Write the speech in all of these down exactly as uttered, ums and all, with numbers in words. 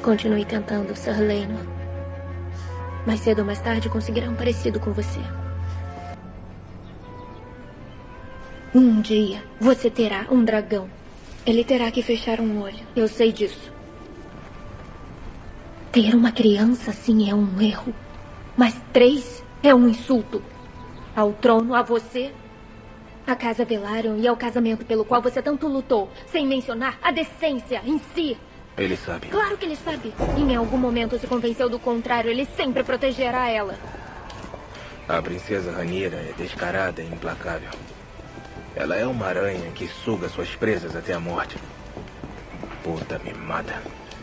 Continue tentando, Sir Laenor. Mais cedo ou mais tarde conseguirá um parecido com você. Um dia, você terá um dragão. Ele terá que fechar um olho. Eu sei disso. Ter uma criança assim é um erro. Mas três é um insulto. Ao trono, a você, à Casa Velaryon e ao casamento pelo qual você tanto lutou, sem mencionar a decência em si. Ele sabe. Claro que ele sabe. Em algum momento se convenceu do contrário. Ele sempre protegerá ela. A princesa Rhaenyra é descarada e implacável. Ela é uma aranha que suga suas presas até a morte. Puta mimada.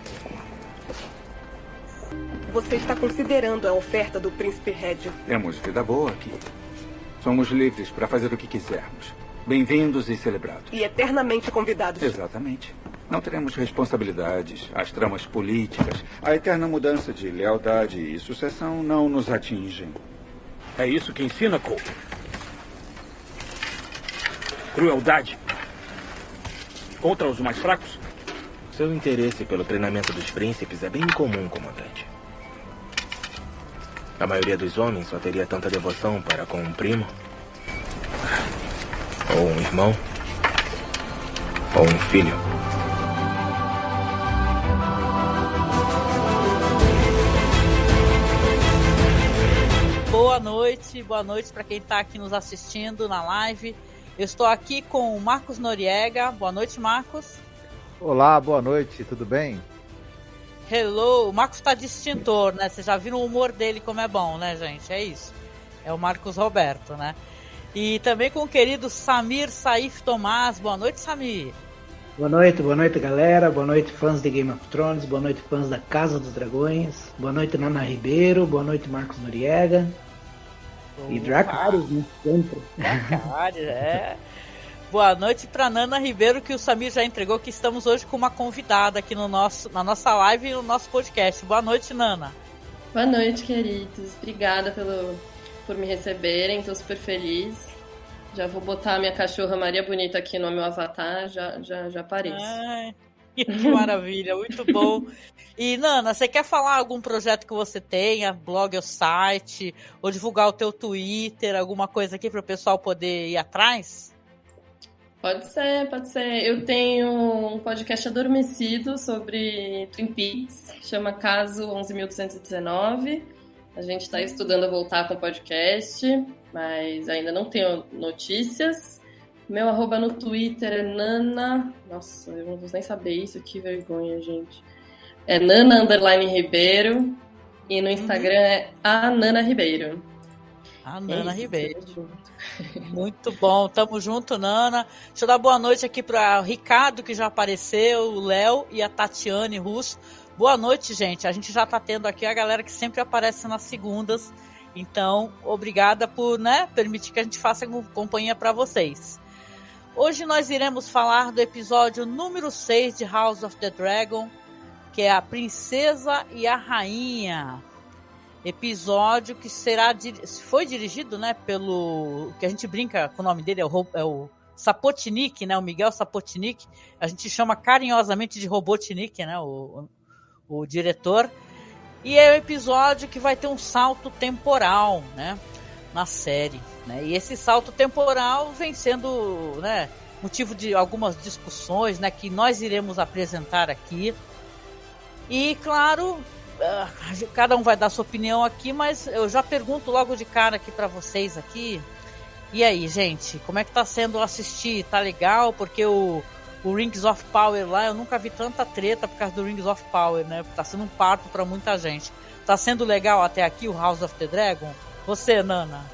Você está considerando a oferta do príncipe Rédio? Temos vida boa aqui. Somos livres para fazer o que quisermos. Bem-vindos e celebrados. E eternamente convidados. Exatamente. Não teremos responsabilidades, as tramas políticas, a eterna mudança de lealdade e sucessão não nos atingem. É isso que ensina, Cole? Crueldade contra os mais fracos? Seu interesse pelo treinamento dos príncipes é bem incomum, comandante. A maioria dos homens só teria tanta devoção para com um primo, ou um irmão, ou um filho. Boa noite, boa noite para quem está aqui nos assistindo na live. Eu estou aqui com o Marcos Noriega. Boa noite, Marcos. Olá, boa noite, tudo bem? Hello, o Marcos está de extintor, né? Vocês já viram o humor dele como é bom, né, gente? É isso. É o Marcos Roberto, né? E também com o querido Samir Saif Tomás. Boa noite, Samir. Boa noite, boa noite, galera. Boa noite, fãs de Game of Thrones. Boa noite, fãs da Casa dos Dragões. Boa noite, Nana Ribeiro. Boa noite, Marcos Noriega. E Dracarys, né? Sempre. Dracarys, é. Boa noite para Nana Ribeiro, que o Samir já entregou, que estamos hoje com uma convidada aqui no nosso, na nossa live e no nosso podcast. Boa noite, Nana. Boa noite, queridos. Obrigada pelo, por me receberem, estou super feliz. Já vou botar a minha cachorra Maria Bonita aqui no meu avatar, já, já, já apareço. Ai, que maravilha, muito bom. E, Nana, você quer falar algum projeto que você tenha, blog ou site, ou divulgar o teu Twitter, alguma coisa aqui para o pessoal poder ir atrás? Pode ser, pode ser. Eu tenho um podcast adormecido sobre Twin Peaks, chama Caso onze mil duzentos e dezenove. A gente está estudando a voltar com o podcast, mas ainda não tenho notícias. Meu arroba no Twitter é Nana... Nossa, eu não vou nem saber isso, que vergonha, gente. É Nana Underline Ribeiro. E no Instagram uhum. é a Nana Ribeiro. A Nana é Ribeiro. Muito bom, tamo junto, Nana. Deixa eu dar boa noite aqui para o Ricardo, que já apareceu, o Léo e a Tatiane Russo. Boa noite, gente. A gente já tá tendo aqui a galera que sempre aparece nas segundas. Então, obrigada por, né, permitir que a gente faça companhia para vocês. Hoje nós iremos falar do episódio número seis de House of the Dragon, que é a Princesa e a Rainha. Episódio que será foi dirigido, né, pelo que a gente brinca com o nome dele, é o, é o Sapotnik, né, o Miguel Sapotnik. A gente chama carinhosamente de Robotnik, né, o, o, o diretor. E é o episódio que vai ter um salto temporal, né, na série, né? E esse salto temporal vem sendo, né, motivo de algumas discussões, né, que nós iremos apresentar aqui. E claro, cada um vai dar sua opinião aqui, mas eu já pergunto logo de cara aqui para vocês aqui. E aí, gente, como é que tá sendo assistir? Tá legal? Porque o, o Rings of Power lá, eu nunca vi tanta treta por causa do Rings of Power, né? Tá sendo um parto para muita gente. Tá sendo legal até aqui o House of the Dragon? Você, Nana?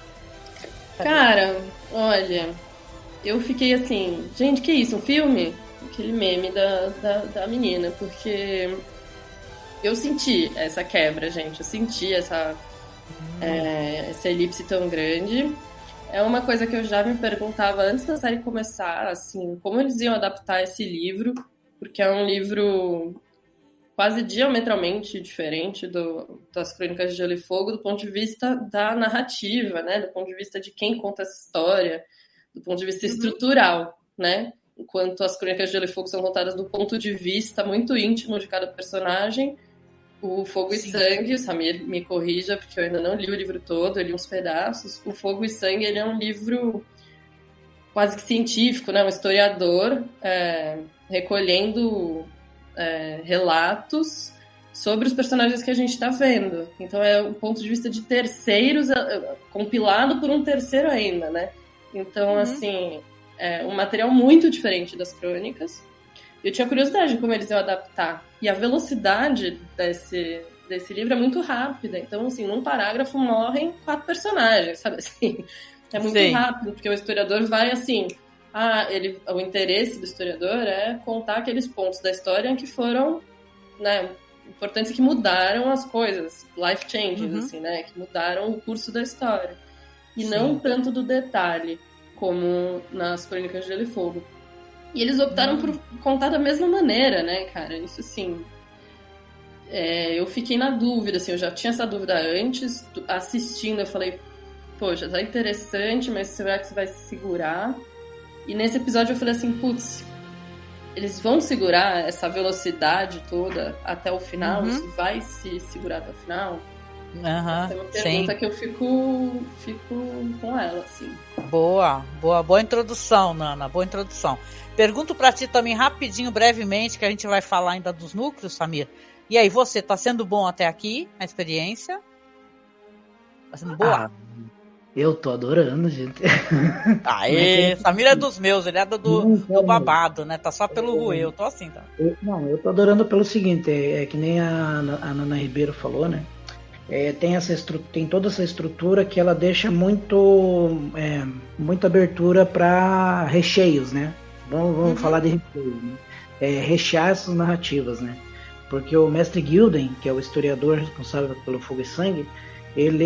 Cara, olha, eu fiquei assim, gente, que isso, um filme? Aquele meme da, da, da menina, porque eu senti essa quebra, gente, eu senti essa, hum. é, essa elipse tão grande. É uma coisa que eu já me perguntava antes da série começar, assim, como eles iam adaptar esse livro, porque é um livro quase diametralmente diferente do, das Crônicas de Gelo e Fogo, do ponto de vista da narrativa, né? Do ponto de vista de quem conta essa história, do ponto de vista uhum. estrutural, né? enquanto as Crônicas de Gelo e Fogo são contadas do ponto de vista muito íntimo de cada personagem, o Fogo Sim. e Sangue, o Samir me corrija, porque eu ainda não li o livro todo, eu li uns pedaços. O Fogo e Sangue, ele é um livro quase que científico, né? Um historiador é, recolhendo é, relatos sobre os personagens que a gente está vendo. Então é um ponto de vista de terceiros, compilado por um terceiro ainda, né? Então, uhum. assim, é um material muito diferente das crônicas. Eu tinha curiosidade de como eles iam adaptar. E a velocidade desse, desse livro é muito rápida. Então, assim, num parágrafo morrem quatro personagens, sabe assim? É muito Sim. rápido, porque o historiador vai assim... Ah, ele, o interesse do historiador é contar aqueles pontos da história que foram, né, importantes, que mudaram as coisas, life changing, uhum. assim, né, que mudaram o curso da história. E Sim. não tanto do detalhe, como nas Crônicas de Gelo e Fogo. E eles optaram uhum. por contar da mesma maneira, né, cara? Isso, assim... É, eu fiquei na dúvida, assim, eu já tinha essa dúvida antes, assistindo, eu falei, poxa, tá interessante, mas será que você vai se segurar? E nesse episódio eu falei assim, putz, eles vão segurar essa velocidade toda até o final? Uhum. Isso vai se segurar até o final? Uhum, Essa é uma pergunta sim. que eu fico, fico com ela, assim. Boa, boa, boa introdução, Nana, boa introdução. Pergunto pra ti também rapidinho, brevemente, que a gente vai falar ainda dos núcleos, Samir. E aí, você, tá sendo bom até aqui, a experiência? Tá sendo boa? Ah, eu tô adorando, gente. Aê, Samir é dos meus, ele é do, do, do babado, né? Tá só pelo ruê, eu tô assim, tá? Eu, não, eu tô adorando pelo seguinte, é, é que nem a, a Nana Ribeiro falou, né? É, tem, essa tem toda essa estrutura que ela deixa muito, é, muita abertura para recheios, né? Vamos, vamos uhum. falar de recheios, né? É, rechear essas narrativas, né? Porque o mestre Gilden, que é o historiador responsável pelo Fogo e Sangue, ele,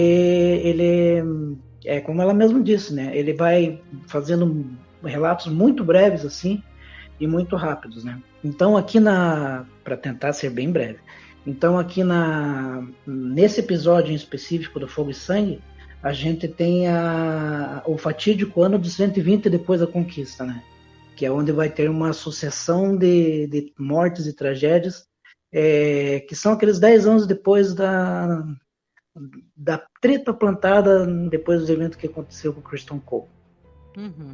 ele é como ela mesma disse, né? Ele vai fazendo relatos muito breves assim e muito rápidos, né? Então aqui na, para tentar ser bem breve, então aqui na nesse episódio em específico do Fogo e Sangue, a gente tem a, o fatídico ano de cento e vinte depois da conquista, né? Que é onde vai ter uma sucessão de, de mortes e tragédias, é, que são aqueles dez anos depois da da treta plantada depois dos eventos que aconteceu com o Criston Cole. Uhum.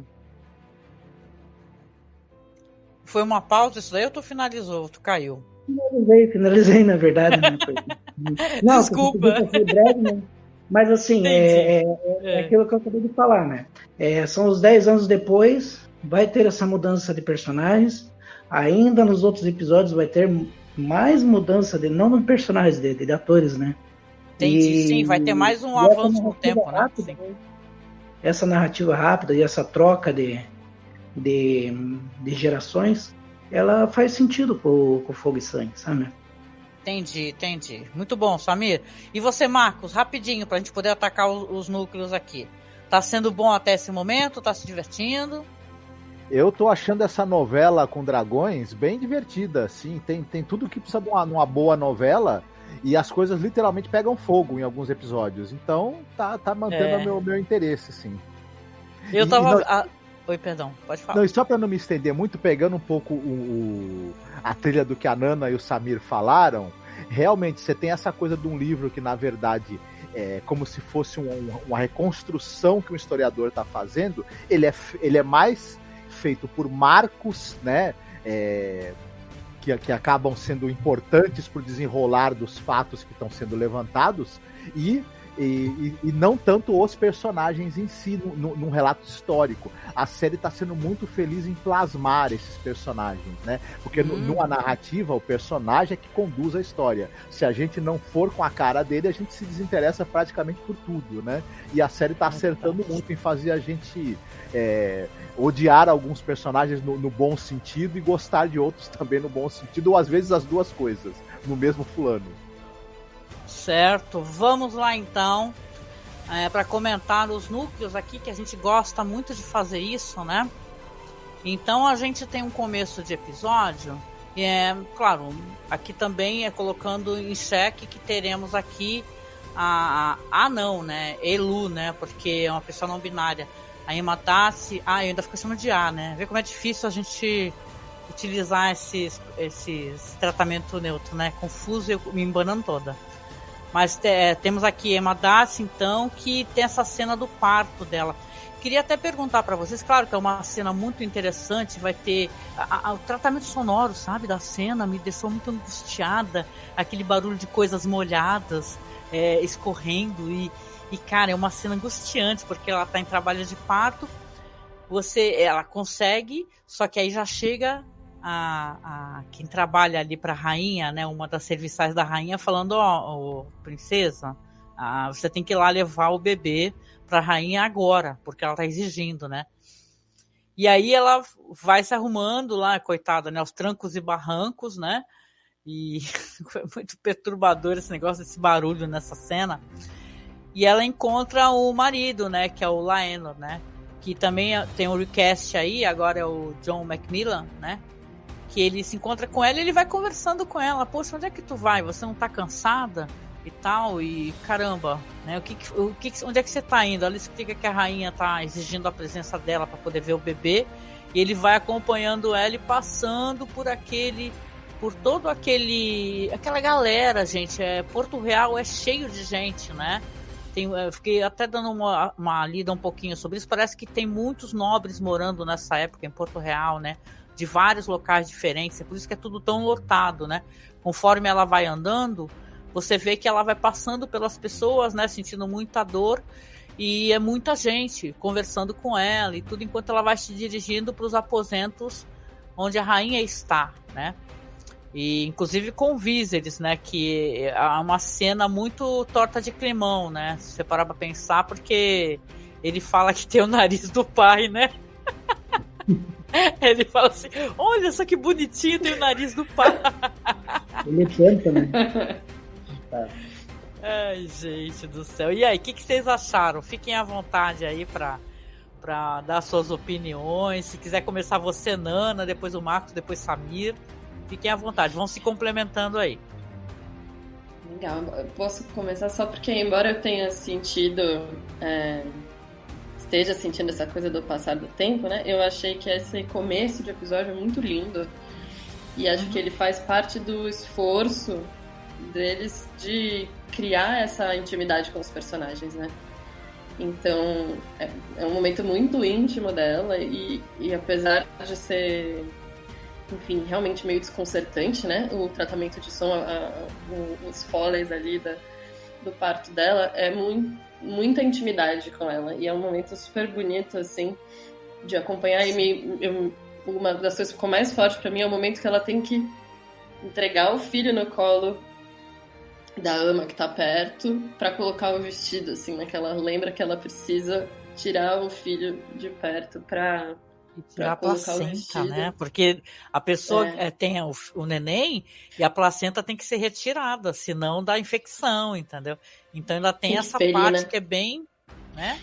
Foi uma pausa isso daí ou tu finalizou? Tu caiu? Finalizei, finalizei na verdade. Né? Não, desculpa. Foi breve, né? Mas assim, é, é, é aquilo que eu acabei de falar, né? É, são os dez anos depois, vai ter essa mudança de personagens, ainda nos outros episódios vai ter mais mudança, de, não de personagens, de, de atores, né? Entendi, e, sim, vai ter mais um avanço no tempo, rápida, né? Sim. Essa narrativa rápida e essa troca de, de, de gerações, ela faz sentido com o Fogo e Sangue, sabe? Entendi, entendi. Muito bom, Samir. E você, Marcos, rapidinho, pra gente poder atacar os, os núcleos aqui. Tá sendo bom até esse momento? Tá se divertindo? Eu tô achando essa novela com dragões bem divertida, assim. Tem, tem tudo que precisa de uma, uma boa novela. E as coisas literalmente pegam fogo em alguns episódios. Então, tá, tá mantendo é. o meu, meu interesse, sim. Eu e, tava... e não... ah, oi, perdão, pode falar. Não, e só pra não me estender muito, pegando um pouco o, o, a trilha do que a Nana e o Samir falaram, realmente você tem essa coisa de um livro que, na verdade, é como se fosse um, uma reconstrução que um historiador tá fazendo. Ele é, ele é mais feito por marcos, né? É... Que, que acabam sendo importantes para o desenrolar dos fatos que estão sendo levantados e, e, e não tanto os personagens em si no, num relato histórico. A série está sendo muito feliz em plasmar esses personagens, né? Porque hum. numa narrativa o personagem é que conduz a história. Se a gente não for com a cara dele, a gente se desinteressa praticamente por tudo, né? E a série está acertando muito em fazer a gente é, odiar alguns personagens no, no bom sentido e gostar de outros também no bom sentido, ou às vezes as duas coisas, no mesmo fulano. Certo, vamos lá então, é, para comentar os núcleos aqui, que a gente gosta muito de fazer isso, né? Então a gente tem um começo de episódio, e é, claro, aqui também é colocando em xeque que teremos aqui a, a, a não, né? Elu, né? Porque é uma pessoa não binária. a Emma Darcy, ah, eu ainda fico chamando de A, né? Vê como é difícil a gente utilizar esses, esse tratamento neutro, né? Confuso e eu me embanando toda. Mas é, temos aqui Emma Darcy, então, que tem essa cena do parto dela. Queria até perguntar para vocês, claro que é uma cena muito interessante, vai ter a, a, o tratamento sonoro, sabe, da cena, me deixou muito angustiada, aquele barulho de coisas molhadas, é, escorrendo, e, e, cara, é uma cena angustiante, porque ela tá em trabalho de parto, você, ela consegue, só que aí já chega a, a quem trabalha ali pra rainha, né, uma das serviçais da rainha, falando, ó, oh, princesa, ah, você tem que ir lá levar o bebê pra rainha agora, porque ela tá exigindo, né? E aí ela vai se arrumando lá, coitada, né, aos trancos e barrancos, né? E foi muito perturbador esse negócio, esse barulho nessa cena. E ela encontra o marido, né, que é o Laenor, né? Que também tem um recast aí, agora é o John Macmillan, né? Que ele se encontra com ela e ele vai conversando com ela. Poxa, onde é que tu vai? Você não tá cansada? E tal, e caramba, né? O que, o que, onde é que você tá indo? Ela explica que a rainha tá exigindo a presença dela para poder ver o bebê. E ele vai acompanhando ela e passando por aquele, por todo aquele, aquela galera, gente. É, Porto Real é cheio de gente, né? Tem, eu fiquei até dando uma, uma lida um pouquinho sobre isso. Parece que tem muitos nobres morando nessa época em Porto Real, né? De vários locais diferentes. É por isso que é tudo tão lotado, né? Conforme ela vai andando, você vê que ela vai passando pelas pessoas, né? Sentindo muita dor. E é muita gente conversando com ela e tudo enquanto ela vai se dirigindo para os aposentos onde a rainha está, né? E inclusive com Viserys, né? Que é uma cena muito torta de climão, né? Se você parar pra pensar, porque ele fala que tem o nariz do pai, né? Ele fala assim, olha só que bonitinho, tem o nariz do pai. Ele canta, né? Ai, gente do céu. E aí, o que, que vocês acharam? Fiquem à vontade aí pra, pra dar suas opiniões. Se quiser começar você, Nana, depois o Marcos, depois Samir. Fiquem à vontade, vão se complementando aí. Legal, eu posso começar só porque, embora eu tenha sentido, é, esteja sentindo essa coisa do passar do tempo, né? Eu achei que esse começo de episódio é muito lindo. E acho uhum. que ele faz parte do esforço deles de criar essa intimidade com os personagens, né? Então, é, é um momento muito íntimo dela e, e apesar de ser, enfim, realmente meio desconcertante, né? O tratamento de som, a, a, o, os foleys ali da, do parto dela, é muito, muita intimidade com ela. E é um momento super bonito, assim, de acompanhar. E me, eu, uma das coisas que ficou mais forte pra mim é o momento que ela tem que entregar o filho no colo da ama que tá perto pra colocar o vestido, assim, né? Que ela lembra que ela precisa tirar o filho de perto pra... E tirar a placenta, né? Porque a pessoa é. É, tem o, o neném e a placenta tem que ser retirada, senão dá infecção, entendeu? Então ainda tem, tem essa espelho, parte, né? Que é bem, né?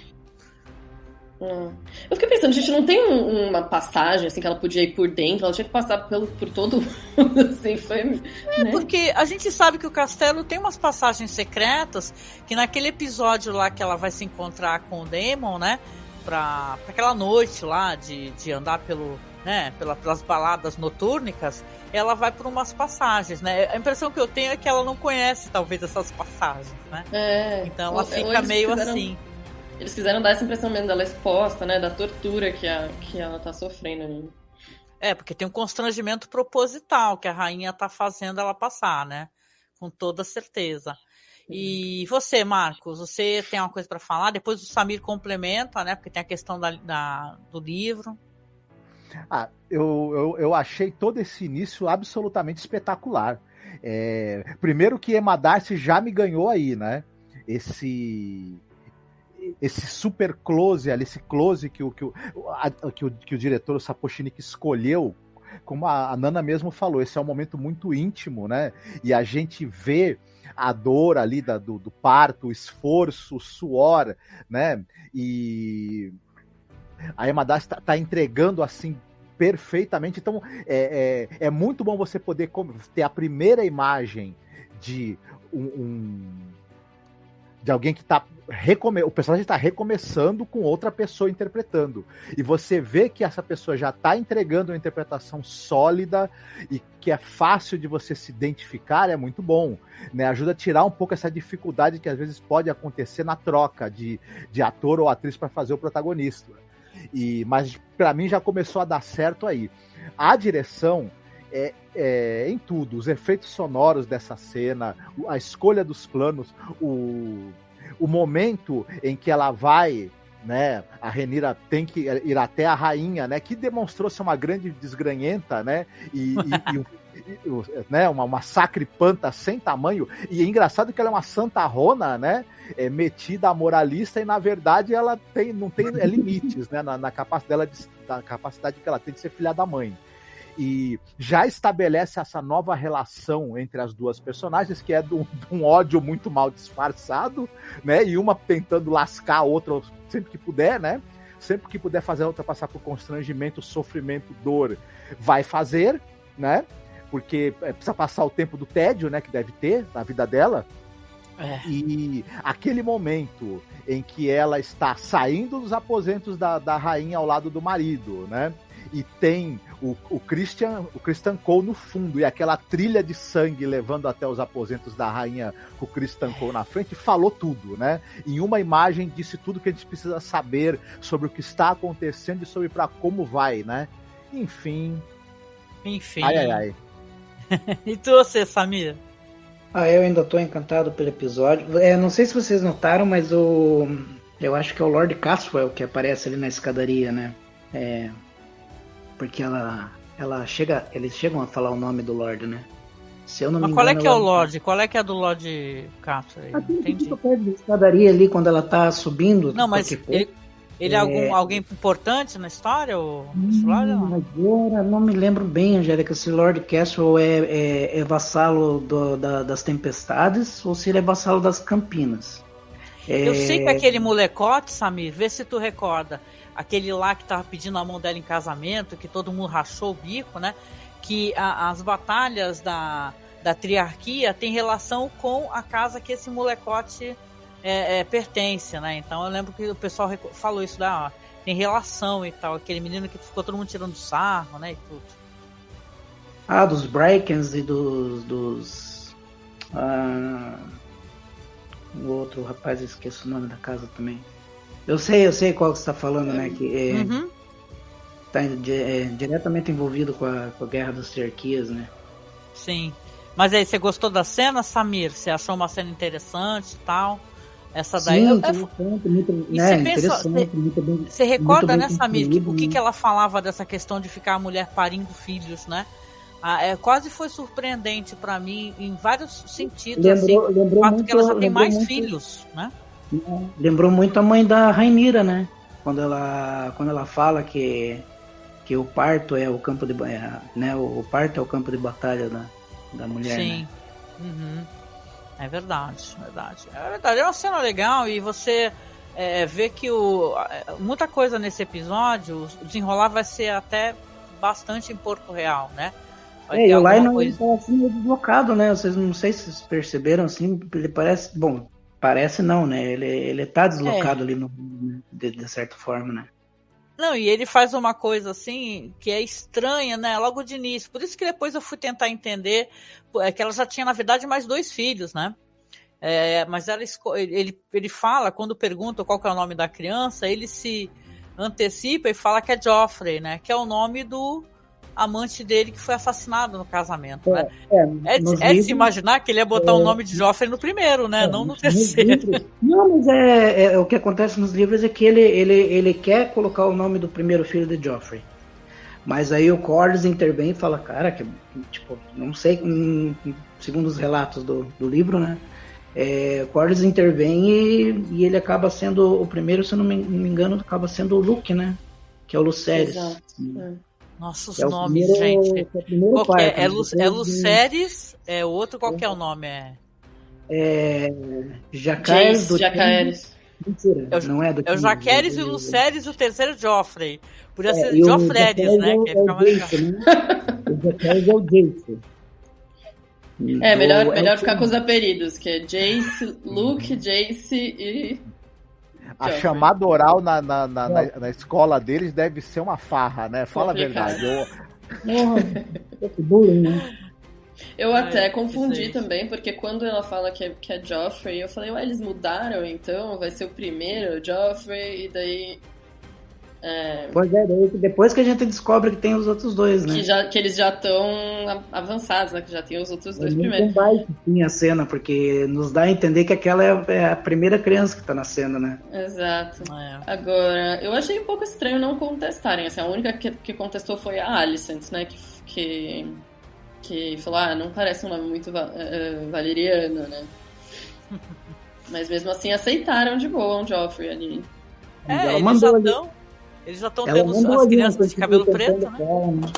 Hum. Eu fiquei pensando, gente, não tem um, uma passagem assim que ela podia ir por dentro, ela tinha que passar pelo, por todo mundo, assim, foi... É, né? Porque a gente sabe que o castelo tem umas passagens secretas, que naquele episódio lá que ela vai se encontrar com o Daemon, né? Pra, pra aquela noite lá de, de andar pelo, né, pela, pelas baladas notúrnicas, ela vai por umas passagens, né? A impressão que eu tenho é que ela não conhece, talvez, essas passagens, né? É, então ela fica meio quiseram, assim. Eles quiseram dar essa impressão mesmo dela exposta, né? Da tortura que, a, que ela tá sofrendo ali. É, porque tem um constrangimento proposital que a rainha tá fazendo ela passar, né? Com toda certeza. E você, Marcos, você tem uma coisa para falar? Depois o Samir complementa, né? Porque tem a questão da, da, do livro. Ah, eu, eu, eu achei todo esse início absolutamente espetacular. É, primeiro que Emma Darcy já me ganhou aí, né? Esse... esse super close ali, esse close que o, que o, a, que o, que o diretor, o Sapochnik, escolheu, como a, a Nana mesmo falou, esse é um momento muito íntimo, né? E a gente vê a dor ali da, do, do parto, o esforço, o suor, né? E a Emma Darcy tá, tá entregando assim perfeitamente. Então é, é, é muito bom você poder ter a primeira imagem de um, um de alguém que tá recome... o personagem está recomeçando com outra pessoa interpretando. E você vê que essa pessoa já está entregando uma interpretação sólida e que é fácil de você se identificar, é muito bom, né? Ajuda a tirar um pouco essa dificuldade que às vezes pode acontecer na troca de, de ator ou atriz para fazer o protagonista. E, mas para mim já começou a dar certo aí. A direção é, é em tudo, os efeitos sonoros dessa cena, a escolha dos planos, o, o momento em que ela vai, né, a Rhaenyra tem que ir até a rainha, né, que demonstrou ser uma grande desgranhenta, né, e, e, e, e né, uma, uma sacripanta sem tamanho, e é engraçado que ela é uma santarrona, né, é, metida a moralista, e na verdade ela tem, não tem é, limites, né, na, na capacidade dela de, na capacidade que ela tem de ser filha da mãe. E já estabelece essa nova relação entre as duas personagens, que é de um, de um ódio muito mal disfarçado, né? E uma tentando lascar a outra sempre que puder, né? Sempre que puder fazer a outra passar por constrangimento, sofrimento, dor, vai fazer, né? Porque precisa passar o tempo do tédio, né? Que deve ter na vida dela. É. E aquele momento em que ela está saindo dos aposentos da, da rainha ao lado do marido, né? E tem o, o, Christian, o Criston Cole no fundo, e aquela trilha de sangue levando até os aposentos da rainha com o Criston Cole na frente, falou tudo, né? Em uma imagem disse tudo que a gente precisa saber sobre o que está acontecendo e sobre para como vai, né? Enfim. Enfim. Ai, ai, ai. E tu, você, Samir? Ah, eu ainda tô encantado pelo episódio. É, não sei se vocês notaram, mas o... eu acho que é o Lord Caswell que aparece ali na escadaria, né? É... Porque ela, ela chega, eles chegam a falar o nome do Lorde, né? Se eu não Mas me qual engano, é que é ela... o Lorde? Qual é que é do Lorde Castle? Entendi. Perto da escadaria ali, quando ela tá subindo. Não, mas ele, ele é, é algum, alguém importante na história? Ou... Hum, agora, não me lembro bem, Angélica, se Lord Castle é, é, é vassalo do, da, das Tempestades ou se ele é vassalo das Campinas. É... Eu sei que aquele molecote, Samir, vê se tu recorda. Aquele lá que tava pedindo a mão dela em casamento, que todo mundo rachou o bico, né? Que a, as batalhas da, da triarquia tem relação com a casa que esse molecote é, é, pertence, né? Então eu lembro que o pessoal falou isso da ó, tem relação e tal. Aquele menino que ficou todo mundo tirando sarro, né? E tudo. Ah, dos Brackens e dos. dos ah, o outro rapaz, eu esqueço o nome da casa também. Eu sei, eu sei qual que você está falando, né? Que é, uhum. tá é, diretamente envolvido com a, com a Guerra das Triarquias, né? Sim. Mas aí, você gostou da cena, Samir? Você achou uma cena interessante e tal? Essa daí... Sim, eu, interessante, muito, e né, você pensa, interessante, você, muito bem, você recorda, né, Samir, que, o que, né? que ela falava dessa questão de ficar a mulher parindo filhos, né? Ah, é, quase foi surpreendente para mim em vários sentidos, lembrou, assim, lembrou o fato muito, que ela já tem mais muito, filhos, né? Lembrou muito a mãe da Rhaenyra, né? Quando ela, quando ela fala que, que o parto é o campo de é, né? O parto é o campo de batalha da, da mulher. Sim. Né? Uhum. É verdade, verdade. É verdade, é uma cena legal e você é, vê que o, muita coisa nesse episódio, o desenrolar vai ser até bastante em Porto Real, né? Vai é, e o Lionel coisa... tá assim meio deslocado, né? Vocês não sei se vocês perceberam assim, ele parece, bom, parece não, né? Ele, ele tá deslocado é. ali no, de, de certa forma, né? Não, e ele faz uma coisa assim que é estranha, né? Logo de início. Por isso que depois eu fui tentar entender é que ela já tinha, na verdade, mais dois filhos, né? É, mas ela ele, ele fala, quando pergunta qual que é o nome da criança, ele se antecipa e fala que é Joffrey, né? Que é o nome do amante dele que foi assassinado no casamento, é, né? É, é, de, é livros, de se imaginar que ele ia botar é, o nome de Joffrey no primeiro, né? É, não no terceiro. Livros, não, mas é, é o que acontece nos livros é que ele, ele, ele quer colocar o nome do primeiro filho de Joffrey. Mas aí o Corlys intervém e fala, cara, que tipo, não sei, um, segundo os relatos do, do livro, né? É, o Corlys intervém e, e ele acaba sendo o primeiro, se eu não me, não me engano, acaba sendo o Luke, né? Que é o Lucerys. Exato. É. Nossa, os é nomes, primeiro, gente. É, qual é, é, é, Lu, é Lucerys, é o outro, qual que é o nome? É, é Jacaerys do Jacaerys. Mentira, é o, não é do É o Jacaerys e o Lucerys e o terceiro Joffrey. Podia é, ser Joffreys, né? É o, que ia ficar mais legal. Né? O Jacaerys é o Jace. É, melhor, melhor ficar com os apelidos, que é Jace, Luke, Jace e... A Joffrey. Chamada oral na, na, na, na, na escola deles deve ser uma farra, né? Fala complicado. A verdade. Eu... Que bullying, né? Eu até confundi também, porque quando ela fala que é, que é Joffrey, eu falei, ué, eles mudaram então? Vai ser o primeiro Joffrey, e daí... É... Pois é, daí depois que a gente descobre que tem os outros dois, né? Que, já, que eles já estão avançados, né? Que já tem os outros dois primeiros. Não sim a cena, porque nos dá a entender que aquela é a primeira criança que tá na cena, né? Exato. É. Agora, eu achei um pouco estranho não contestarem. Assim, a única que, que contestou foi a Alicent, né? Que, que, que falou, ah, não parece um nome muito uh, valeriano, né? Mas mesmo assim aceitaram de boa um Joffrey ali. É, eles já estão... Eles já estão tendo as crianças de cabelo preto, né? Ela, né?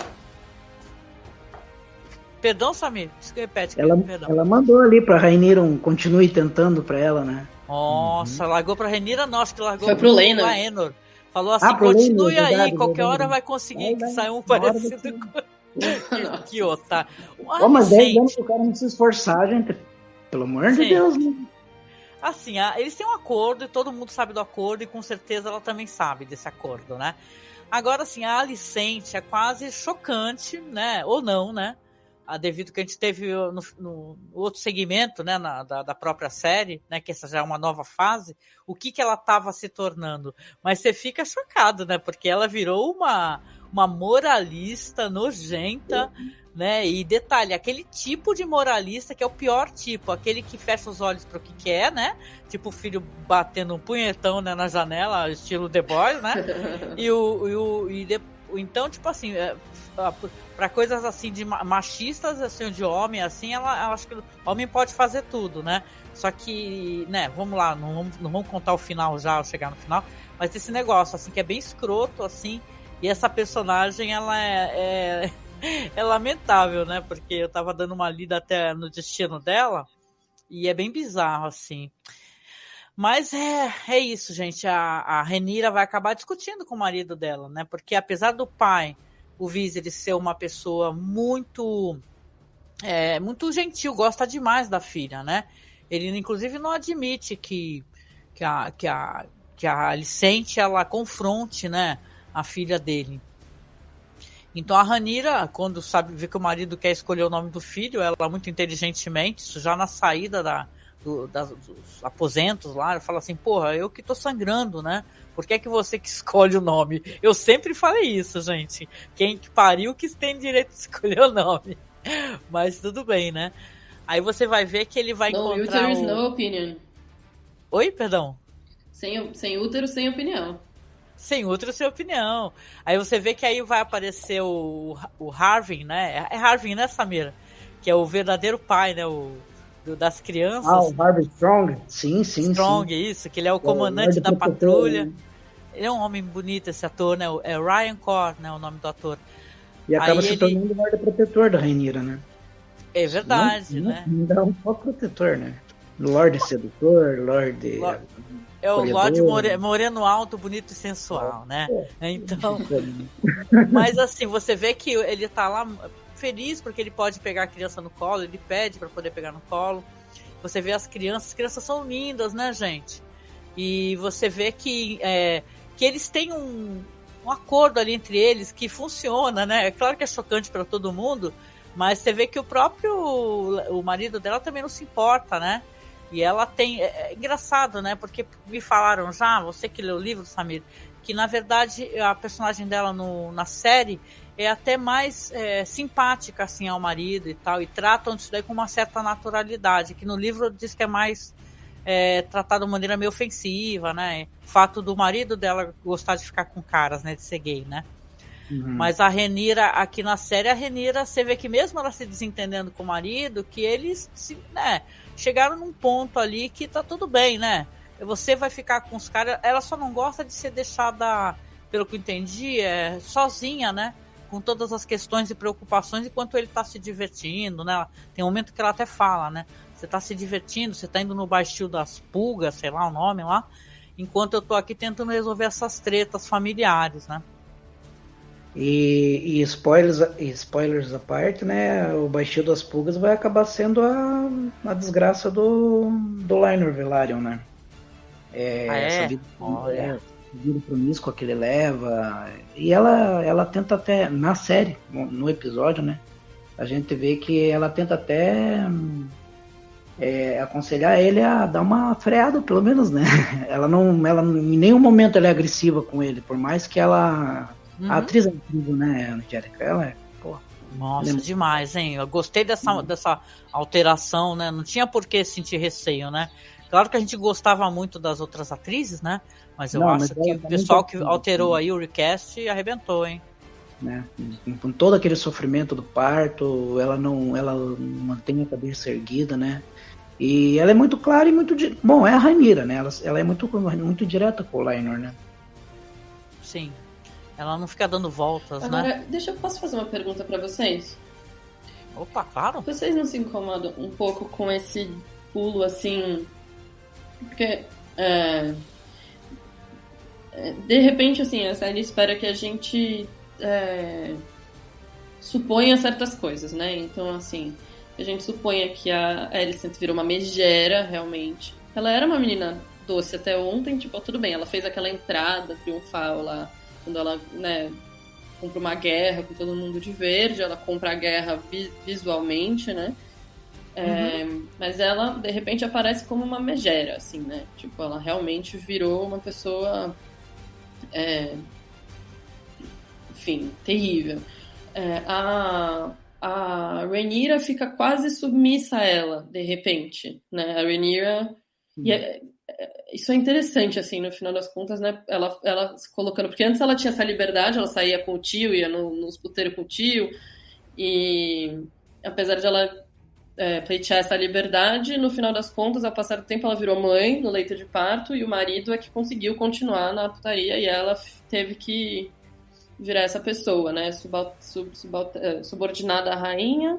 Perdão, Samir? Repete. Ela, perdão. Ela mandou ali pra Rhaenyra um continue tentando pra ela, né? Nossa, uhum. Largou pra Rhaenyra? Não, acho que largou Foi pro Laenor. Laenor. Falou assim, ah, continue Laenor, aí, verdade, qualquer verdade. hora vai conseguir que saia um parecido com... que, que otário. Pô, mas dez anos pro cara não se esforçar, gente. Pelo amor de Deus, né? Assim, eles têm um acordo e todo mundo sabe do acordo e com certeza ela também sabe desse acordo, né? Agora, assim, a Alicente é quase chocante, né? Ou não, né? Devido que a gente teve no, no outro segmento, né? Na, da, da própria série, né? Que essa já é uma nova fase. O que que ela estava se tornando? Mas você fica chocado, né? Porque ela virou uma, uma moralista nojenta, né? E detalhe, aquele tipo de moralista que é o pior tipo, aquele que fecha os olhos para o que quer, né? Tipo o filho batendo um punhetão, né, na janela, estilo The Boys, né? E o, e o e de, então, tipo assim, é, para coisas assim de machistas, assim, de homem, assim, ela, ela acho que o homem pode fazer tudo, né? Só que, né, vamos lá, não vamos, não vamos contar o final já, ao chegar no final, mas esse negócio, assim, que é bem escroto, assim, e essa personagem, ela é, é é lamentável, né? Porque eu tava dando uma lida até no destino dela e é bem bizarro, assim. Mas é, é isso, gente. A, a Rhaenyra vai acabar discutindo com o marido dela, né? Porque apesar do pai, o Viserys, ser uma pessoa muito, é, muito gentil, gosta demais da filha, né? Ele, inclusive, não admite que, que, a, que, a, que a Alicente, ela confronte, né, a filha dele. Então a Rhaenyra, quando sabe, vê que o marido quer escolher o nome do filho, ela muito inteligentemente, isso já na saída da, do, da, dos aposentos lá, ela fala assim, porra, eu que tô sangrando, né? Por que é que você que escolhe o nome? Eu sempre falei isso, gente. Quem que pariu que tem direito de escolher o nome. Mas tudo bem, né? Aí você vai ver que ele vai no encontrar útero o... no opinion. Oi, perdão? Sem, sem útero, sem opinião. Sem útero, sem opinião. Aí você vê que aí vai aparecer o, o Harvin, né? É Harvin, né, Samira? Que é o verdadeiro pai, né? O, do, das crianças. Ah, o Harvin Strong? Sim, sim, Strong, sim. isso. Que ele é o comandante é, o da patrulha. Né? Ele é um homem bonito, esse ator, né? É Ryan Corr, né? O nome do ator. E acaba aí se ele... tornando o guarda protetor da Rhaenyra, né? É verdade, não, né? Não dá um pouco protetor, né? Lorde sedutor, Lorde... Lorde... É o Lorde more, moreno alto, bonito e sensual, né? Então, mas assim, você vê que ele tá lá feliz porque ele pode pegar a criança no colo, ele pede para poder pegar no colo. Você vê as crianças, as crianças são lindas, né, gente? E você vê que, é, que eles têm um, um acordo ali entre eles que funciona, né? É claro que é chocante para todo mundo, mas você vê que o próprio o marido dela também não se importa, né? E ela tem... É, é engraçado, né? Porque me falaram já, você que leu o livro, Samir, que na verdade a personagem dela no, na série é até mais é, simpática, assim, ao marido e tal, e tratam isso daí com uma certa naturalidade, que no livro diz que é mais é, tratado de maneira meio ofensiva, né? O fato do marido dela gostar de ficar com caras, né? De ser gay, né? Uhum. Mas a Rhaenyra, aqui na série, a Rhaenyra, você vê que mesmo ela se desentendendo com o marido, que eles, se, né, chegaram num ponto ali que tá tudo bem, né? Você vai ficar com os caras, ela só não gosta de ser deixada, pelo que eu entendi, é, sozinha, né? Com todas as questões e preocupações, enquanto ele tá se divertindo, né? Tem um momento que ela até fala, né? Você tá se divertindo, você tá indo no baixio das pulgas, sei lá o nome lá, enquanto eu tô aqui tentando resolver essas tretas familiares, né? E, e spoilers, e spoilers à parte, né? O Baixio das Pulgas vai acabar sendo a, a desgraça do, do Lionel Velaryon, né? É, ah, é? Essa vida, Olha. é, vida promíscua que ele leva. E ela, ela tenta até, na série, no, no episódio, né? A gente vê que ela tenta até é, aconselhar ele a dar uma freada, pelo menos, né? Ela não, ela, em nenhum momento ela é agressiva com ele, por mais que ela... Uhum. A atriz é incrível, né, Angélica? Ela é, pô, nossa, lembra? Demais, hein? Eu gostei dessa, uhum. dessa alteração, né? Não tinha por que sentir receio, né? Claro que a gente gostava muito das outras atrizes, né? Mas eu não, acho mas que o pessoal que alterou aí o recast arrebentou, hein? Né? Com todo aquele sofrimento do parto, ela não, ela mantém a cabeça erguida, né? E ela é muito clara e muito... Di... Bom, é a Rhaenyra, né? Ela, ela é muito, muito direta com o Lionel, né? Sim. Ela não fica dando voltas, Agora, né? Deixa eu posso fazer uma pergunta pra vocês? Opa, claro. Vocês não se incomodam um pouco com esse pulo, assim... Porque... É... De repente, assim, a série espera que a gente é... suponha certas coisas, né? Então, assim... A gente suponha que a Alicent virou uma megera, realmente. Ela era uma menina doce até ontem, tipo, tudo bem, ela fez aquela entrada triunfal lá, quando ela, né, compra uma guerra com todo mundo de verde, ela compra a guerra vi- visualmente, né? É, uhum. Mas ela, de repente, aparece como uma megera, assim, né? Tipo, ela realmente virou uma pessoa, é, enfim, terrível. É, a... A Rhaenyra fica quase submissa a ela, de repente, né? A Rhaenyra... E é, é, isso é interessante, assim, no final das contas, né? Ela, ela se colocando... Porque antes ela tinha essa liberdade, ela saía com o tio, ia no, nos puteiros com o tio, e apesar de ela é, pleitear essa liberdade, no final das contas, ao passar do tempo, ela virou mãe no leito de parto, e o marido é que conseguiu continuar na putaria, e ela teve que... virar essa pessoa, né, Subal, sub, subal, subordinada à rainha,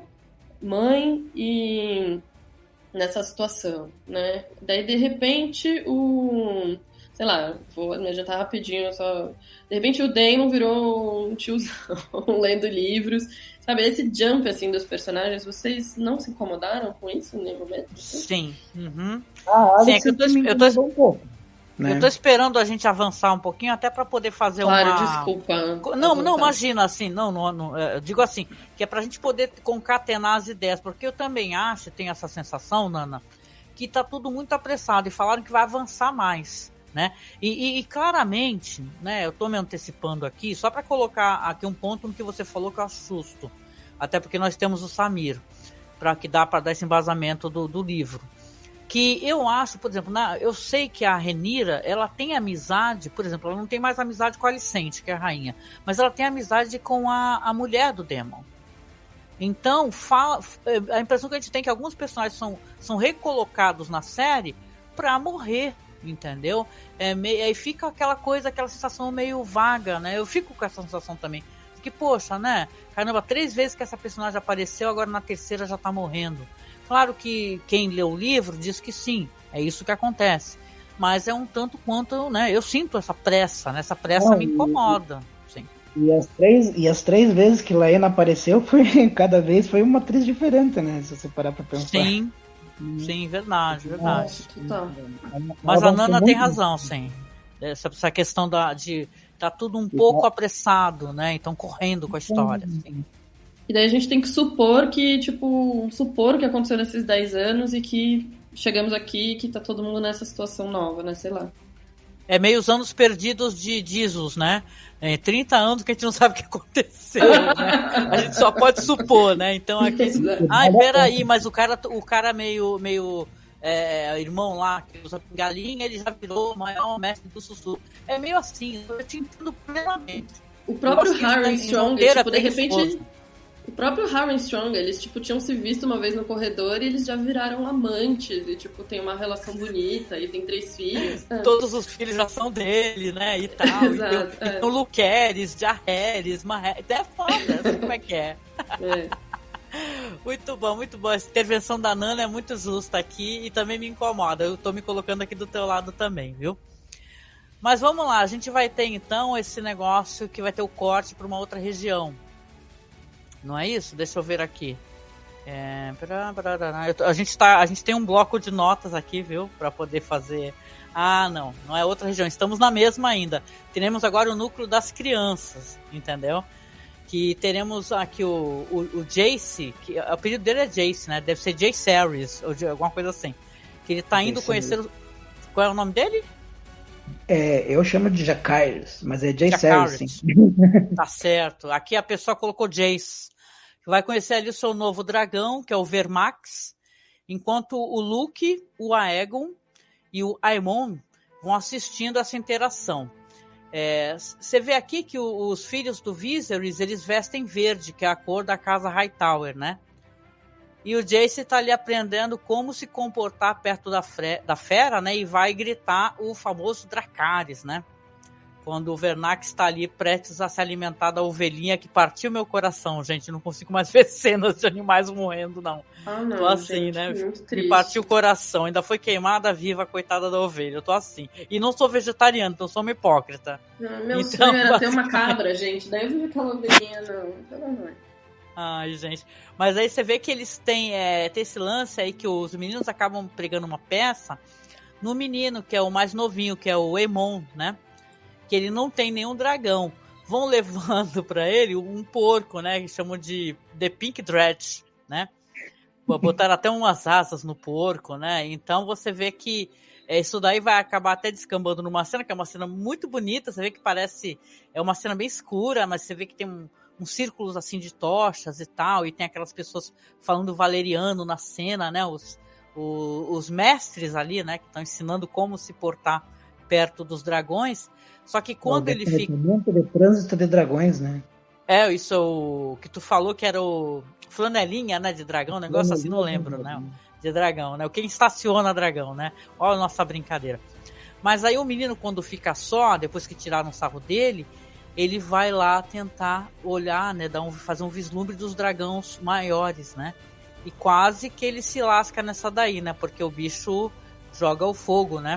mãe e nessa situação, né, daí de repente o, sei lá, vou me adiantar rapidinho, só, de repente o Daemon virou um tiozão lendo livros, sabe, esse jump, assim, dos personagens, vocês não se incomodaram com isso em nenhum momento? Sim, uhum. Ah, Sim, é que eu tô, eu tô, um pouco. Né? Eu tô esperando a gente avançar um pouquinho até para poder fazer claro, uma... Claro, desculpa. Não, não, imagina, assim, não, não, não, eu digo assim, que é pra gente poder concatenar as ideias, porque eu também acho, tenho essa sensação, Nana, que tá tudo muito apressado e falaram que vai avançar mais, né? E, e, e claramente, né, eu tô me antecipando aqui, só para colocar aqui um ponto no que você falou que eu assusto, até porque nós temos o Samir, para que dá para dar esse embasamento do, do livro. Que eu acho, por exemplo, na, eu sei que a Rhaenyra, ela tem amizade, por exemplo, ela não tem mais amizade com a Alicent, que é a rainha, mas ela tem amizade com a, a mulher do Daemon. Então, fala, a impressão que a gente tem é que alguns personagens são, são recolocados na série pra morrer, entendeu? É, meio, aí fica aquela coisa, aquela sensação meio vaga, né? Eu fico com essa sensação também. Que, poxa, né? Caramba, três vezes que essa personagem apareceu, agora na terceira já tá morrendo. Claro que quem lê o livro diz que sim, é isso que acontece. Mas é um tanto quanto, né? Eu sinto essa pressa, né? Essa pressa Não, me incomoda. Sim. E as três, e as três vezes que Laena apareceu, foi, cada vez foi uma atriz diferente, né? Se você parar pra pensar. Sim, hum. sim, verdade, verdade. Tá. Mas a Nana tem razão, sim. Essa, essa questão da, de tá tudo um pouco apressado, né? Então correndo com a história. Assim. E daí a gente tem que supor que, tipo, supor o que aconteceu nesses dez anos e que chegamos aqui e que tá todo mundo nessa situação nova, né? Sei lá. É meio os anos perdidos de Jesus, né? É, trinta anos que a gente não sabe o que aconteceu, né? A gente só pode supor, né? Então aqui... Ai, peraí, mas o cara, o cara meio... meio é, irmão lá, que usa galinha, ele já virou o maior mestre do sussurro. É meio assim, eu te entendo plenamente. O próprio Harry Strong, tipo, de repente... O próprio Harry Strong, eles, tipo, tinham se visto uma vez no corredor e eles já viraram amantes e, tipo, tem uma relação bonita e tem três filhos. Todos os filhos já são dele, né, e tal. Exato, e tem, é. tem o Luqueres, Jaehaerys, Maheris, é foda, assim como é que é. é. Muito bom, muito bom. Essa intervenção da Nana é muito justa aqui e também me incomoda. Eu tô me colocando aqui do teu lado também, viu? Mas vamos lá, a gente vai ter então esse negócio que vai ter o corte para uma outra região. Não é isso? Deixa eu ver aqui. É... A, gente tá, a gente tem um bloco de notas aqui, viu? Para poder fazer... Ah, não. Não é outra região. Estamos na mesma ainda. Teremos agora o núcleo das crianças, entendeu? Que teremos aqui o, o, o Jace, que o apelido dele é Jace, né? Deve ser Jace Harris, ou de, alguma coisa assim. Que ele tá indo Jace conhecer... Harris. Qual é o nome dele? É, eu chamo de Jacaires, mas é Jace Harris, sim. Tá certo. Aqui a pessoa colocou Jace. Vai conhecer ali o seu novo dragão, que é o Vermax, enquanto o Luke, o Aegon e o Aemon vão assistindo essa interação. Você é, vê aqui que o, os filhos do Viserys, eles vestem verde, que é a cor da casa Hightower, né? E o Jace está ali aprendendo como se comportar perto da, fre- da fera, né? E vai gritar o famoso Dracarys, né? Quando o Vernax está ali prestes a se alimentar da ovelhinha que partiu meu coração, gente. Não consigo mais ver cenas de animais morrendo, não. Ah, não, tô assim, gente, né? Muito Me partiu o coração. Ainda foi queimada viva, coitada da ovelha. Eu tô assim. E não sou vegetariano, então sou uma hipócrita. Não, meu então, sonho era ter uma cabra, gente. Daí eu vi aquela ovelhinha, não. Pelo amor. Ai, gente. Mas aí você vê que eles têm, é, tem esse lance aí que os meninos acabam pregando uma peça no menino, que é o mais novinho, que é o Aemon, né? Que ele não tem nenhum dragão. Vão levando pra ele um porco, né? Que chamam de The Pink Dredge, né? Botaram até umas asas no porco, né? Então você vê que é, isso daí vai acabar até descambando numa cena, que é uma cena muito bonita. Você vê que parece... É uma cena bem escura, mas você vê que tem um, uns círculos assim de tochas e tal. E tem aquelas pessoas falando valeriano na cena, né? Os, os, os mestres ali, né? Que estão ensinando como se portar perto dos dragões. Só que quando ele fica... de trânsito de dragões, né? É, isso é o que tu falou que era o flanelinha, né, de dragão, um negócio assim, não lembro, né, de dragão, né, o que estaciona dragão, né, olha a nossa brincadeira. Mas aí o menino, quando fica só, depois que tiraram o sarro dele, ele vai lá tentar olhar, né, dar um, fazer um vislumbre dos dragões maiores, né, e quase que ele se lasca nessa daí, né, porque o bicho joga o fogo, né.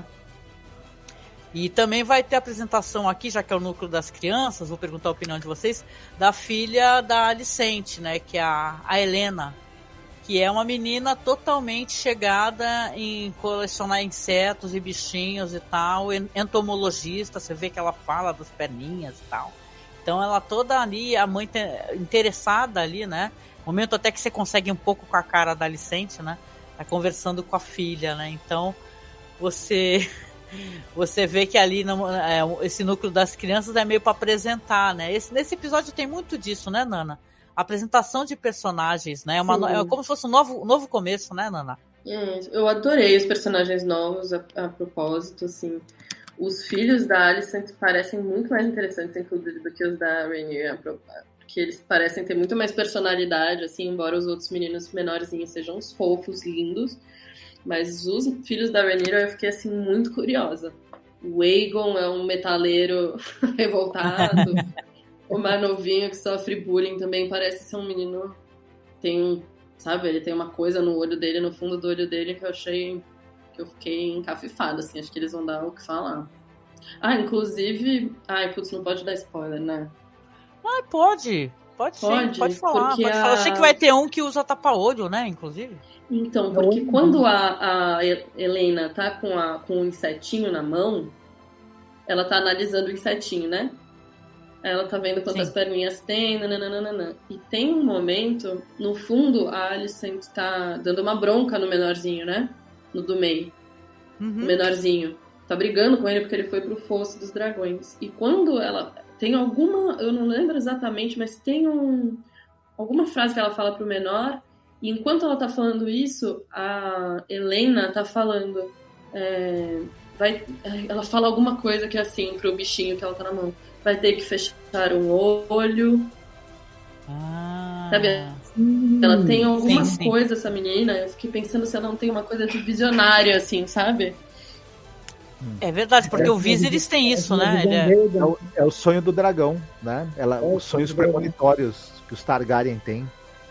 E também vai ter apresentação aqui, já que é o núcleo das crianças, vou perguntar a opinião de vocês, da filha da Alicente, né, que é a, a Helena, que é uma menina totalmente chegada em colecionar insetos e bichinhos e tal, entomologista, você vê que ela fala das perninhas e tal. Então ela toda ali, a mãe te, interessada ali, né, momento até que você consegue um pouco com a cara da Alicente, né, tá conversando com a filha, né, então você... Você vê que ali no, é, esse núcleo das crianças é meio para apresentar, né? Esse, nesse episódio tem muito disso, né, Nana? Apresentação de personagens, né? É, uma, é como se fosse um novo, um novo começo, né, Nana? É, eu adorei os personagens novos a, a propósito, assim. Os filhos da Alicent parecem muito mais interessantes, inclusive, do que os da Rhaenyra, porque eles parecem ter muito mais personalidade, assim, embora os outros meninos menorzinhos sejam uns fofos, lindos. Mas os filhos da Rhaenyra eu fiquei, assim, muito curiosa. O Aegon é um metaleiro revoltado. O mais novinho que sofre bullying também parece ser um menino... Tem um... Sabe? Ele tem uma coisa no olho dele, no fundo do olho dele, que eu achei... Que eu fiquei encafifada, assim. Acho que eles vão dar o que falar. Ah, inclusive... Ai, putz, não pode dar spoiler, né? Ah, pode. Pode, pode sim, pode falar. Pode a... falar. Eu sei que vai ter um que usa tapa-olho, né, inclusive. Então, porque quando a, a Helena tá com, a, com o insetinho na mão, ela tá analisando o insetinho, né? Ela tá vendo quantas Sim. perninhas tem, nananana. E tem um momento, no fundo, a Alicent tá dando uma bronca no menorzinho, né? No do meio. Uhum. O menorzinho. Tá brigando com ele porque ele foi pro fosso dos dragões. E quando ela... Tem alguma... Eu não lembro exatamente, mas tem um, alguma frase que ela fala pro menor... E enquanto ela tá falando isso, a Helena tá falando... É, vai, ela fala alguma coisa que é assim, pro bichinho que ela tá na mão. Vai ter que fechar um olho. Ah, sabe? Ela tem alguma sim, sim. coisa, essa menina. Eu fiquei pensando se ela não tem uma coisa de visionária, assim, sabe? É verdade, porque é, o Viserys tem isso, é, né? Ele é... É, o, é o sonho do dragão, né? Ela, é, os sonhos premonitórios que os Targaryen têm.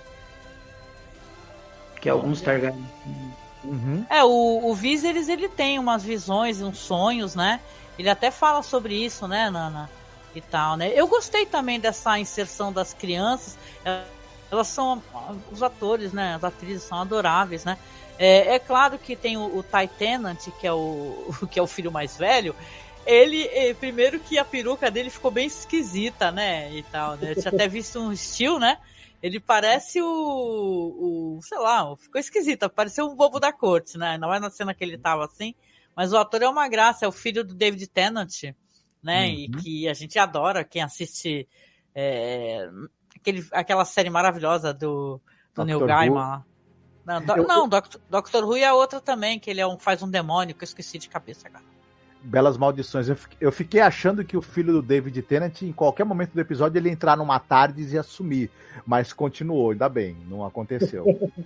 Que alguns Targaryen. Uhum. É, o, o Viserys, ele tem umas visões, uns sonhos, né? Ele até fala sobre isso, né, Nana? E tal, né? Eu gostei também dessa inserção das crianças. Elas são, os atores, né? As atrizes são adoráveis, né? É, é claro que tem o, o Ty Tennant, que é o, que é o filho mais velho. Ele, primeiro que a peruca dele ficou bem esquisita, né? E tal, né? Eu tinha até visto um estilo, né? Ele parece o, o, sei lá, ficou esquisita, pareceu um bobo da corte, né? Não é na cena que ele tava assim, mas o ator é uma graça, é o filho do David Tennant, né? Uhum. E que a gente adora, quem assiste é, aquele, aquela série maravilhosa do, do Neil Gaiman lá. Não, do, eu, não Doctor, Doctor Who e a outra também, que ele é um, faz um demônio, que eu esqueci de cabeça agora. Belas Maldições. Eu, eu fiquei achando que o filho do David Tennant, em qualquer momento do episódio, ele ia entrar numa TARDIS e ia sumir. Mas continuou, ainda bem, não aconteceu.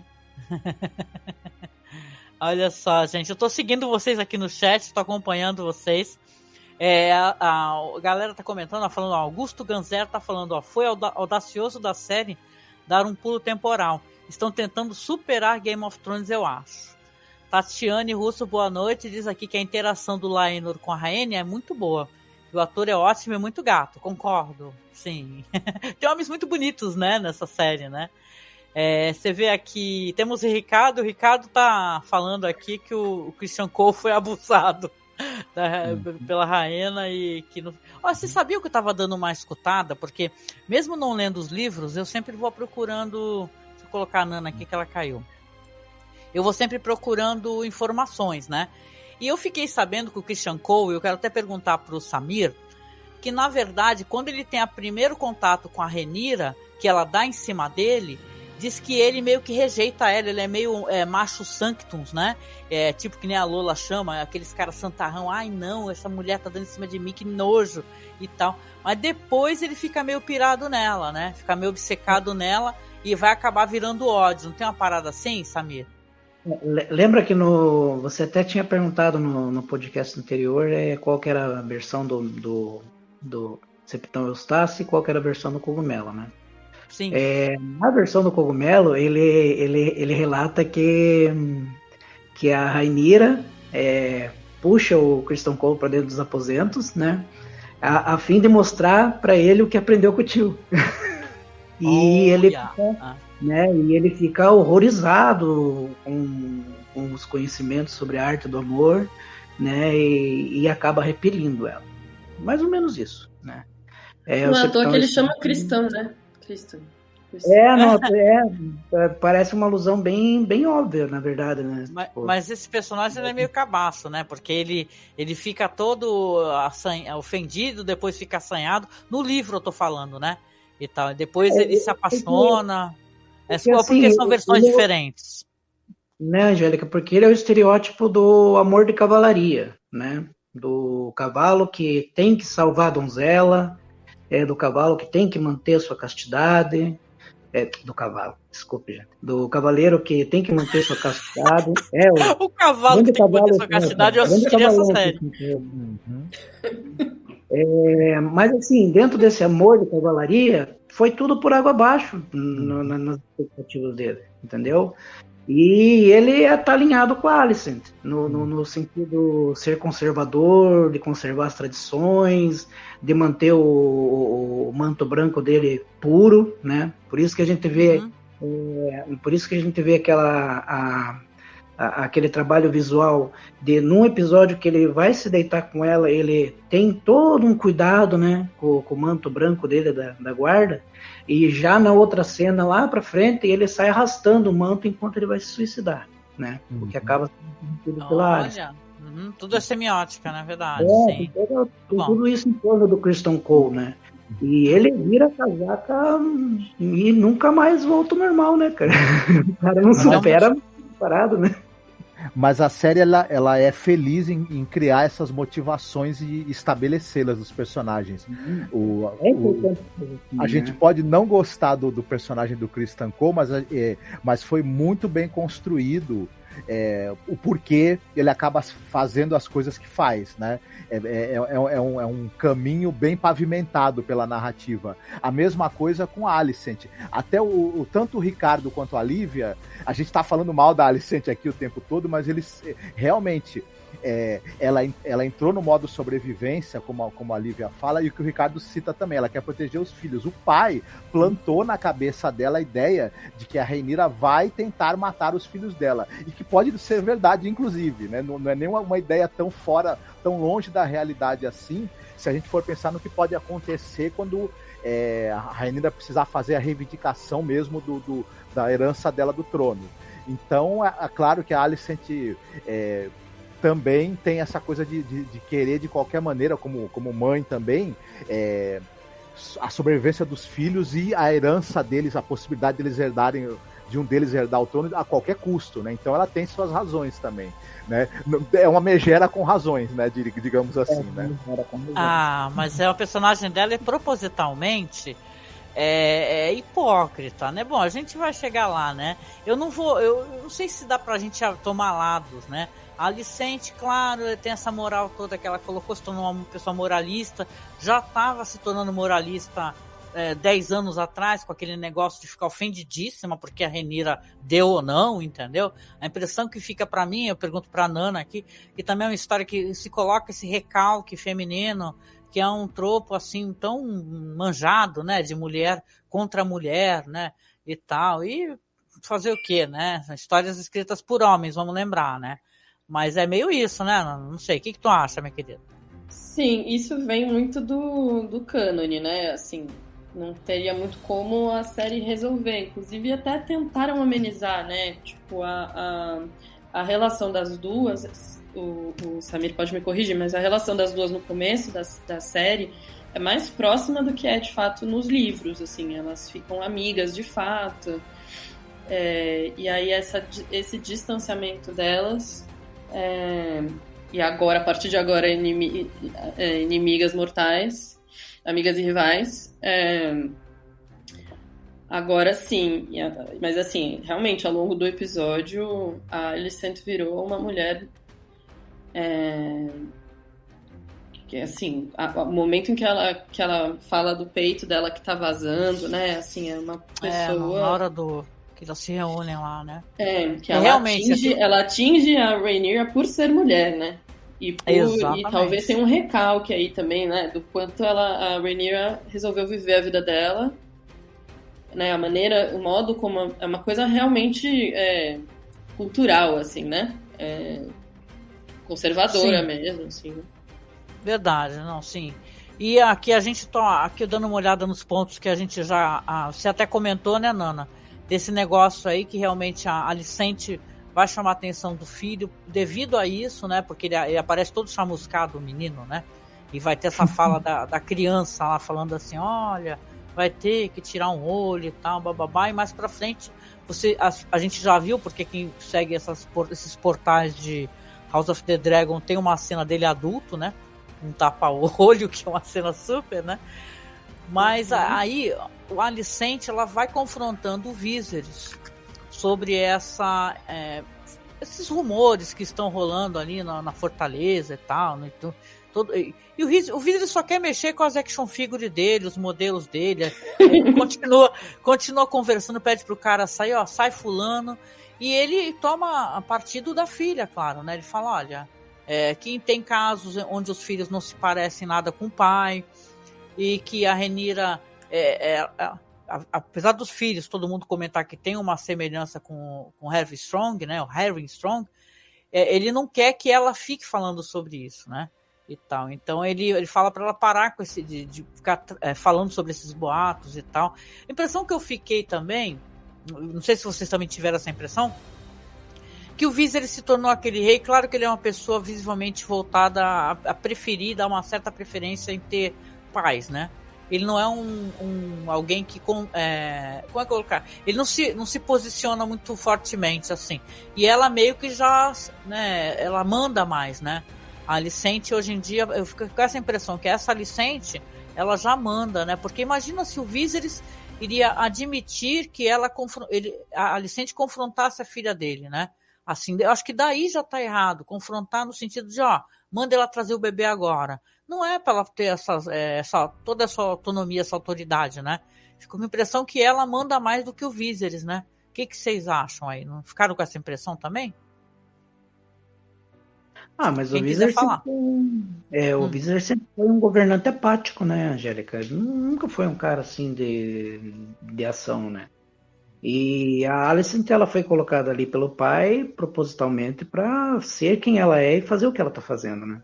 Olha só, gente, eu tô seguindo vocês aqui no chat, tô acompanhando vocês. É, a, a, a galera tá comentando, falando, ó, Augusto Ganzero tá falando, ó, foi audacioso da série dar um pulo temporal. Estão tentando superar Game of Thrones, eu acho. Tatiane Russo, boa noite, diz aqui que a interação do Laenor com a Rhaenys é muito boa. O ator é ótimo e muito gato, concordo, sim. Tem homens muito bonitos, né, nessa série, né? É, você vê aqui, temos o Ricardo, o Ricardo tá falando aqui que o, o Christian Cole foi abusado da, uhum. pela Rhaena e que... No... Oh, você sabia que eu tava dando uma escutada? Porque mesmo não lendo os livros, eu sempre vou procurando... Deixa eu colocar a Nana aqui que ela caiu. Eu vou sempre procurando informações, né? E eu fiquei sabendo que o Christian Cole, eu quero até perguntar pro Samir, que na verdade, quando ele tem o primeiro contato com a Rhaenyra, que ela dá em cima dele, diz que ele meio que rejeita ela, ele é meio é, macho sanctums, né? É, tipo que nem a Lola chama, aqueles caras santarrão, ai não, essa mulher tá dando em cima de mim, que nojo e tal. Mas depois ele fica meio pirado nela, né? Fica meio obcecado nela e vai acabar virando ódio. Não tem uma parada assim, Samir? Lembra que no, você até tinha perguntado no, no podcast anterior é, qual que era a versão do, do, do Septão Eustácio e qual que era a versão do Cogumelo, né? Sim. É, na versão do Cogumelo, ele, ele, ele relata que, que a Rhaenyra é, puxa o Christian Cole para dentro dos aposentos, né? A, a fim de mostrar para ele o que aprendeu com o tio. e oh, ele yeah. fica, ah. né, e ele fica horrorizado com, com os conhecimentos sobre a arte do amor, né? E, e acaba repelindo ela. Mais ou menos isso, né? É, não é à toa que ele chama cristão, né? Cristão. É, não, é, parece uma alusão bem, bem óbvia, na verdade, né? Mas, mas esse personagem é meio cabaço, né? Porque ele, ele fica todo assanha, ofendido, depois fica assanhado. No livro eu tô falando, né? E tal. Depois é, ele se apaixona. É, porque, porque assim, são versões ele, diferentes. Né, Angélica? Porque ele é o estereótipo do amor de cavalaria, né? Do cavalo que tem que salvar a donzela, é, do cavalo que tem que manter sua castidade. É, do cavalo, desculpe, gente. Do cavaleiro que tem que manter sua castidade. É, o, o cavalo que tem que manter sua castidade, eu assisti essa série. Uhum. É, mas assim, dentro desse amor de cavalaria, foi tudo por água abaixo no, no, nas expectativas dele, entendeu? E ele está alinhado com a Alicent, no, no, no sentido de ser conservador, de conservar as tradições, de manter o, o, o manto branco dele puro, né? Por isso que a gente vê, uhum. é, por isso que a gente vê aquela, a, a, aquele trabalho visual de num episódio que ele vai se deitar com ela, ele tem todo um cuidado, né, com, com o manto branco dele da, da guarda. E já na outra cena, lá pra frente, ele sai arrastando o manto enquanto ele vai se suicidar, né? Uhum. Porque acaba sendo tudo pela área. Uhum. Tudo é semiótica, na verdade. É, sim. Tem, todo, tem tudo isso em torno do Christian Cole, né? E ele vira a casaca e nunca mais volta ao normal, né, cara? O cara não supera parado, né? Mas a série ela, ela é feliz em, em criar essas motivações e estabelecê-las dos personagens. Uhum. O, é importante. O, a gente pode não gostar do, do personagem do Christian Cole, mas, é, mas foi muito bem construído é, o porquê ele acaba fazendo as coisas que faz, né? É, é, é, é, um, é um caminho bem pavimentado pela narrativa. A mesma coisa com a Alicent. Até o, o tanto o Ricardo quanto a Lívia, a gente tá falando mal da Alicent aqui o tempo todo, mas eles realmente... É, ela, ela entrou no modo sobrevivência, como a, como a Lívia fala, e o que o Ricardo cita também, ela quer proteger os filhos. O pai plantou na cabeça dela a ideia de que a Rhaenyra vai tentar matar os filhos dela, e que pode ser verdade, inclusive, né? Não, não é nem uma, uma ideia tão fora, tão longe da realidade assim, se a gente for pensar no que pode acontecer quando é, a Rhaenyra precisar fazer a reivindicação mesmo do, do, da herança dela do trono. Então, é, é claro que a Alicent... É, também tem essa coisa de, de, de querer de qualquer maneira, como, como mãe também, é, a sobrevivência dos filhos e a herança deles, a possibilidade deles herdarem, de um deles herdar o trono a qualquer custo, né? Então ela tem suas razões também, né? É uma megera com razões, né? Digamos assim, é, né? Ah, mas é o personagem dela é propositalmente é, é hipócrita, né? Bom, a gente vai chegar lá, né? Eu não vou, eu, eu não sei se dá pra gente tomar lados, né? A Alicent, claro, tem essa moral toda que ela colocou, se tornou uma pessoa moralista, já estava se tornando moralista é, dez anos atrás, com aquele negócio de ficar ofendidíssima porque a Rhaenyra deu ou não, entendeu? A impressão que fica para mim, eu pergunto para a Nana aqui, que também é uma história que se coloca esse recalque feminino, que é um tropo assim tão manjado, né, de mulher contra mulher, né, e tal, e fazer o quê, né? Histórias escritas por homens, vamos lembrar, né? Mas é meio isso, né? Não sei. O que, que tu acha, minha querida? Sim, isso vem muito do, do cânone, né? Assim, não teria muito como a série resolver. Inclusive, até tentaram amenizar, né? Tipo, a, a, a relação das duas... O, o Samir pode me corrigir, mas a relação das duas no começo da, da série é mais próxima do que é, de fato, nos livros. Assim, elas ficam amigas, de fato. É, e aí, essa, esse distanciamento delas... É, e agora, a partir de agora, inimi, é, inimigas mortais, amigas e rivais. É, agora sim, mas assim, realmente, ao longo do episódio, a Alicent virou uma mulher é, que, assim, o momento em que ela, que ela fala do peito dela que tá vazando, né, assim, é uma pessoa... É, na hora do... que elas se reúnem lá, né? É, que ela, realmente, atinge, assim... ela atinge a Rhaenyra por ser mulher, né? E, por, e talvez tenha um recalque aí também, né? Do quanto ela, a Rhaenyra resolveu viver a vida dela, né? A maneira, o modo como... É uma coisa realmente é, cultural, assim, né? É, conservadora sim. mesmo, assim. Né? Verdade, não, sim. E aqui a gente tá... Aqui dando uma olhada nos pontos que a gente já... Ah, você até comentou, né, Nana? Desse negócio aí que realmente a Alicent vai chamar a atenção do filho devido a isso, né? Porque ele, ele aparece todo chamuscado, o menino, né? E vai ter essa fala da, da criança lá falando assim, olha, vai ter que tirar um olho e tal, bababá. E mais pra frente, você, a, a gente já viu, porque quem segue essas, esses portais de House of the Dragon tem uma cena dele adulto, né? Um tapa-olho, que é uma cena super, né? Mas uhum. aí, o Alicent, ela vai confrontando o Viserys sobre essa, é, esses rumores que estão rolando ali na, na fortaleza e tal. Né? Então, todo, e e o, o Viserys só quer mexer com as action figures dele, os modelos dele. Ele continua, continua conversando, pede pro cara sair, ó, sai fulano. E ele toma partido da filha, claro, né? Ele fala, olha, é, que tem casos onde os filhos não se parecem nada com o pai... E que a Rhaenyra, é, é, é, apesar dos filhos, todo mundo comentar que tem uma semelhança com o Harry Strong, né, o Harry Strong, é, ele não quer que ela fique falando sobre isso, né, e tal. Então ele, ele fala para ela parar com esse, de, de ficar é, falando sobre esses boatos e tal. A impressão que eu fiquei também, não sei se vocês também tiveram essa impressão, que o Viserys se tornou aquele rei. Claro que ele é uma pessoa visivelmente voltada a, a preferir, dar uma certa preferência em ter paz, né? Ele não é um, um alguém que com, é, como é que eu colocar? Ele não se, não se posiciona muito fortemente assim. E ela meio que já, né? Ela manda mais, né? A Alicent hoje em dia, eu fico com essa impressão que essa Alicent, ela já manda, né? Porque imagina se o Viserys iria admitir que ela ele, a Alicent confrontasse a filha dele, né? Assim, eu acho que daí já tá errado, confrontar no sentido de, ó, manda ela trazer o bebê agora. Não é para ela ter essa, essa, toda essa autonomia, essa autoridade, né? Ficou com a impressão que ela manda mais do que o Viserys, né? O que, que vocês acham aí? Não ficaram com essa impressão também? Ah, mas Quem o quiser Viserys falar. sempre foi, é, o Hum. Viserys sempre foi um governante apático, né, Angélica? Nunca foi um cara assim de, de ação, né? E a Alicent, ela foi colocada ali pelo pai propositalmente para ser quem ela é e fazer o que ela tá fazendo, né?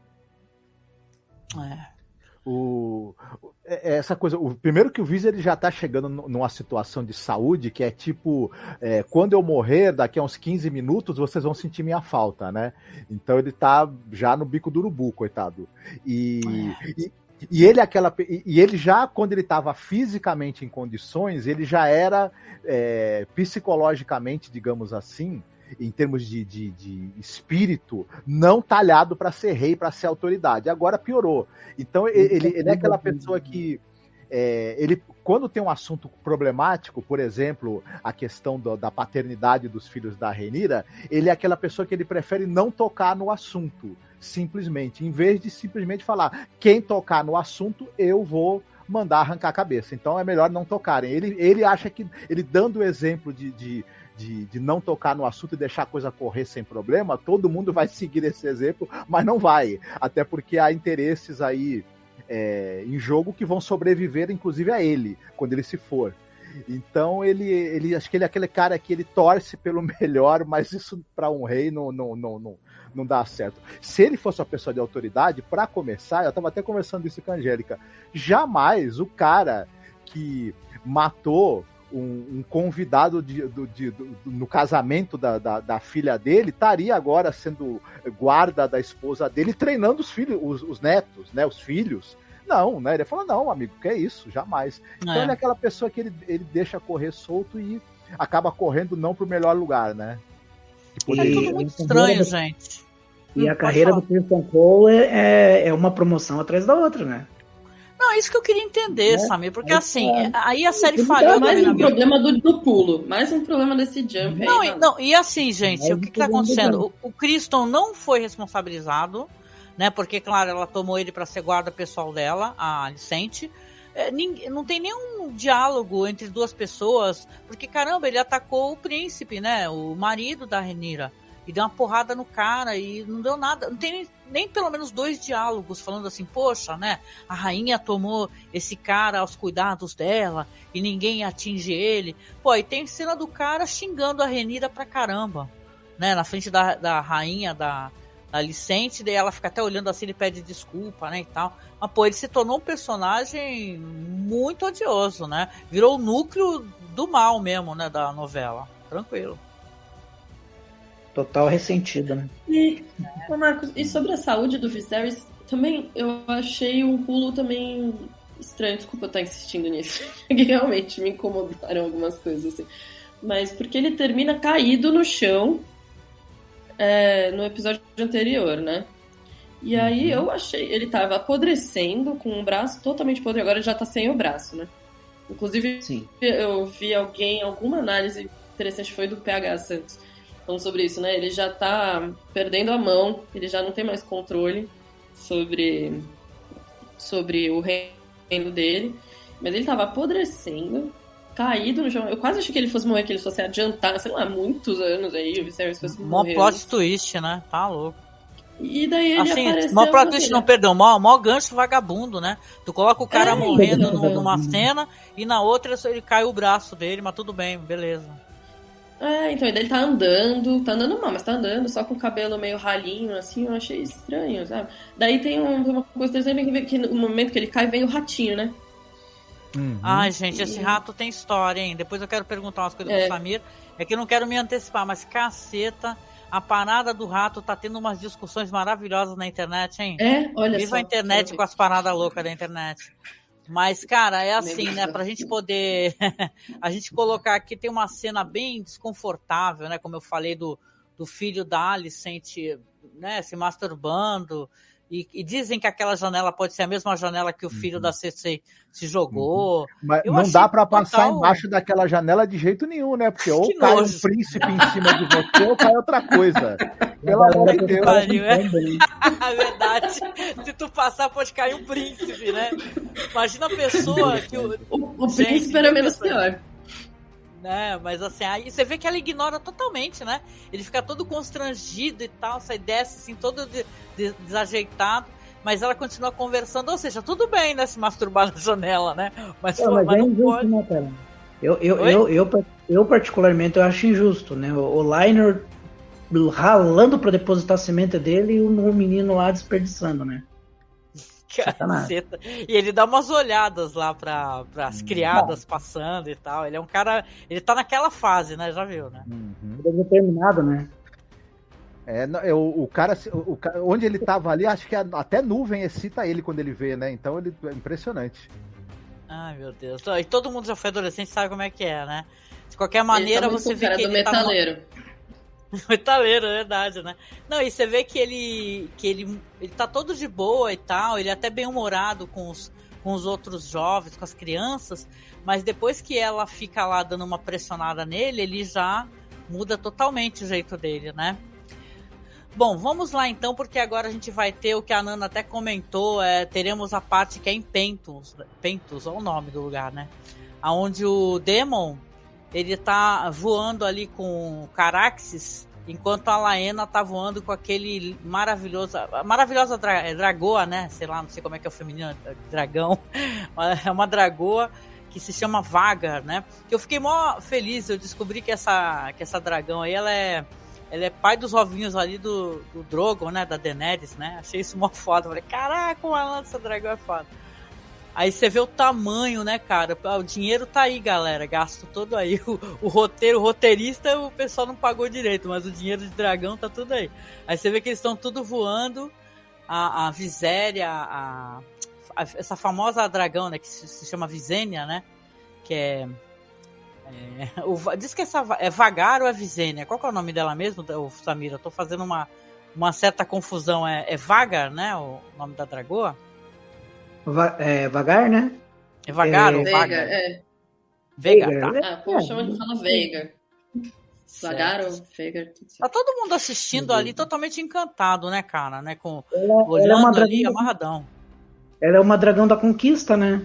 É. O, é- essa coisa, o primeiro que o Viserys já tá chegando nu- numa situação de saúde que é tipo, é, quando eu morrer, daqui a uns quinze minutos, vocês vão sentir minha falta, né? Então ele tá já no bico do urubu, coitado. E, e, e ele aquela e e ele já, quando ele estava fisicamente em condições, ele já era é, psicologicamente, digamos assim, em termos de, de, de espírito, não talhado para ser rei, para ser autoridade. Agora piorou. Então ele, ele é aquela pessoa que é, ele, quando tem um assunto problemático, por exemplo, a questão do, da paternidade dos filhos da Rhaenyra, ele é aquela pessoa que ele prefere não tocar no assunto, simplesmente, em vez de simplesmente falar, quem tocar no assunto, eu vou mandar arrancar a cabeça. Então é melhor não tocarem. Ele, ele acha que, ele dando o exemplo de, de De, de não tocar no assunto e deixar a coisa correr sem problema, todo mundo vai seguir esse exemplo, mas não vai. Até porque há interesses aí é, em jogo que vão sobreviver, inclusive a ele, quando ele se for. Então ele, ele acho que ele é aquele cara que ele torce pelo melhor, mas isso para um rei não, não, não, não, não dá certo. Se ele fosse uma pessoa de autoridade, para começar, eu estava até conversando isso com a Angélica, jamais o cara que matou Um, um convidado de, do, de, do, no casamento da, da, da filha dele estaria agora sendo guarda da esposa dele, treinando os filhos, os, os netos, né, os filhos. Não, né? Ele fala, não, amigo, que é isso? Jamais. Então É. ele é aquela pessoa que ele, ele deixa correr solto e acaba correndo não pro melhor lugar, né? Que É poderia. tudo muito estranho, gente. E Hum, a pode carreira falar. do Kristen Cole é, é uma promoção atrás da outra, né? Não, é isso que eu queria entender, É, Samir, porque é, assim, é. aí a série Tudo falhou bem, também Mais na um minha problema do, do pulo. Mais um problema desse jump Não, aí. e, mano. não, e assim, gente, Mas o que, que tá não tem acontecendo? O, o Criston não foi responsabilizado, né? Porque, claro, ela tomou ele para ser guarda pessoal dela, a Alicente. É, ninguém, não tem nenhum diálogo entre duas pessoas, porque, caramba, ele atacou o príncipe, né? O marido da Rhaenyra. E deu uma porrada no cara e não deu nada. Não tem nem, nem pelo menos dois diálogos falando assim, poxa, né? A rainha tomou esse cara aos cuidados dela e ninguém atinge ele. Pô, e tem cena do cara xingando a Rhaenyra pra caramba, né? Na frente da, da rainha, da, da Alicente, daí ela fica até olhando assim, ele pede desculpa, né, e tal. Mas, pô, ele se tornou um personagem muito odioso, né? Virou o núcleo do mal mesmo, né, da novela. Tranquilo. Total ressentido, né? E, ô Marcos, e sobre a saúde do Viserys, também eu achei um pulo também estranho. Desculpa eu estar insistindo nisso. Que realmente me incomodaram algumas coisas assim. Mas porque ele termina caído no chão é, no episódio anterior, né? E aí eu achei... Ele tava apodrecendo com o braço totalmente podre. Agora ele já tá sem o braço, né? Inclusive, Sim. eu vi alguém, alguma análise interessante foi do P H Santos, falando sobre isso, né? Ele já tá perdendo a mão, ele já não tem mais controle sobre, sobre o reino dele, mas ele tava apodrecendo, caído no chão. Eu quase achei que ele fosse morrer, que ele fosse adiantar, sei lá, muitos anos aí, o Viserys fosse Mó morrer. plot twist, né? Tá louco. E daí ele Assim, apareceu... mó plot assim, twist, né? não, perdão, mó, mó gancho vagabundo, né? Tu coloca o cara É, morrendo é, num- é. numa cena e na outra ele cai o braço dele, mas tudo bem, beleza. É, então, e daí ele tá andando, tá andando mal, mas tá andando só com o cabelo meio ralinho, assim, eu achei estranho, sabe? Daí tem um- uma coisa interessante que, que no momento que ele cai vem o ratinho, né? Uhum. Ai, gente, esse rato tem história, hein? Depois eu quero perguntar umas coisas É. pro Samir. É que eu não quero me antecipar, mas caceta, a parada do rato tá tendo umas discussões maravilhosas na internet, hein? É, olha Viva só. a internet com as paradas loucas da internet. Mas, cara, é assim, né? Pra gente poder... a gente colocar aqui, tem uma cena bem desconfortável, né? Como eu falei do, do filho da Alicent, né? Se masturbando. E, e dizem que aquela janela pode ser a mesma janela que o filho uhum. da Cersei se jogou. Uhum. Mas eu não dá pra passar total... embaixo daquela janela de jeito nenhum, né? Porque ou cai um príncipe em cima de você ou cai outra coisa. Pelo amor de Deus. Pariu, é? É verdade. Se tu passar, pode cair um príncipe, né? Imagina a pessoa que o. O, o Gente, príncipe era menos pior. Né? Mas assim, aí você vê que ela ignora totalmente, né? Ele fica todo constrangido e tal, sai desce assim, todo de, de, desajeitado, mas ela continua conversando, ou seja, tudo bem, né? Se masturbar na janela, né? Mas, não, pô, mas, mas é não injusto, pode. Né, cara? Eu, eu, eu, eu, eu, eu, particularmente, eu acho injusto, né? O, o Liner ralando pra depositar a semente dele e o, o menino lá desperdiçando, né? Caceta. E ele dá umas olhadas lá para as criadas Bom. passando e tal. Ele é um cara. Ele tá naquela fase, né? Já viu, né? Uhum. Ele é determinado, né? É, o, o cara. O, onde ele tava ali, acho que até nuvem excita ele quando ele vê, né? Então ele é impressionante. Ai, meu Deus. E todo mundo já foi adolescente, sabe como é que é, né? De qualquer maneira, você vê que do ele metaleiro. tá. Metaleiro, é verdade, né? Não, e você vê que ele que ele, ele tá todo de boa e tal, ele é até bem humorado com os, com os outros jovens, com as crianças, mas depois que ela fica lá dando uma pressionada nele, ele já muda totalmente o jeito dele, né? Bom, vamos lá então, porque agora a gente vai ter o que a Nana até comentou, é, teremos a parte que é em Pentos, Pentos, é o nome do lugar, né? Onde o Daemon, ele tá voando ali com o Caraxes, enquanto a Laena tá voando com aquele maravilhoso, maravilhosa dra, dragoa, né? Sei lá, não sei como é que é o feminino, dragão. É uma dragoa que se chama Vagar, né? Eu fiquei mó feliz, eu descobri que essa, que essa dragão aí, ela é, ela é pai dos ovinhos ali do, do Drogon, né? Da Daenerys, né? Achei isso mó foda. Falei, caraca, uma essa dragão é foda. Aí você vê o tamanho, né, cara? O dinheiro tá aí, galera. Gasto todo aí. O, o roteiro, o roteirista, o pessoal não pagou direito, mas o dinheiro de dragão tá tudo aí. Aí você vê que eles estão tudo voando. A, a Viséria, a, a, essa famosa dragão, né, que se, se chama Visenya, né? Que é... é o, diz que essa, é Vagar ou é Visenya? Qual que é o nome dela mesmo, o Samira? Eu tô fazendo uma, uma certa confusão. É, é Vagar, né? O nome da dragoa? Va é, Vagar, né? É Vagar é, ou Veigar, Vagar? é. Veigar, Veigar, tá. Ah, o povo chama de fala Veigar. Vagar ou Veigar. Tá todo mundo assistindo ali totalmente encantado, né, cara? Né? Com, ela, olhando ela é uma ali, dragão, amarradão. Ela é uma dragão da conquista, né?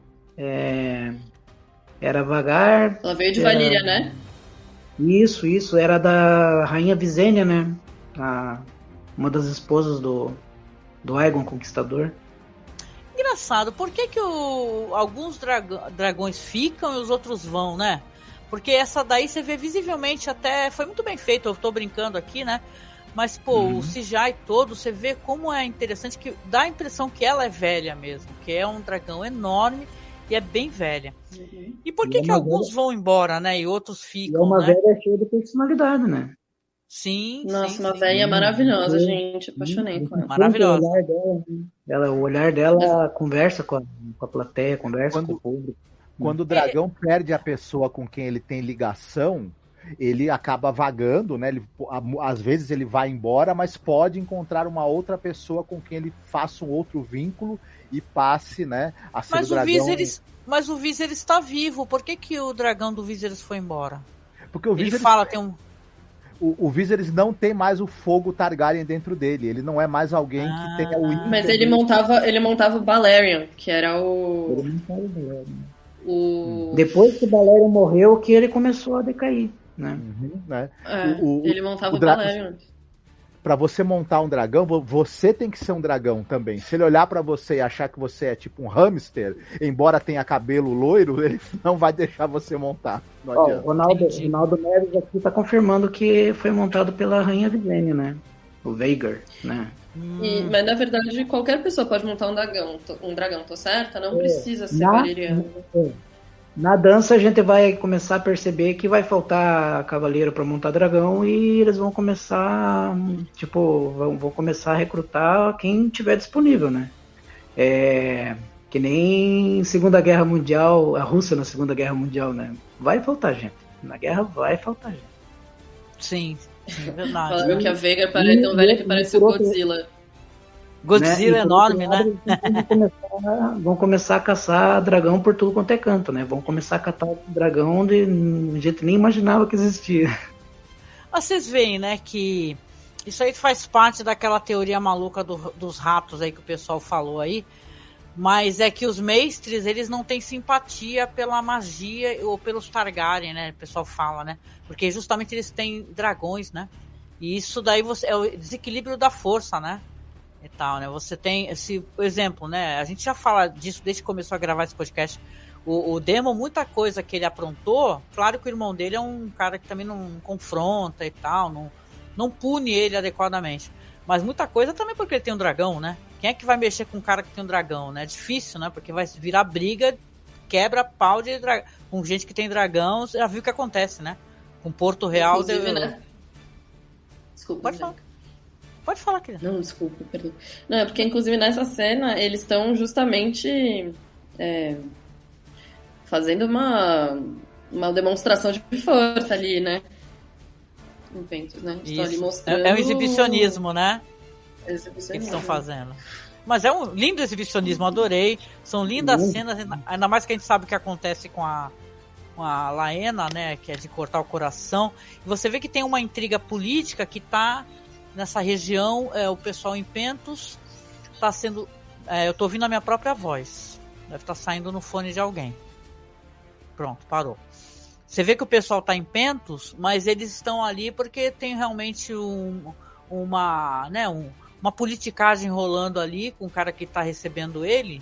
É, era Vagar. Ela veio de era... Valíria, né? Isso, isso. Era da Rainha Visenya, né? A... Uma das esposas do, do Aegon Conquistador. Engraçado, por que que o, alguns drag, dragões ficam e os outros vão, né? Porque essa daí você vê visivelmente até... Foi muito bem feito, eu tô brincando aqui, né? Mas, pô, uhum. o C G I todo, você vê como é interessante, que dá a impressão que ela é velha mesmo, que é um dragão enorme e é bem velha. Uhum. E por que e que alguns velha... vão embora, né? E outros ficam, e é uma né? velha cheia de personalidade, né? Sim, Nossa, sim, uma sim. velha maravilhosa, sim. gente. Apaixonei sim. com ela. Maravilhosa. O olhar dela, ela, o olhar dela conversa com a, com a plateia, conversa quando, com o público. Quando o dragão é. perde a pessoa com quem ele tem ligação, ele acaba vagando, né? Ele, às vezes ele vai embora, mas pode encontrar uma outra pessoa com quem ele faça um outro vínculo e passe, né? A ser mas, o o dragão... Viserys, mas o Viserys está vivo. Por que, que o dragão do Viserys foi embora? Porque o Viserys... Ele fala, tem um... O, o Viserys não tem mais o fogo Targaryen dentro dele. Ele não é mais alguém ah, que tenha o... Mas ele montava, ele montava o Balerion, que era o... Ele montava o Balerion. O... Depois que o Balerion morreu, que ele começou a decair, né? Uhum, né? É, o, o, ele montava o, o dra... Balerion. Pra você montar um dragão, você tem que ser um dragão também. Se ele olhar pra você e achar que você é tipo um hamster, embora tenha cabelo loiro, ele não vai deixar você montar. Não Ó, adianta. O Ronaldo, Ronaldo Neves aqui tá confirmando que foi montado pela Rainha Visenya, né? O Veigar, né? E, mas na verdade qualquer pessoa pode montar um dragão, um dragão, tô certa? Não é, precisa ser na, valeriano. É. Na dança a gente vai começar a perceber que vai faltar cavaleiro para montar dragão e eles vão começar, tipo, vão, vão começar a recrutar quem tiver disponível, né? É, que nem Segunda Guerra Mundial, a Rússia na Segunda Guerra Mundial, né? Vai faltar gente. Na guerra vai faltar gente. Sim, é verdade. Falaram que a Veigar parece tão velha que parece o Godzilla. Godzilla né? enorme, né? Vão começar, vão começar a caçar dragão por tudo quanto é canto, né? Vão começar a catar dragão de um jeito que nem imaginava que existia. Mas vocês veem, né, que isso aí faz parte daquela teoria maluca do, dos ratos aí que o pessoal falou aí, mas é que os mestres, eles não têm simpatia pela magia ou pelos Targaryen, né, o pessoal fala, né, porque justamente eles têm dragões, né, e isso daí você, é o desequilíbrio da força, né, e tal, né, você tem esse exemplo, né, a gente já fala disso desde que começou a gravar esse podcast. O, o Daemon, muita coisa que ele aprontou, claro que o irmão dele é um cara que também não confronta e tal, não, não pune ele adequadamente. Mas muita coisa também porque ele tem um dragão, né? Quem é que vai mexer com um cara que tem um dragão, né? É difícil, né? Porque vai virar briga, quebra pau de dragão. Com gente que tem dragão, já viu o que acontece, né? Com Porto Real... Inclusive, deu... né? Desculpa. Pode falar. Pode falar, querida. Não, desculpa, perdão. Não, é porque inclusive nessa cena eles estão justamente... É... fazendo uma, uma demonstração de força ali, né? Inventos, né? Estão ali mostrando... É, é um exibicionismo, né? Exibicionismo. Que eles estão fazendo. Mas é um lindo exibicionismo, adorei. São lindas uhum. cenas, ainda mais que a gente sabe o que acontece com a, com a Laena, né? Que é de cortar o coração. E você vê que tem uma intriga política que tá nessa região, é, o pessoal em Pentos tá sendo... É, eu tô ouvindo a minha própria voz. Deve estar tá saindo no fone de alguém. Pronto, parou. Você vê que o pessoal está em Pentos, mas eles estão ali porque tem realmente um, uma, né, um, uma politicagem rolando ali com o cara que está recebendo ele,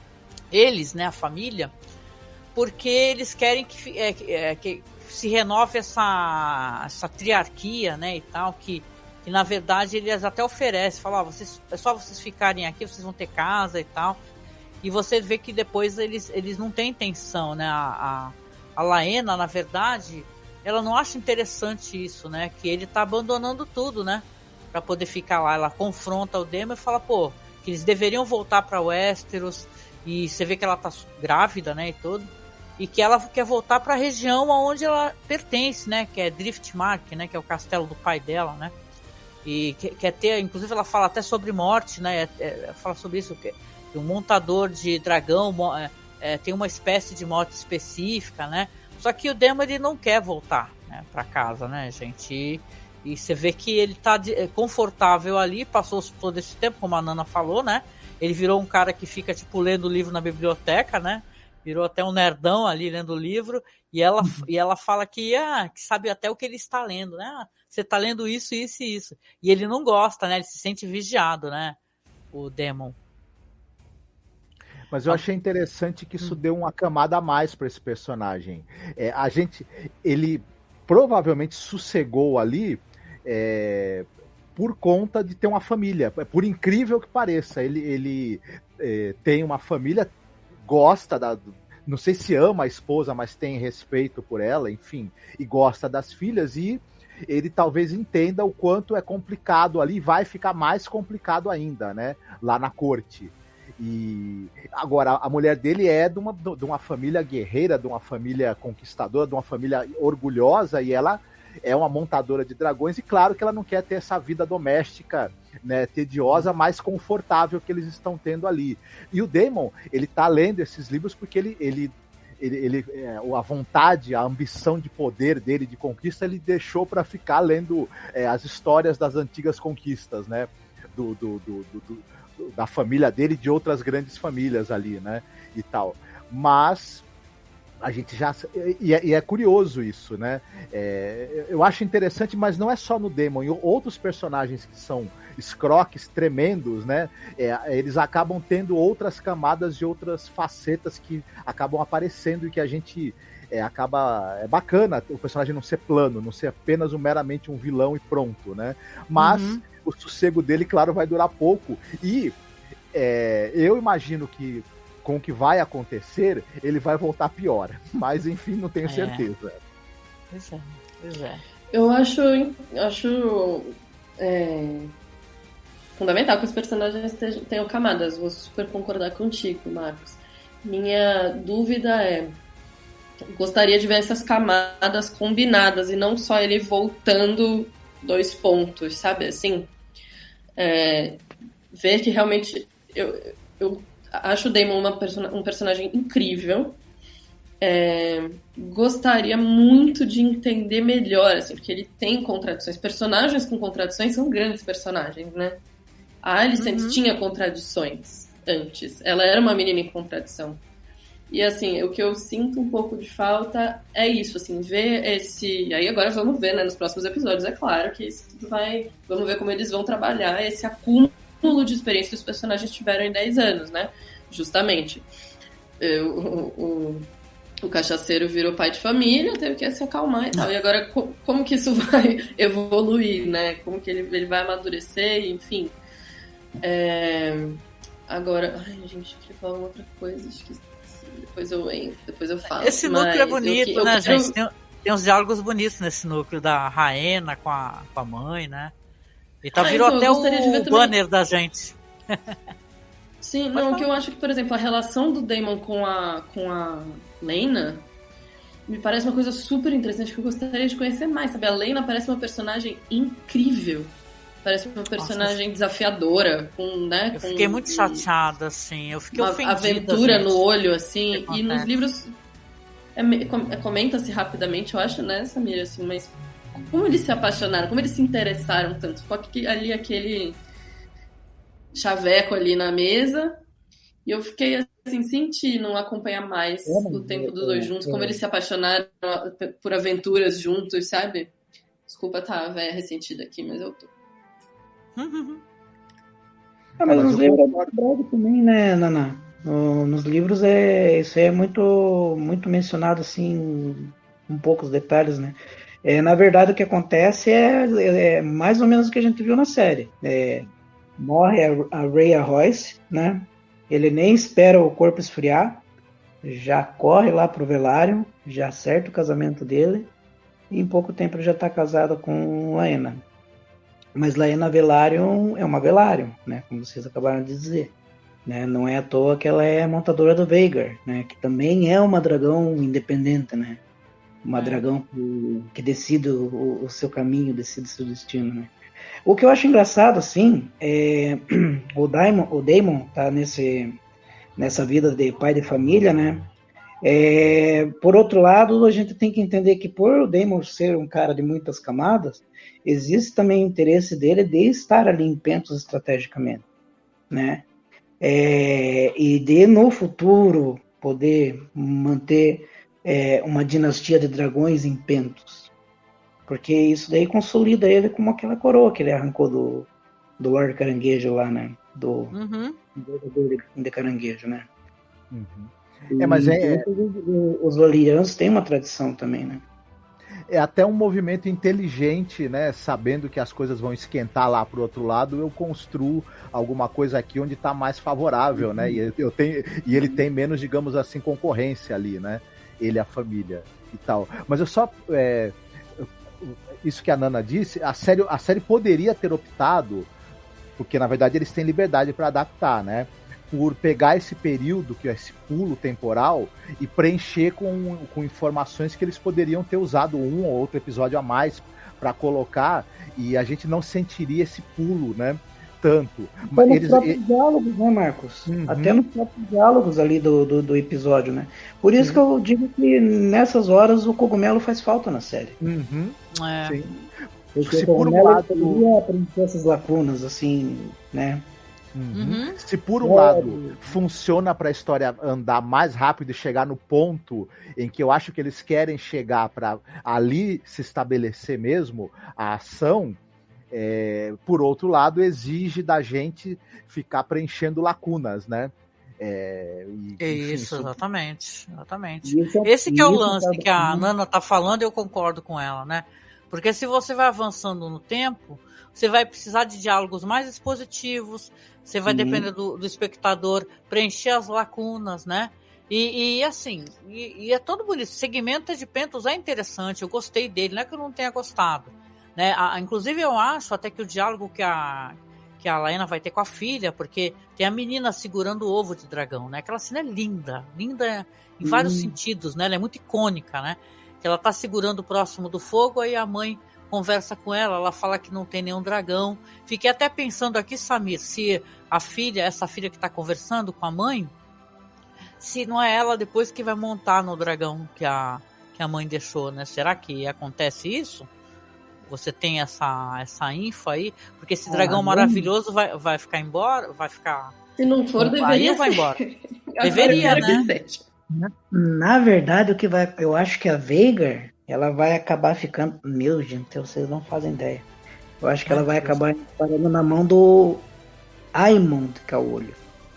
eles, né, a família, porque eles querem que, é, é, que se renove essa, essa triarquia, né, e tal, que, que na verdade eles até oferecem, falam, ó, vocês, é só vocês ficarem aqui, vocês vão ter casa e tal. E você vê que depois eles, eles não têm intenção, né? A, a, a Laena, na verdade, ela não acha interessante isso, né? Que ele tá abandonando tudo, né? Pra poder ficar lá. Ela confronta o Daemon e fala, pô, que eles deveriam voltar pra Westeros. E você vê que ela tá grávida, né? E tudo. E que ela quer voltar pra região onde ela pertence, né? Que é Driftmark, né? Que é o castelo do pai dela, né? E quer, quer ter... Inclusive ela fala até sobre morte, né? É, é, fala sobre isso, que um montador de dragão é, é, tem uma espécie de morte específica, né? Só que o Daemon, ele não quer voltar, né, pra casa, né, gente? E, e você vê que ele tá de, é, confortável ali, passou todo esse tempo, como a Nana falou, né? Ele virou um cara que fica, tipo, lendo livro na biblioteca, né? Virou até um nerdão ali lendo o livro. E ela, uhum. e ela fala que, ah, que sabe até o que ele está lendo, né? Ah, você tá lendo isso, isso e isso. E ele não gosta, né? Ele se sente vigiado, né? O Daemon. Mas eu achei interessante que isso deu uma camada a mais para esse personagem. É, a gente, ele provavelmente sossegou ali é, por conta de ter uma família. Por incrível que pareça, ele, ele é, tem uma família, gosta da, não sei se ama a esposa, mas tem respeito por ela, enfim, e gosta das filhas, e ele talvez entenda o quanto é complicado ali, vai ficar mais complicado ainda, né, lá na corte. E agora, a mulher dele é de uma, de uma família guerreira, de uma família conquistadora, de uma família orgulhosa, e ela é uma montadora de dragões, e claro que ela não quer ter essa vida doméstica, né, tediosa, mais confortável que eles estão tendo ali. E o Daemon, ele tá lendo esses livros porque ele, ele, ele, ele é, a vontade, a ambição de poder dele, de conquista, ele deixou para ficar lendo é, as histórias das antigas conquistas, né, do, do, do, do, do da família dele e de outras grandes famílias ali, né, e tal. Mas a gente já... E é, e é curioso isso, né? É, eu acho interessante, mas não é só no Daemon. Em outros personagens que são escroques tremendos, né? É, eles acabam tendo outras camadas de outras facetas que acabam aparecendo e que a gente... É, acaba... É bacana o personagem não ser plano, não ser apenas um, meramente um vilão e pronto, né? Mas... Uhum. O sossego dele, claro, vai durar pouco. E é, eu imagino que com o que vai acontecer, ele vai voltar pior. Mas, enfim, não tenho é. certeza. Pois é, pois é. Eu acho, acho é, fundamental que os personagens tenham camadas. Vou super concordar contigo, Marcos. Minha dúvida é... Gostaria de ver essas camadas combinadas e não só ele voltando dois pontos, sabe? Assim... É, ver que realmente eu, eu acho o Daemon uma persona, um personagem incrível. É, gostaria muito de entender melhor, assim, porque ele tem contradições. Personagens com contradições são grandes personagens, né? A Alicent uhum. tinha contradições antes. Ela era uma menina em contradição. E, assim, o que eu sinto um pouco de falta é isso, assim, ver esse... Aí agora vamos ver, né, nos próximos episódios, é claro que isso tudo vai... Vamos ver como eles vão trabalhar esse acúmulo de experiência que os personagens tiveram em dez anos, né? Justamente. Eu, o, o, o cachaceiro virou pai de família, teve que se acalmar e tal. E agora, co- como que isso vai evoluir, né? Como que ele, ele vai amadurecer, enfim. É... Agora... Ai, gente, eu queria falar uma outra coisa, esqueci. Depois eu, depois eu falo. Esse núcleo é bonito, eu, eu, né, eu, gente? Tem, tem uns diálogos bonitos nesse núcleo da Raena com a, com a mãe, né? E tá, ah, virou então, até o banner também da gente. Sim, não, o que eu acho que, por exemplo, a relação do Daemon com a, com a Laena me parece uma coisa super interessante que eu gostaria de conhecer mais, sabe? A Laena parece uma personagem incrível. Parece uma personagem Nossa, desafiadora, com, né? Eu com, fiquei muito chateada, assim. Eu fiquei uma ofendida. Aventura gente. no olho, assim. Que e nos livros é, é, comenta-se rapidamente, eu acho, né, Samira, assim, mas como eles se apaixonaram, como eles se interessaram tanto. Ficou ali aquele chaveco ali na mesa. E eu fiquei assim, senti não acompanhar mais é, o tempo dos dois é, juntos, é. como eles se apaixonaram por aventuras juntos, sabe? Desculpa, tá, velha, ressentida aqui, mas eu tô. Ah, mas nos livros é breve também, né, Naná? No, nos livros é isso é muito, muito mencionado assim, com poucos detalhes, né? É, na verdade, o que acontece é, é mais ou menos o que a gente viu na série. É, morre a, a Rhea Royce, né? Ele nem espera o corpo esfriar, já corre lá pro Velaryon, já acerta o casamento dele, e em pouco tempo ele já está casado com Laena. Mas Laena Velaryon é uma Velaryon, né? Como vocês acabaram de dizer. Né? Não é à toa que ela é montadora do Vhagar, né? Que também é uma dragão independente, né? Uma é. dragão que, que decide o, o seu caminho, decide o seu destino, né? O que eu acho engraçado, assim, é o Daemon, o Daemon tá nesse, nessa vida de pai de família, né? É, por outro lado, a gente tem que entender que por o Daemon ser um cara de muitas camadas, existe também o interesse dele de estar ali em Pentos estrategicamente, né? É, e de no futuro poder manter é, uma dinastia de dragões em Pentos, porque isso daí consolida ele como aquela coroa que ele arrancou do, do Lord Caranguejo lá, né? Do uhum. do, de Caranguejo, né? Uhum. É, mas é... Os Valyrianos têm uma tradição também, né? É até um movimento inteligente, né? Sabendo que as coisas vão esquentar lá pro outro lado, eu construo alguma coisa aqui onde está mais favorável, uhum. né? E, eu tenho, e ele tem menos, digamos assim, concorrência ali, né? Ele e a família e tal. Mas eu só... É, isso que a Nana disse, a série, a série poderia ter optado, porque na verdade eles têm liberdade para adaptar, né? Por pegar esse período, que é esse pulo temporal, e preencher com, com informações que eles poderiam ter usado um ou outro episódio a mais para colocar, e a gente não sentiria esse pulo, né? Tanto. Até nos eles, próprios eles... diálogos, né, Marcos? Uhum. Até nos próprios diálogos ali do, do, do episódio, né? Por isso uhum. que eu digo que nessas horas o cogumelo faz falta na série. Uhum. É. Sim. Porque se por um lado poderia preencher essas lacunas, assim, né? Uhum. Se por um é. lado funciona para a história andar mais rápido e chegar no ponto em que eu acho que eles querem chegar para ali se estabelecer mesmo a ação, é, por outro lado exige da gente ficar preenchendo lacunas, né? É, e, enfim, isso, exatamente, exatamente. Isso, Esse que é o lance que a Nana tá falando, eu concordo com ela, né? Porque se você vai avançando no tempo, você vai precisar de diálogos mais expositivos, você vai Sim. depender do, do espectador preencher as lacunas, né? E, e assim, e, e é todo bonito. O segmento de Pentos é interessante, eu gostei dele, não é que eu não tenha gostado. Né? A, inclusive eu acho até que o diálogo que a, que a Laena vai ter com a filha, porque tem a menina segurando o ovo de dragão, né? Aquela cena é linda, linda em vários hum. sentidos, né? Ela é muito icônica, né? Que ela tá segurando próximo do fogo, aí a mãe conversa com ela, ela fala que não tem nenhum dragão. Fiquei até pensando aqui, Samir, se a filha, essa filha que tá conversando com a mãe, se não é ela depois que vai montar no dragão que a, que a mãe deixou, né? Será que acontece isso? Você tem essa, essa info aí? Porque esse dragão ah, maravilhoso vai, vai ficar embora? Vai ficar... Se não for, deveria aí vai embora. Deveria, né? Na, na verdade, o que vai... Eu acho que a Veigar, ela vai acabar ficando... Meu, gente, vocês não fazem ideia. Eu acho que ela vai acabar parando na mão do Aemond, que é o olho.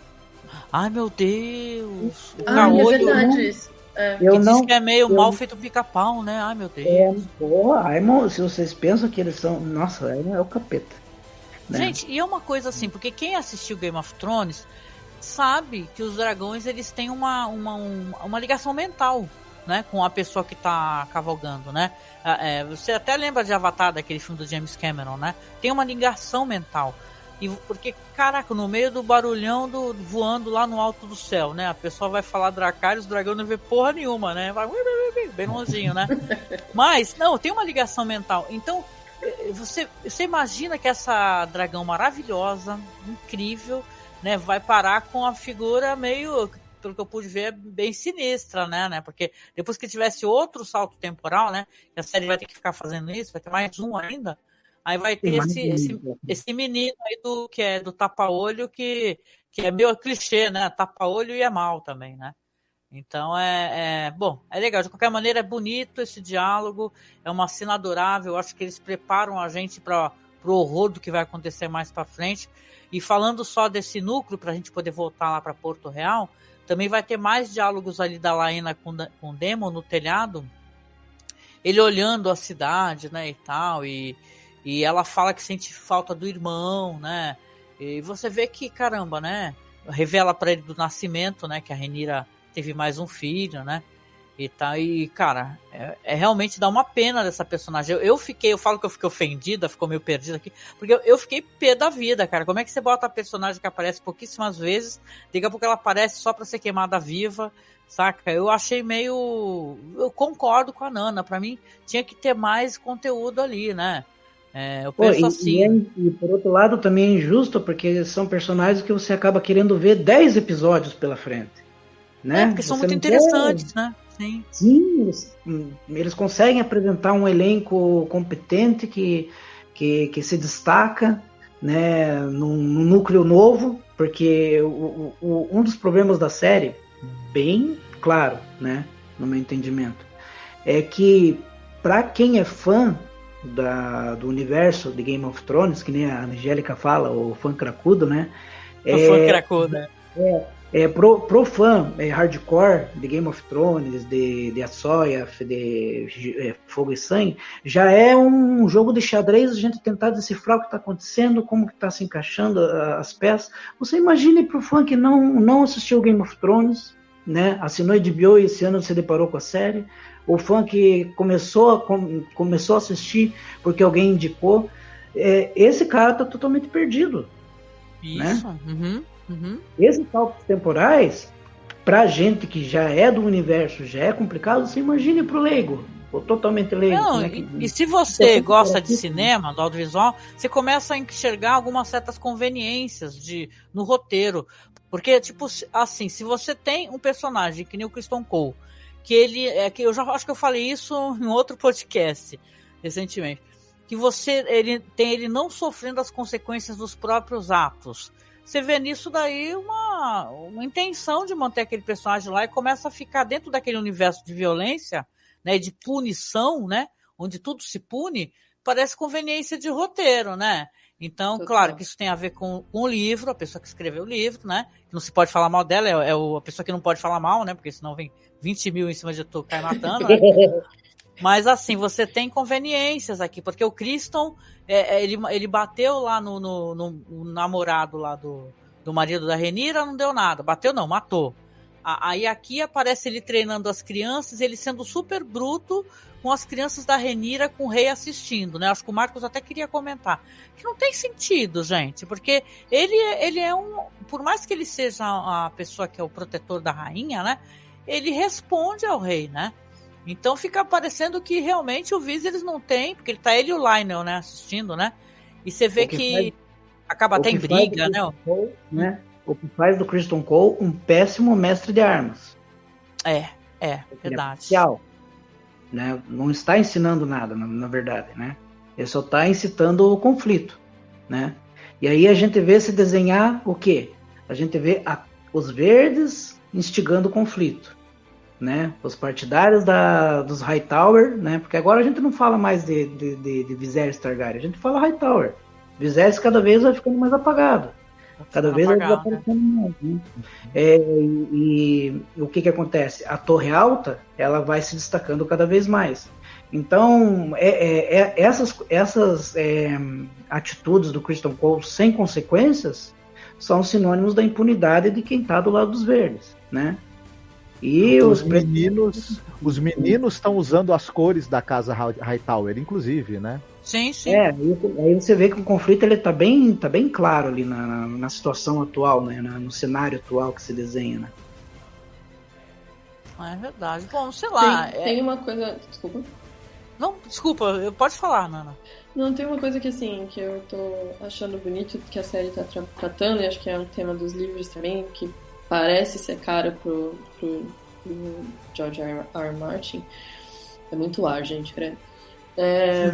Ai, meu Deus! O ah, caolho, é verdade isso. É. Eu que não, diz que é meio eu... mal feito pica-pau, né? Ai, meu Deus. É, porra, Aemond, se vocês pensam que eles são... Nossa, Aemond é o capeta. Né? Gente, e é uma coisa assim, porque quem assistiu Game of Thrones sabe que os dragões, eles têm uma, uma, uma ligação mental, né? Com a pessoa que tá cavalgando, né? É, você até lembra de Avatar, daquele filme do James Cameron, né? Tem uma ligação mental. E porque, caraca, no meio do barulhão do, voando lá no alto do céu, né? A pessoa vai falar Dracarys, o dragão não vê porra nenhuma, né? Vai bem longinho, né? Mas, não, tem uma ligação mental. Então, você, você imagina que essa dragão maravilhosa, incrível, né? Vai parar com a figura meio, pelo que eu pude ver, bem sinistra, né? né? Porque depois que tivesse outro salto temporal, né? A série vai ter que ficar fazendo isso, vai ter mais um ainda. Aí vai ter esse, esse, esse menino aí do, que é do tapa-olho, que, que é meio clichê, né? Tapa-olho e é mal também, né? Então é, é... Bom, é legal. De qualquer maneira, é bonito esse diálogo. É uma cena adorável. Eu acho que eles preparam a gente para o horror do que vai acontecer mais para frente. E falando só desse núcleo, para a gente poder voltar lá para Porto Real, também vai ter mais diálogos ali da Laena com, com o Daemon no telhado. Ele olhando a cidade, né, e tal, e... E ela fala que sente falta do irmão, né? E você vê que, caramba, né? Revela pra ele do nascimento, né? Que a Rhaenyra teve mais um filho, né? E tá, e, cara, é, é realmente dá uma pena dessa personagem. Eu, eu fiquei, eu falo que eu fiquei ofendida, ficou meio perdida aqui, porque eu, eu fiquei pé da vida, cara. Como é que você bota a personagem que aparece pouquíssimas vezes, daqui a pouco ela aparece só pra ser queimada viva, saca? Eu achei meio... Eu concordo com a Nana, pra mim tinha que ter mais conteúdo ali, né? É, eu penso Pô, e, assim. E, é, e por outro lado também é injusto, porque são personagens que você acaba querendo ver dez episódios pela frente. Né? É, porque são você muito interessantes, quer... né? Sim. Sim, eles, eles conseguem apresentar um elenco competente que, que, que se destaca, né, num, num núcleo novo, porque o, o, um dos problemas da série, bem claro, né, no meu entendimento, é que para quem é fã Da, do universo de Game of Thrones, que nem a Angélica fala, o fã cracudo, né? O é, fã cracudo, né? É, é pro, pro fã é, hardcore de Game of Thrones, de, de Açoia, de, de é, Fogo e Sangue, já é um jogo de xadrez, a gente tentar decifrar o que está acontecendo, como que está se encaixando as peças. Você imagine pro fã que não, não assistiu Game of Thrones, né? Assinou H B O e esse ano se deparou com a série. O fã que começou a, com, começou a assistir porque alguém indicou, é, esse cara tá totalmente perdido. Isso. Né? Uhum, uhum. Esses saltos temporais, pra gente que já é do universo, já é complicado, você imagine pro leigo, ou totalmente leigo. Não, né? e, e se você gosta de cinema, do audiovisual, você começa a enxergar algumas certas conveniências de, no roteiro. Porque, tipo, assim, se você tem um personagem que nem o Criston Cole, que ele, é, que eu já acho que eu falei isso em outro podcast recentemente, que você, ele tem ele não sofrendo as consequências dos próprios atos. Você vê nisso daí uma, uma intenção de manter aquele personagem lá e começa a ficar dentro daquele universo de violência, né, de punição, né, onde tudo se pune, parece conveniência de roteiro, né? Então, Total. Claro que isso tem a ver com, com o livro, a pessoa que escreveu o livro, né? Não se pode falar mal dela, é, é o, a pessoa que não pode falar mal, né? Porque senão vem vinte mil em cima de tu, cai matando, né? Mas assim, você tem conveniências aqui, porque o Criston, é, ele, ele bateu lá no, no, no, no namorado lá do, do marido da Rhaenyra, não deu nada. Bateu não, matou. Aí aqui aparece ele treinando as crianças, ele sendo super bruto com as crianças da Rhaenyra, com o rei assistindo, né? Acho que o Marcos até queria comentar. Que não tem sentido, gente, porque ele, ele é um... Por mais que ele seja a pessoa que é o protetor da rainha, né? Ele responde ao rei, né? Então fica parecendo que realmente o Viserys não tem, porque ele tá ele e o Lionel, né, assistindo, né? E você vê O que que, faz- acaba até o em que faz briga, do né? Criston Cole, né? O que faz do Criston Cole um péssimo mestre de armas. É, é, Ele é verdade. parcial, né? Não está ensinando nada, na, na verdade, né? Ele só está incitando o conflito, né? E aí a gente vê se desenhar o quê? A gente vê a, os verdes instigando o conflito, né? Os partidários da, dos Hightower, né? Porque agora a gente não fala mais de, de, de, de Viserys Targaryen, a gente fala Hightower. Viserys cada vez vai ficando mais apagado. Cada vez vai desaparecendo mais, né? É, e, e o que que acontece? A Torre Alta, ela vai se destacando cada vez mais. Então, é, é, é, essas, essas é, atitudes do Criston Cole sem consequências são sinônimos da impunidade de quem está do lado dos verdes, né? E então, os, os meninos os meninos estão usando as cores da casa Hightower, inclusive, né? Sim, sim. É, aí, aí você vê que o conflito ele tá bem, tá bem claro ali na, na, na situação atual, né? Na, no cenário atual que se desenha, né? É verdade. Bom, sei lá. Tem, é... tem uma coisa. Desculpa. Não, desculpa, eu- pode falar, Nana. Não, tem uma coisa que assim, que eu tô achando bonito que a série tá tra- tratando, e acho que é um tema dos livros também, que parece ser cara pro, pro, pro George R. R. Martin. É muito ar, gente, credo. É,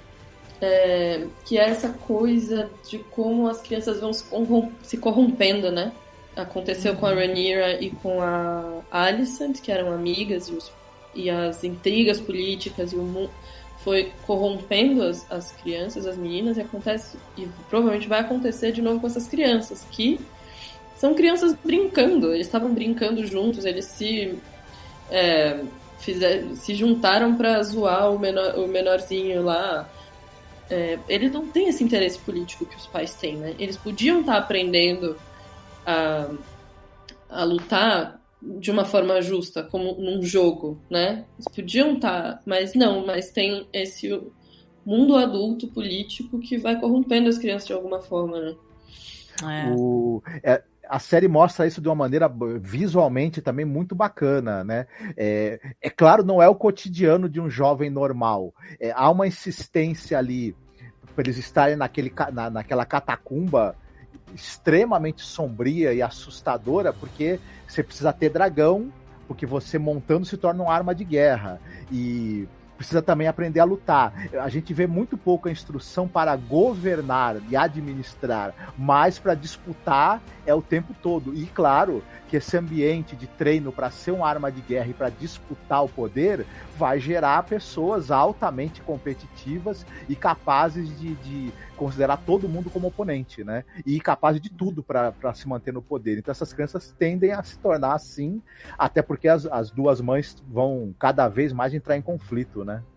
é, que é essa coisa de como as crianças vão se corrom- se corrompendo, né? Aconteceu com a Rhaenyra e com a Alicent, que eram amigas, e, os, e as intrigas políticas e o mundo foi corrompendo as, as crianças, as meninas, e acontece, e provavelmente vai acontecer de novo com essas crianças, que são crianças brincando, eles estavam brincando juntos, eles se é, fizer, se juntaram pra zoar o, menor, o menorzinho lá. É, eles não têm esse interesse político que os pais têm, né? Eles podiam estar aprendendo a, a lutar de uma forma justa, como num jogo, né? Eles podiam estar, mas não, mas tem esse mundo adulto político que vai corrompendo as crianças de alguma forma, né? É. O, é, a série mostra isso de uma maneira visualmente também muito bacana, né? É, é claro, não é o cotidiano de um jovem normal. É, há uma insistência ali para eles estarem naquele, na, naquela catacumba extremamente sombria e assustadora, porque você precisa ter dragão, porque você montando se torna uma arma de guerra. E precisa também aprender a lutar. A gente vê muito pouca instrução para governar e administrar, mas para disputar é o tempo todo. E claro que esse ambiente de treino para ser uma arma de guerra e para disputar o poder vai gerar pessoas altamente competitivas e capazes de, de considerar todo mundo como oponente, né? E capazes de tudo para se manter no poder. Então essas crianças tendem a se tornar assim, até porque as, as duas mães vão cada vez mais entrar em conflito, né?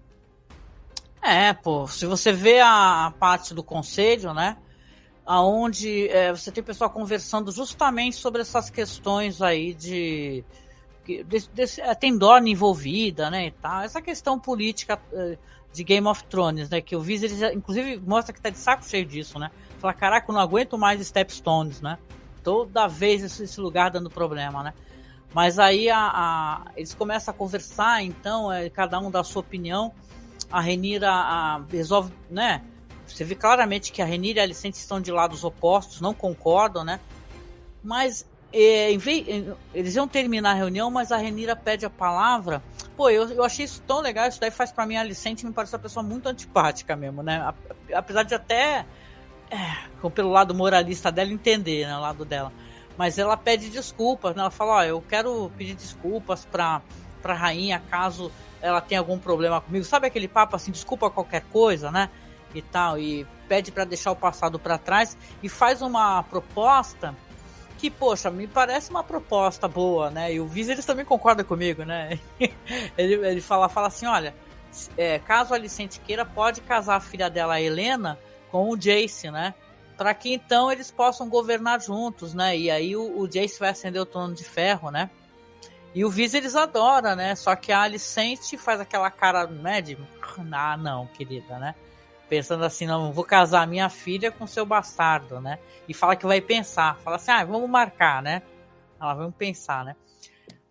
É, pô, se você vê a parte do conselho, né, aonde é, você tem pessoal conversando justamente sobre essas questões aí de, de, de, de tem Dorne envolvida, né, e tal, essa questão política de Game of Thrones, né, que o Viserys, inclusive, mostra que tá de saco cheio disso, né, fala, caraca, eu não aguento mais Stepstones, né, toda vez esse, esse lugar dando problema, né, mas aí a, a, eles começam a conversar, então, é, cada um dá a sua opinião. A Rhaenyra a, resolve, né? Você vê claramente que a Rhaenyra e a Alicent estão de lados opostos, não concordam, né? Mas é, em vez, eles iam terminar a reunião, mas a Rhaenyra pede a palavra. Pô, eu, eu achei isso tão legal. Isso daí faz pra mim a Alicent me parece uma pessoa muito antipática mesmo, né? Apesar de até, é, pelo lado moralista dela, entender, né? O lado dela. Mas ela pede desculpas, né? Ela fala, ó, eu quero pedir desculpas pra, pra rainha caso ela tem algum problema comigo, sabe aquele papo assim, desculpa qualquer coisa, né, e tal, e pede pra deixar o passado pra trás, e faz uma proposta que, poxa, me parece uma proposta boa, né, e o Viserys também concorda comigo, né, ele, ele fala, fala assim, olha, é, caso a Alicent queira, pode casar a filha dela, a Helena, com o Jace, né, pra que então eles possam governar juntos, né, e aí o, o Jace vai acender o trono de ferro, né. E o Viserys adora, né? Só que a Alicent faz aquela cara, né? De, ah, não, querida, né? Pensando assim, não, vou casar minha filha com seu bastardo, né? E fala que vai pensar. Fala assim, ah, vamos marcar, né? Ela, vamos pensar, né?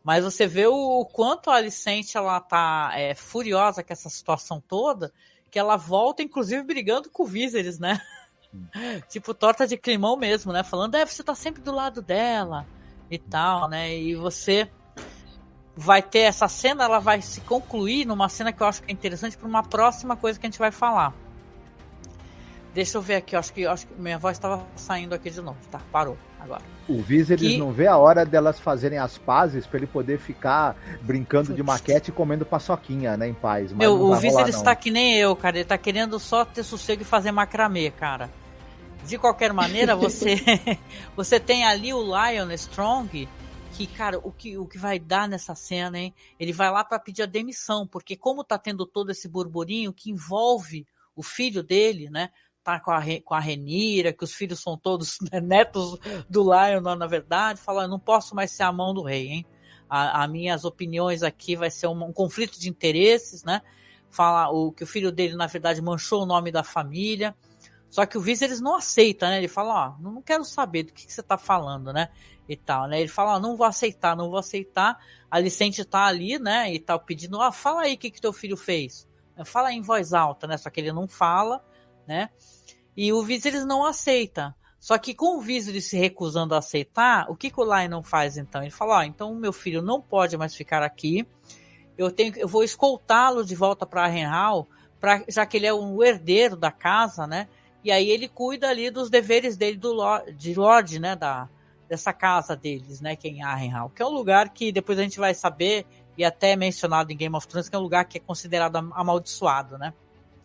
Mas você vê o, o quanto a Alicente ela tá é, furiosa com essa situação toda, que ela volta, inclusive, brigando com o Viserys, né? Tipo, torta de climão mesmo, né? Falando, é, você tá sempre do lado dela e tal, né? E você vai ter essa cena, ela vai se concluir numa cena que eu acho que é interessante para uma próxima coisa que a gente vai falar. Deixa eu ver aqui, eu acho que, eu acho que minha voz estava saindo aqui de novo, tá? Parou agora. O Viserys que... não vê a hora delas fazerem as pazes para ele poder ficar brincando de maquete e comendo paçoquinha, né, em paz. Mas Meu, o Viserys tá que nem eu, cara, ele tá querendo só ter sossego e fazer macramê, cara. De qualquer maneira, você você tem ali o Lyon Strong, que, cara, o que, o que vai dar nessa cena, hein? Ele vai lá para pedir a demissão, porque como tá tendo todo esse burburinho que envolve o filho dele, né? Tá com a, com a Rhaenyra, que os filhos são todos netos do Lyon, na verdade, fala, eu não posso mais ser a mão do rei, hein? A, a minhas opiniões aqui vai ser um, um conflito de interesses, né? Fala o, que o filho dele, na verdade, manchou o nome da família. Só que o Viserys não aceita, né? Ele fala, ó, não quero saber do que, que você tá falando, né? E tal, né? Ele fala, ó, não vou aceitar, não vou aceitar. A Alicente tá ali, né? E tal, pedindo, ó, fala aí o que, que teu filho fez. Fala em voz alta, né? Só que ele não fala, né? E o Viserys não aceita. Só que com o Viserys se recusando a aceitar, o que, que o Lyon faz então? Ele fala, ó, então meu filho não pode mais ficar aqui. Eu, tenho, eu vou escoltá-lo de volta para Harrenhal, pra, já que ele é um herdeiro da casa, né? E aí ele cuida ali dos deveres dele do Lorde, de Lorde, né? Da, dessa casa deles, né? Que é em Harrenhal. Que é um lugar que depois a gente vai saber, e até é mencionado em Game of Thrones, que é um lugar que é considerado amaldiçoado, né?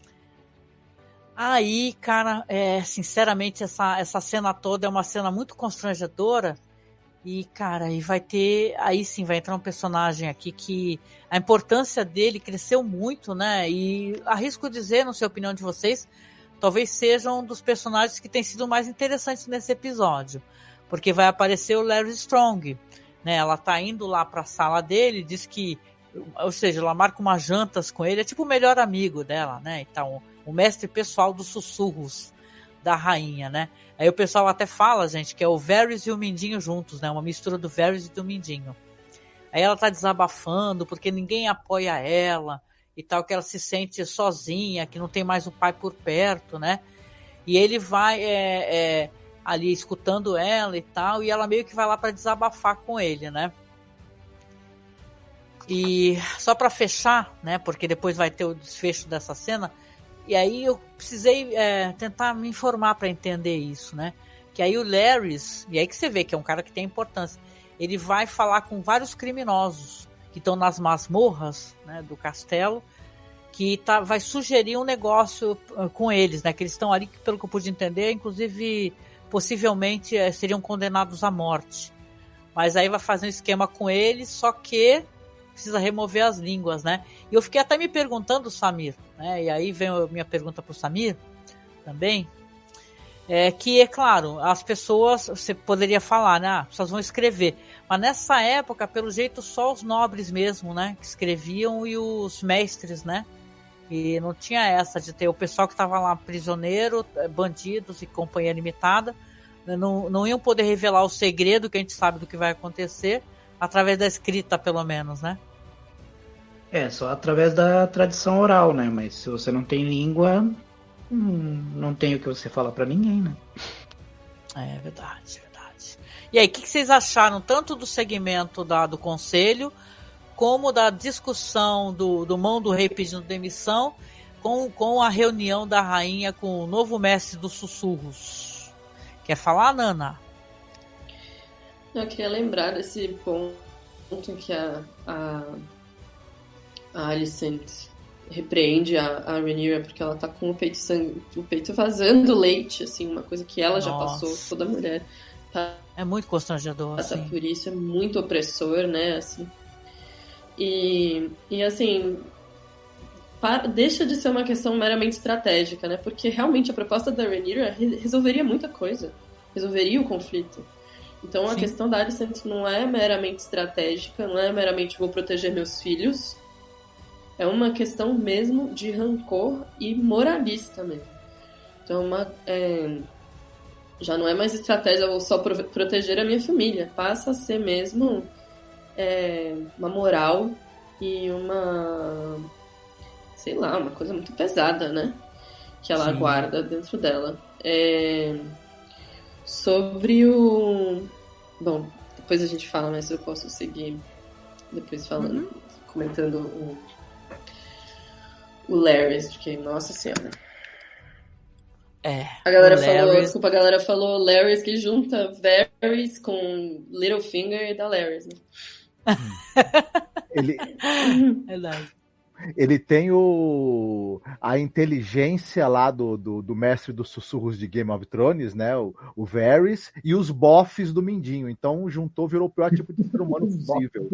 Aí, cara, é, sinceramente, essa, essa cena toda é uma cena muito constrangedora. E, cara, aí vai ter... Aí sim, vai entrar um personagem aqui que a importância dele cresceu muito, né? E arrisco dizer, não sei a opinião de vocês, talvez seja um dos personagens que tem sido mais interessantes nesse episódio. Porque vai aparecer o Larry Strong, né? Ela tá indo lá pra sala dele, diz que... Ou seja, ela marca umas jantas com ele, é tipo o melhor amigo dela, né? Então... o mestre pessoal dos sussurros da rainha, né? Aí o pessoal até fala, gente, que é o Varys e o Mindinho juntos, né? Uma mistura do Varys e do Mindinho. Aí ela tá desabafando porque ninguém apoia ela e tal, que ela se sente sozinha, que não tem mais o pai por perto, né? E ele vai é, é, ali escutando ela e tal, e ela meio que vai lá para desabafar com ele, né? E só para fechar, né? Porque depois vai ter o desfecho dessa cena. E aí eu precisei é, tentar me informar para entender isso, né? Que aí o Larrys, e aí que você vê que é um cara que tem importância, ele vai falar com vários criminosos que estão nas masmorras, né, do castelo, que tá, vai sugerir um negócio com eles, né? Que eles estão ali, pelo que eu pude entender, inclusive, possivelmente é, seriam condenados à morte. Mas aí vai fazer um esquema com eles, só que precisa remover as línguas, né? E eu fiquei até me perguntando, Samir, né? E aí vem a minha pergunta pro Samir também, é que, é claro, as pessoas, você poderia falar, né? Ah, as pessoas vão escrever. Mas nessa época, pelo jeito, só os nobres mesmo, né? Que escreviam e os mestres, né? E não tinha essa de ter o pessoal que estava lá prisioneiro, bandidos e companhia limitada, não, não iam poder revelar o segredo que a gente sabe do que vai acontecer, através da escrita, pelo menos, né? É, só através da tradição oral, né? Mas se você não tem língua, hum, não tem o que você falar pra ninguém, né? É verdade, verdade. E aí, o que, que vocês acharam tanto do segmento da, do conselho, como da discussão do, do mão do rei pedindo demissão, com, com a reunião da rainha com o novo mestre dos sussurros? Quer falar, Nana? Eu queria lembrar desse ponto que a, a, a Alicent repreende a, a Rhaenyra porque ela tá com o peito, sangue, o peito vazando leite, assim, uma coisa que ela Nossa. já passou, toda mulher tá, é muito constrangedor, passa assim. por isso, é muito opressor, né, assim. E, e assim, para, deixa de ser uma questão meramente estratégica, né, porque realmente a proposta da Rhaenyra resolveria muita coisa, resolveria o conflito. Então a Sim. questão da Alicent não é meramente estratégica, não é meramente vou proteger meus filhos. É uma questão mesmo de rancor e moralista mesmo. Então uma, é, já não é mais estratégia, vou só pro, proteger a minha família. Passa a ser mesmo é, uma moral e uma, sei lá, uma coisa muito pesada, né? Que ela Sim. guarda dentro dela. É, sobre o... Bom, depois a gente fala, mas eu posso seguir depois falando, uhum. comentando o, o Larrys, porque, nossa senhora. É, a galera falou, Larrys... desculpa, a galera falou Larrys que junta Varys com Littlefinger e da Larrys, né? Ele... Verdade. Ele tem o, a inteligência lá do, do, do mestre dos sussurros de Game of Thrones, né? O, o Varys, e os bofs do Mindinho. Então juntou, virou o pior tipo de ser humano possível.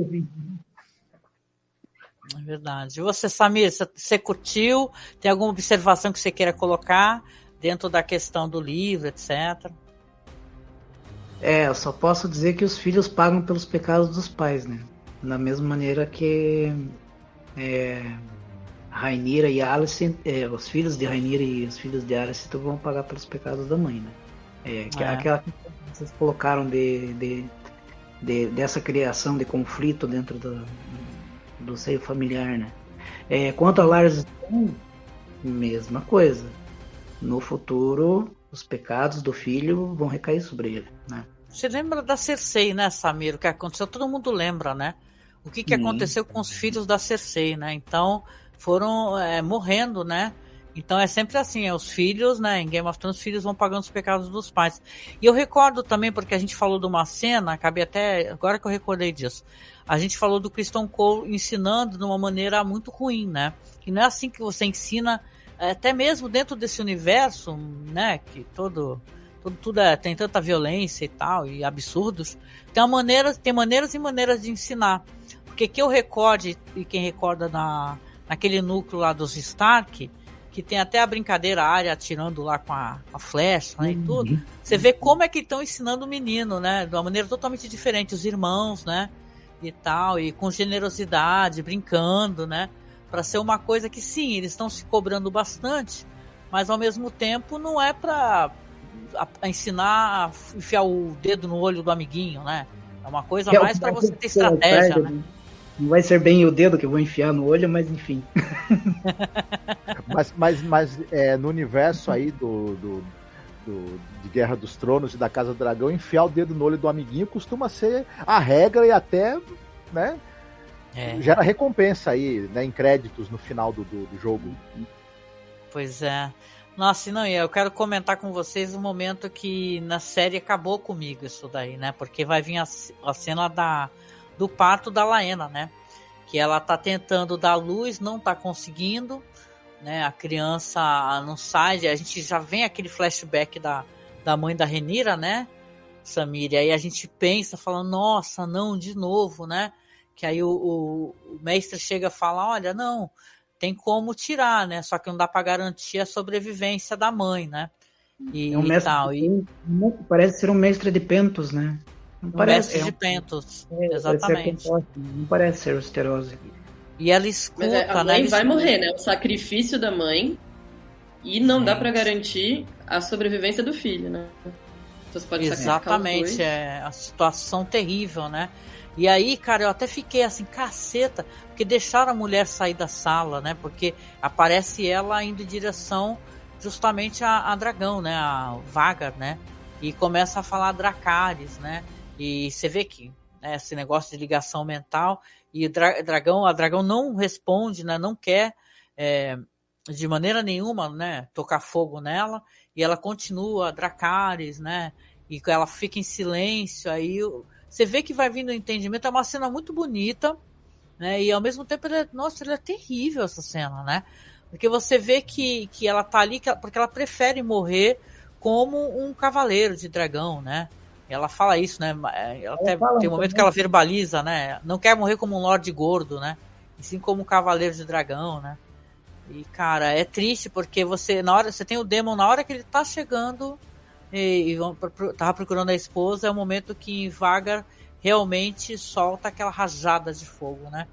É verdade. E você, Samir, você curtiu? Tem alguma observação que você queira colocar dentro da questão do livro, etcétera? É, eu só posso dizer que os filhos pagam pelos pecados dos pais, né? Da mesma maneira que é, Rhaenyra e Alicent, é, os filhos de Rhaenyra e os filhos de Alicent vão pagar pelos pecados da mãe, né? É, que, é. Aquela que vocês colocaram de, de, de, dessa criação de conflito dentro do, do seio familiar, né? É, quanto a Lars, mesma coisa. No futuro, os pecados do filho vão recair sobre ele, né? Você lembra da Cersei, né, Samir? O que aconteceu? Todo mundo lembra, né? O que, que aconteceu com os filhos da Cersei, né? Então, foram é, morrendo, né? Então, é sempre assim, é, os filhos, né? Em Game of Thrones, os filhos vão pagando os pecados dos pais. E eu recordo também, porque a gente falou de uma cena, acabei até, agora que eu recordei disso, a gente falou do Criston Cole ensinando de uma maneira muito ruim, né? E não é assim que você ensina, até mesmo dentro desse universo, né? Que todo... Tudo, tudo é, tem tanta violência e tal, e absurdos. Tem, uma maneira, tem maneiras e maneiras de ensinar. Porque que eu recorde, e quem recorda na, naquele núcleo lá dos Stark, que tem até a brincadeira, a Arya atirando lá com a, a flecha, né, e tudo. Você vê como é que estão ensinando o menino, né? De uma maneira totalmente diferente. Os irmãos, né? E tal, e com generosidade, brincando, né? Para ser uma coisa que, sim, eles estão se cobrando bastante, mas ao mesmo tempo não é para... A, a ensinar a enfiar o dedo no olho do amiguinho, né? É uma coisa é mais para você ter estratégia, tarde, né? Não vai ser bem o dedo que eu vou enfiar no olho, mas enfim. mas mas, mas é, no universo aí do, do, do, de Guerra dos Tronos e da Casa do Dragão, enfiar o dedo no olho do amiguinho costuma ser a regra e até, né? É. Gera recompensa aí, né? Em créditos no final do, do, do jogo. Pois é. Nossa, não, eu quero comentar com vocês o momento que na série acabou comigo isso daí, né? Porque vai vir a, a cena da, do parto da Laena, né? Que ela tá tentando dar luz, não tá conseguindo, né? A criança não sai, a gente já vem aquele flashback da, da mãe da Rhaenyra, né? Samir, e aí a gente pensa, fala, nossa, não, de novo, né? Que aí o, o, o mestre chega a falar, olha, não... Tem como tirar, né? Só que não dá para garantir a sobrevivência da mãe, né? E, é um mestre e tal. De, e... Parece ser um mestre de pentos, né? Não um parece, mestre é um... de pentos, é, exatamente. Não parece ser o Sterose. E ela escuta, Mas a mãe né? vai morrer, né? O sacrifício da mãe e não Gente. dá para garantir a sobrevivência do filho, né? Então você pode exatamente, sacrificar os dois. É a situação terrível, né? E aí, cara, eu até fiquei assim, caceta, porque deixaram a mulher sair da sala, né? Porque aparece ela indo em direção justamente a, a Dragão, né? A Vagar, né? E começa a falar Dracarys, né? E você vê que, né, esse negócio de ligação mental, e o dra- Dragão, a Dragão não responde, né? Não quer, é, de maneira nenhuma, né? Tocar fogo nela, e ela continua Dracarys, né? E ela fica em silêncio, aí... Você vê que vai vindo o entendimento, é uma cena muito bonita, né? E ao mesmo tempo, ela é, nossa, ela é terrível essa cena, né? Porque você vê que, que ela tá ali, que ela, porque ela prefere morrer como um cavaleiro de dragão, né? Ela fala isso, né? Ela, ela até, fala, tem um momento que ela verbaliza, né? Não quer morrer como um lorde gordo, né? E sim como um cavaleiro de dragão, né? E, cara, é triste porque você, na hora, você tem o Daemon, na hora que ele tá chegando... e, e tava procurando a esposa, é o momento que Vagar realmente solta aquela rajada de fogo, né?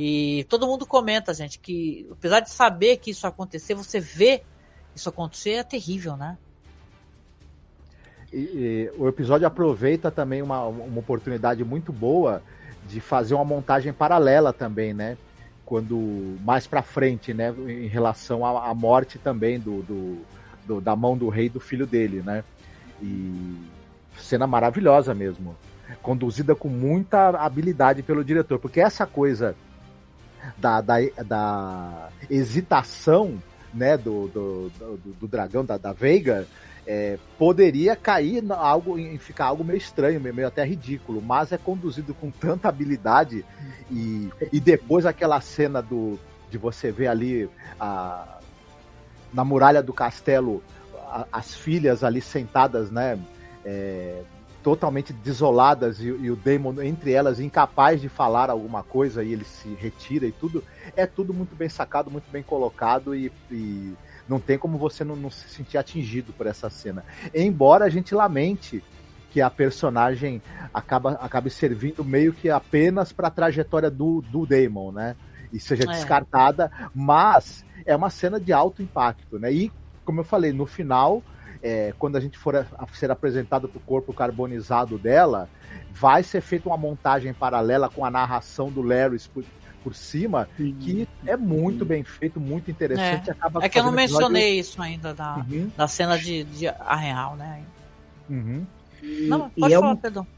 E todo mundo comenta, gente, que apesar de saber que isso ia acontecer, você vê isso acontecer, é terrível, né? E, e, o episódio aproveita também uma, uma oportunidade muito boa de fazer uma montagem paralela também, né? Quando mais pra frente, né? Em relação à, à morte também do, do, do, da mão do rei e do filho dele, né? E cena maravilhosa mesmo, conduzida com muita habilidade pelo diretor, porque essa coisa da, da, da hesitação, né? Do, do, do, do dragão, da, da Veigar. É, poderia cair em, algo, em ficar algo meio estranho, meio até ridículo, mas é conduzido com tanta habilidade e, e depois aquela cena do, de você ver ali a, na muralha do castelo a, as filhas ali sentadas, né, é, totalmente desoladas e, e o Daemon entre elas incapaz de falar alguma coisa e ele se retira e tudo, é tudo muito bem sacado, muito bem colocado e, e não tem como você não, não se sentir atingido por essa cena. Embora a gente lamente que a personagem acaba, acabe servindo meio que apenas para a trajetória do, do Daemon, né? E seja é. descartada, mas é uma cena de alto impacto, né? E, como eu falei, no final, é, quando a gente for a, a ser apresentado para o corpo carbonizado dela, vai ser feita uma montagem paralela com a narração do Larry por, por cima, sim, que é muito bem feito, muito interessante. É, acaba é que eu não episódio... mencionei isso ainda da, uhum. da cena de, de Arrenhal, né? Uhum. Não, pode e falar, é um... perdão.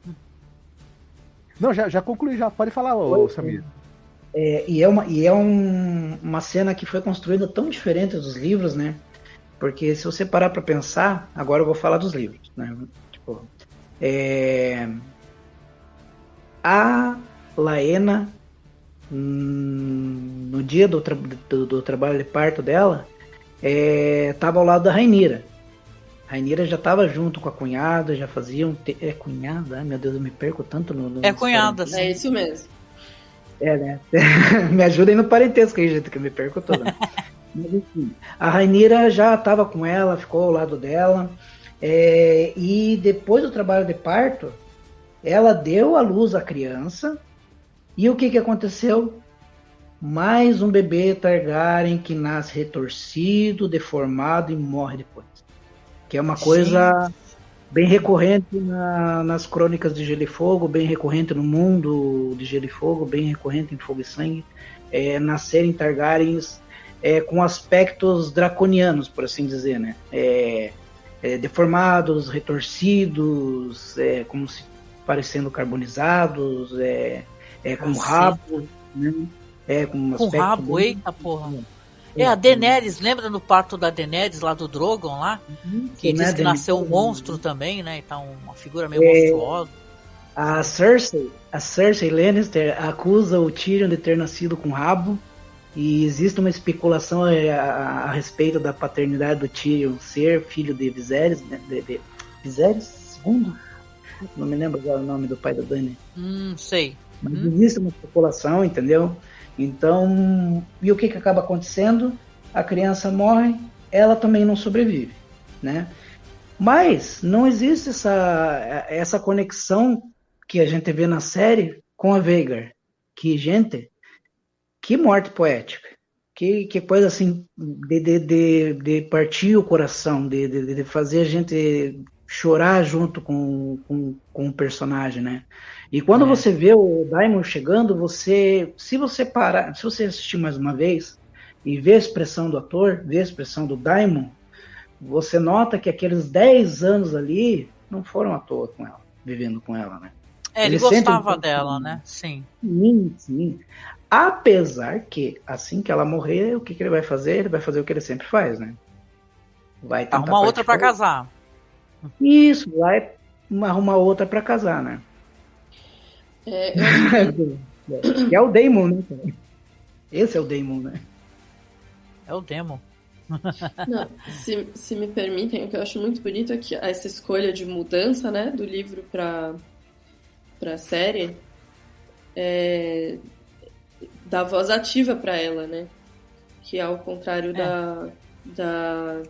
Não, já, já concluí, já pode falar, ô, Samir. É, e é, uma, e é um, uma cena que foi construída tão diferente dos livros, né? Porque se você parar pra pensar, agora eu vou falar dos livros, né? Tipo, é, a Laena, hum, no dia do, tra do, do trabalho de parto dela, estava é, ao lado da Rhaenyra. A Rhaenyra já estava junto com a cunhada, já faziam... Te... É cunhada? Ai, meu Deus, eu me perco tanto no... no é cunhada, sim. É isso mesmo. É, né? Me ajudem no parentesco aí, gente, que eu me perco toda. Mas, enfim, a Rhaenyra já estava com ela, ficou ao lado dela. É, e depois do trabalho de parto, ela deu à luz a criança. E o que, que aconteceu? Mais um bebê Targaryen que nasce retorcido, deformado e morre depois. Que é uma coisa Sim. bem recorrente na, nas crônicas de Gelo e Fogo, bem recorrente no mundo de Gelo e Fogo, bem recorrente em Fogo e Sangue, é, nascerem Targaryens é, com aspectos draconianos, por assim dizer, né? É, é, deformados, retorcidos, é, como se parecendo carbonizados, é, é, com ah, rabo, né? É, com um com rabo, bem... eita porra. É, a Daenerys, lembra no parto da Daenerys lá do Drogon lá? Uhum, que diz que nasceu um monstro também, né? Então, uma figura meio é, monstruosa. A Cersei, a Cersei Lannister acusa o Tyrion de ter nascido com rabo. E existe uma especulação a, a, a respeito da paternidade do Tyrion ser filho de Viserys, né? De, de Viserys segundo? Não me lembro agora o nome do pai da Dany. Hum, sei. Mas hum. existe uma especulação, entendeu? Então, e o que, que acaba acontecendo? A criança morre, ela também não sobrevive, né? Mas não existe essa, essa conexão que a gente vê na série com a Veigar. Que, gente, que morte poética. Que, que coisa assim, de, de, de, de partir o coração, de, de, de fazer a gente chorar junto com, com, com o personagem, né? E quando é. você vê o Daemon chegando, você, se você parar, se você assistir mais uma vez e ver a expressão do ator, ver a expressão do Daemon, você nota que aqueles dez anos ali não foram à toa com ela, vivendo com ela, né? É, ele, ele gostava dela, assim, né? Sim. Sim, sim. Apesar que, assim que ela morrer, o que, que ele vai fazer? Ele vai fazer o que ele sempre faz, né? Vai tentar arrumar outra para casar. Isso, vai arrumar outra para casar, né? É, eu... que é o Daemon, né? Esse é o Daemon, né? É o Daemon. Não, se, se me permitem, o que eu acho muito bonito é que essa escolha de mudança, né, do livro para para série é, dá voz ativa para ela, né? Que ao contrário é. da da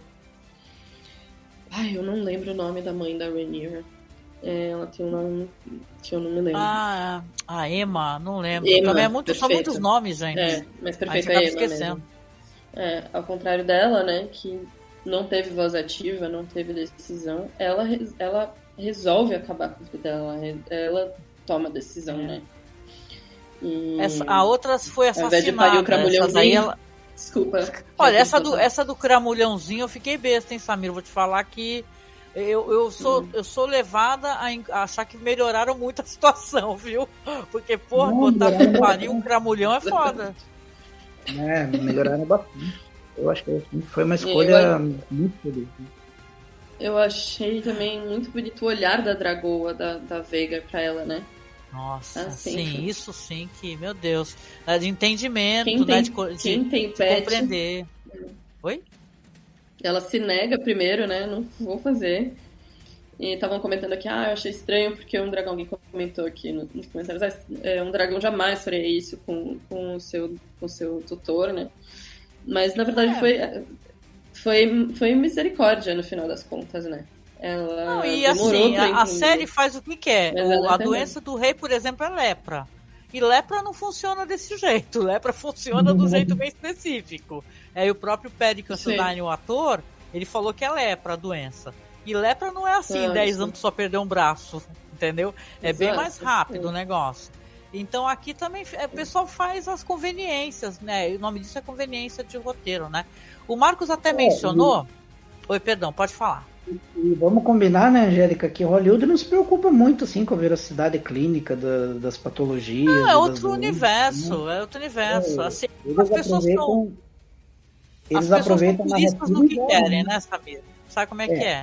ai, eu não lembro o nome da mãe da Rhaenyra. É, ela tem um nome que eu não me lembro. Ah, a Emma, não lembro. Emma, Também é muito, são muitos nomes, gente. É, mas perfeito, a gente é Emma esquecendo. Mesmo. É, ao contrário dela, né, que não teve voz ativa, não teve decisão, ela, ela resolve acabar com o filho dela, ela toma a decisão, é. né? E... Essa, a outra foi assassinada. Ao invés de parir o cramulhãozinho... Ela... Desculpa. Olha, essa do, essa do cramulhãozinho eu fiquei besta, hein, Samir? Vou te falar que eu, eu, sou, hum. eu sou levada a achar que melhoraram muito a situação, viu? Porque, porra, não, botar pra parir um cramulhão é foda. É, melhoraram bastante. Eu acho que foi uma escolha eu, muito feliz. Eu achei também muito bonito o olhar da dragoa, da, da Veiga pra ela, né? Nossa, assim, sim, isso sim que, meu Deus, de entendimento, quem né, tem, de, quem de, tem de pet, compreender. Oi? Ela se nega primeiro, né, não vou fazer. E estavam comentando aqui, ah, eu achei estranho porque um dragão, alguém comentou aqui nos comentários, ah, é, um dragão jamais faria isso com, com o seu, com o seu tutor, né? Mas na verdade é. foi, foi, foi misericórdia no final das contas, né? Ela não, e assim, a, a série faz o que quer. O, a doença do rei, por exemplo, é lepra. E lepra não funciona desse jeito. Lepra funciona do jeito bem específico. É, o próprio Paddy Considine, o ator, ele falou que é lepra a doença. E lepra não é assim, ah, dez anos só perder um braço, entendeu? É Exato. bem mais rápido o negócio. Então aqui também é, o pessoal faz as conveniências, né? O nome disso é conveniência de roteiro, né? O Marcos até é, mencionou... E... Oi, perdão, pode falar. E vamos combinar, né, Angélica, que Hollywood não se preocupa muito assim com a veracidade clínica da, das patologias. Não, é outro universo, né? é outro universo. É, assim, as pessoas são. Eles as aproveitam pessoas são puristas no que querem, né, Samir? Sabe como é, é. que é?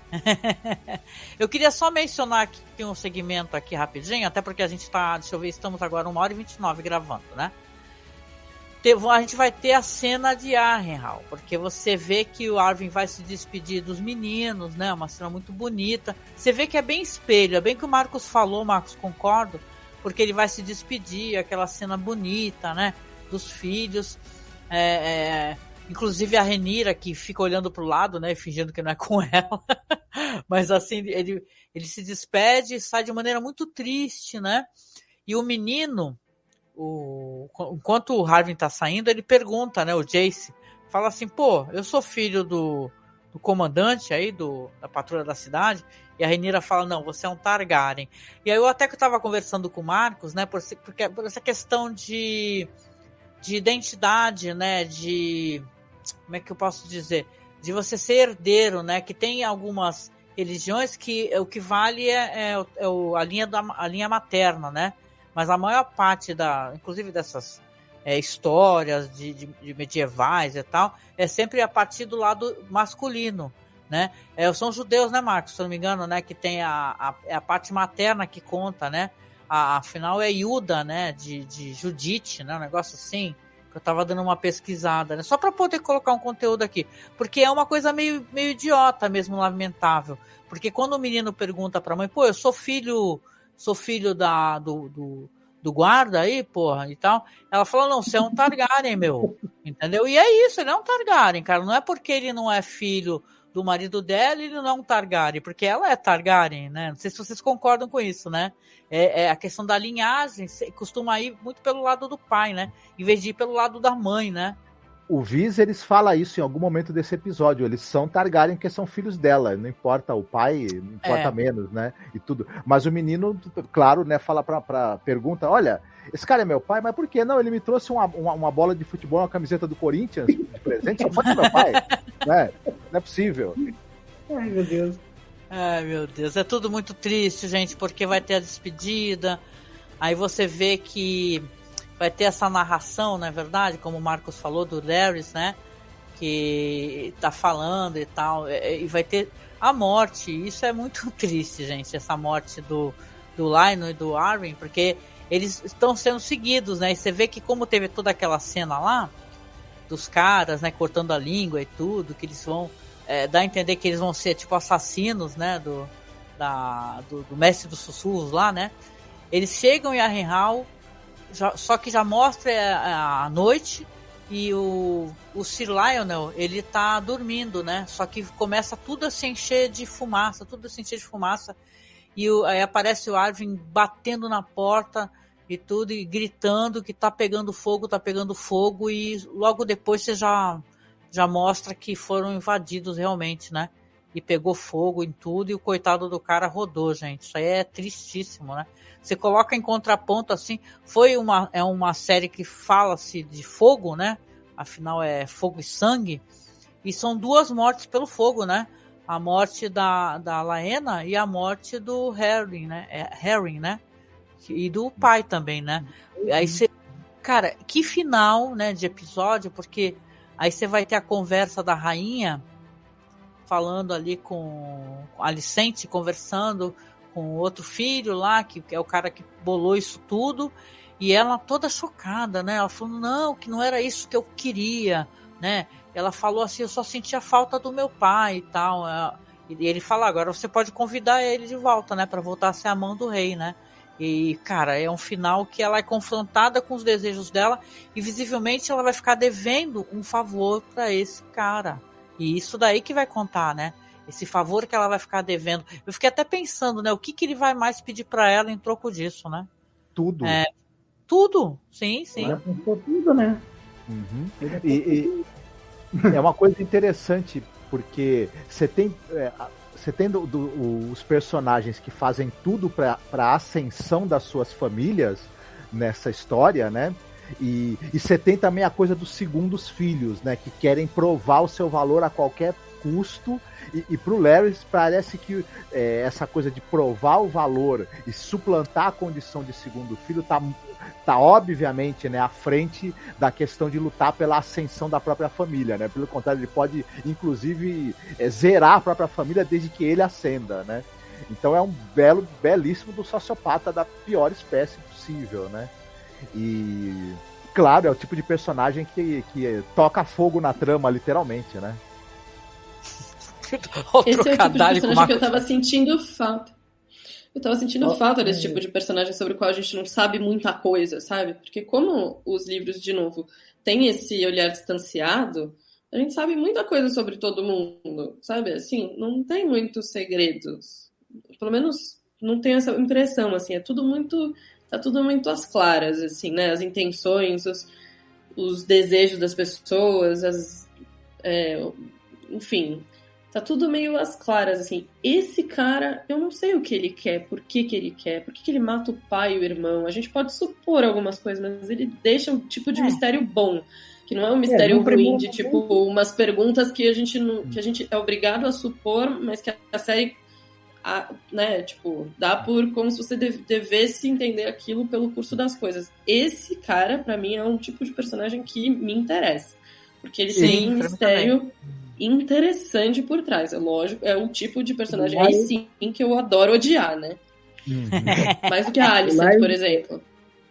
Eu queria só mencionar aqui um segmento aqui rapidinho, até porque a gente tá, deixa eu ver, estamos agora uma hora e vinte e nove gravando, né? A gente vai ter a cena de Harrenhal, porque você vê que o Arwen vai se despedir dos meninos, né? Uma cena muito bonita. Você vê que é bem espelho, é bem que o Marcos falou, Marcos, concordo, porque ele vai se despedir, aquela cena bonita, né? Dos filhos. É, é, inclusive a Rhaenyra, que fica olhando pro lado, né? Fingindo que não é com ela. Mas assim, ele, ele se despede e sai de maneira muito triste, né? E o menino... O, enquanto o Harwin tá saindo, ele pergunta, né, o Jace, fala assim, pô, eu sou filho do, do comandante aí, do, da patrulha da cidade, e a Rhaenyra fala, não, você é um Targaryen. E aí eu até que eu tava conversando com o Marcos, né, por, porque, por essa questão de, de identidade, né, de, como é que eu posso dizer, de você ser herdeiro, né, que tem algumas religiões que o que vale é, é, é a, linha da, a linha materna, né, mas a maior parte, da, inclusive dessas é, histórias de, de, de medievais e tal, é sempre a partir do lado masculino, né? É, são judeus, né, Marcos? Se eu não me engano, né? Que tem a, a, a parte materna que conta, né? A, afinal é Iuda, né? De, de Judite, né? Um negócio assim, que eu tava dando uma pesquisada, né? Só para poder colocar um conteúdo aqui. Porque é uma coisa meio, meio idiota mesmo, lamentável. Porque quando o menino pergunta pra mãe, pô, eu sou filho... sou filho da, do, do, do guarda aí, porra, e tal. Ela falou, não, você é um Targaryen, meu. Entendeu? E é isso, ele é um Targaryen, cara. Não é porque ele não é filho do marido dela, ele não é um Targaryen, porque ela é Targaryen, né? Não sei se vocês concordam com isso, né? É, é a questão da linhagem, costuma ir muito pelo lado do pai, né? Em vez de ir pelo lado da mãe, né? O Viserys fala isso em algum momento desse episódio. Eles são Targaryen porque são filhos dela. Não importa o pai, não importa é. menos, né? E tudo. Mas o menino, claro, né, fala pra, pra pergunta, olha, esse cara é meu pai, mas por que não? Ele me trouxe uma, uma, uma bola de futebol, uma camiseta do Corinthians de presente, só pode ser meu pai. Né? Não é possível. Ai, meu Deus. Ai, meu Deus. É tudo muito triste, gente, porque vai ter a despedida. Aí você vê que vai ter essa narração, não é verdade? Como o Marcos falou, do Larys, né? Que tá falando e tal. E vai ter a morte. Isso é muito triste, gente. Essa morte do, do Lionel e do Arwen. Porque eles estão sendo seguidos, né? E você vê que como teve toda aquela cena lá, dos caras, né? Cortando a língua e tudo. Que eles vão... É, dá a entender que eles vão ser, tipo, assassinos, né? Do, da, do, do mestre dos sussurros lá, né? Eles chegam em Harrenhal... Já, só que já mostra a, a noite e o, o Sir Lionel, ele tá dormindo, né? Só que começa tudo a se encher de fumaça, tudo a se encher de fumaça. E o, aí aparece o Arwen batendo na porta e tudo, e gritando que tá pegando fogo, tá pegando fogo. E logo depois você já já mostra que foram invadidos realmente, né? E pegou fogo em tudo e o coitado do cara rodou, gente. Isso aí é tristíssimo, né? Você coloca em contraponto, assim, foi uma, é uma série que fala-se de fogo, né? Afinal é fogo e sangue. E são duas mortes pelo fogo, né? A morte da, da Laena e a morte do Harry, né? É, Harry, né? E do pai também, né? Aí você... Cara, que final, né, de episódio, porque aí você vai ter a conversa da rainha falando ali com a Alicente, conversando com outro filho lá, que é o cara que bolou isso tudo, e ela toda chocada, né? Ela falou, não, que não era isso que eu queria, né? Ela falou assim, eu só sentia falta do meu pai e tal. E ele fala, agora você pode convidar ele de volta, né? Pra voltar a ser a mão do rei, né? E, cara, é um final que ela é confrontada com os desejos dela e visivelmente ela vai ficar devendo um favor pra esse cara. E isso daí que vai contar, né? Esse favor que ela vai ficar devendo. Eu fiquei até pensando, né? O que, que ele vai mais pedir pra ela em troco disso, né? Tudo. É, tudo, sim, sim. Ela pensou tudo, né? Uhum. E, e é uma coisa interessante, porque você tem, é, você tem do, do, os personagens que fazem tudo para a ascensão das suas famílias nessa história, né? E, e você tem também a coisa dos segundos filhos, né? Que querem provar o seu valor a qualquer custo. E, e pro Larry parece que é, essa coisa de provar o valor e suplantar a condição de segundo filho tá, tá obviamente, né, à frente da questão de lutar pela ascensão da própria família, né? Pelo contrário, ele pode, inclusive, é, zerar a própria família desde que ele ascenda, né? Então é um belo, belíssimo do sociopata da pior espécie possível, né? E, claro, é o tipo de personagem que, que toca fogo na trama, literalmente, né? Esse é o tipo de personagem que eu tava sentindo falta. Eu tava sentindo oh, falta desse é. tipo de personagem sobre o qual a gente não sabe muita coisa, sabe? Porque como os livros, de novo, têm esse olhar distanciado, a gente sabe muita coisa sobre todo mundo, sabe? Assim, não tem muitos segredos. Pelo menos não tenho essa impressão, assim. É tudo muito... Tá tudo muito às claras, assim, né? As intenções, os, os desejos das pessoas, as... É, enfim... Tá tudo meio às claras, assim. Esse cara, eu não sei o que ele quer, por que que ele quer, por que que ele mata o pai e o irmão. A gente pode supor algumas coisas, mas ele deixa um tipo de é. mistério bom. Que não é um mistério é, ruim, de tipo, umas perguntas que a, gente não, que a gente é obrigado a supor, mas que a série, a, né, tipo, dá por como se você devesse entender aquilo pelo curso das coisas. Esse cara, pra mim, é um tipo de personagem que me interessa. Porque ele Sim, tem um mistério... interessante por trás, é lógico, é o tipo de personagem aí sim que eu adoro odiar, né? Uhum. Mais do que a Alicent, Lars, por exemplo.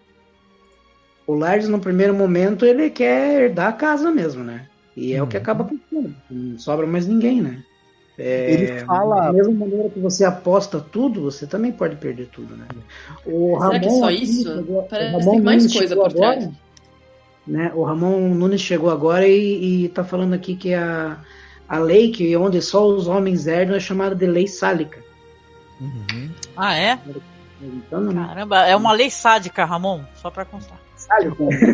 O Lars, no primeiro momento, ele quer herdar a casa mesmo, né? E é uhum. o que acaba acontecendo. Não sobra mais ninguém, né? É, ele fala... Da mesma maneira que você aposta tudo, você também pode perder tudo, né? O Será Ramon, que é só isso? Chegou, Parece que tem mais coisa por agora, trás. Né? O Ramon Nunes chegou agora e, e tá falando aqui que a A lei que onde só os homens herdam é chamada de lei sálica. Uhum. Ah, é? Então, né? Caramba, é uma lei sádica, Ramon, só pra constar. Sálica.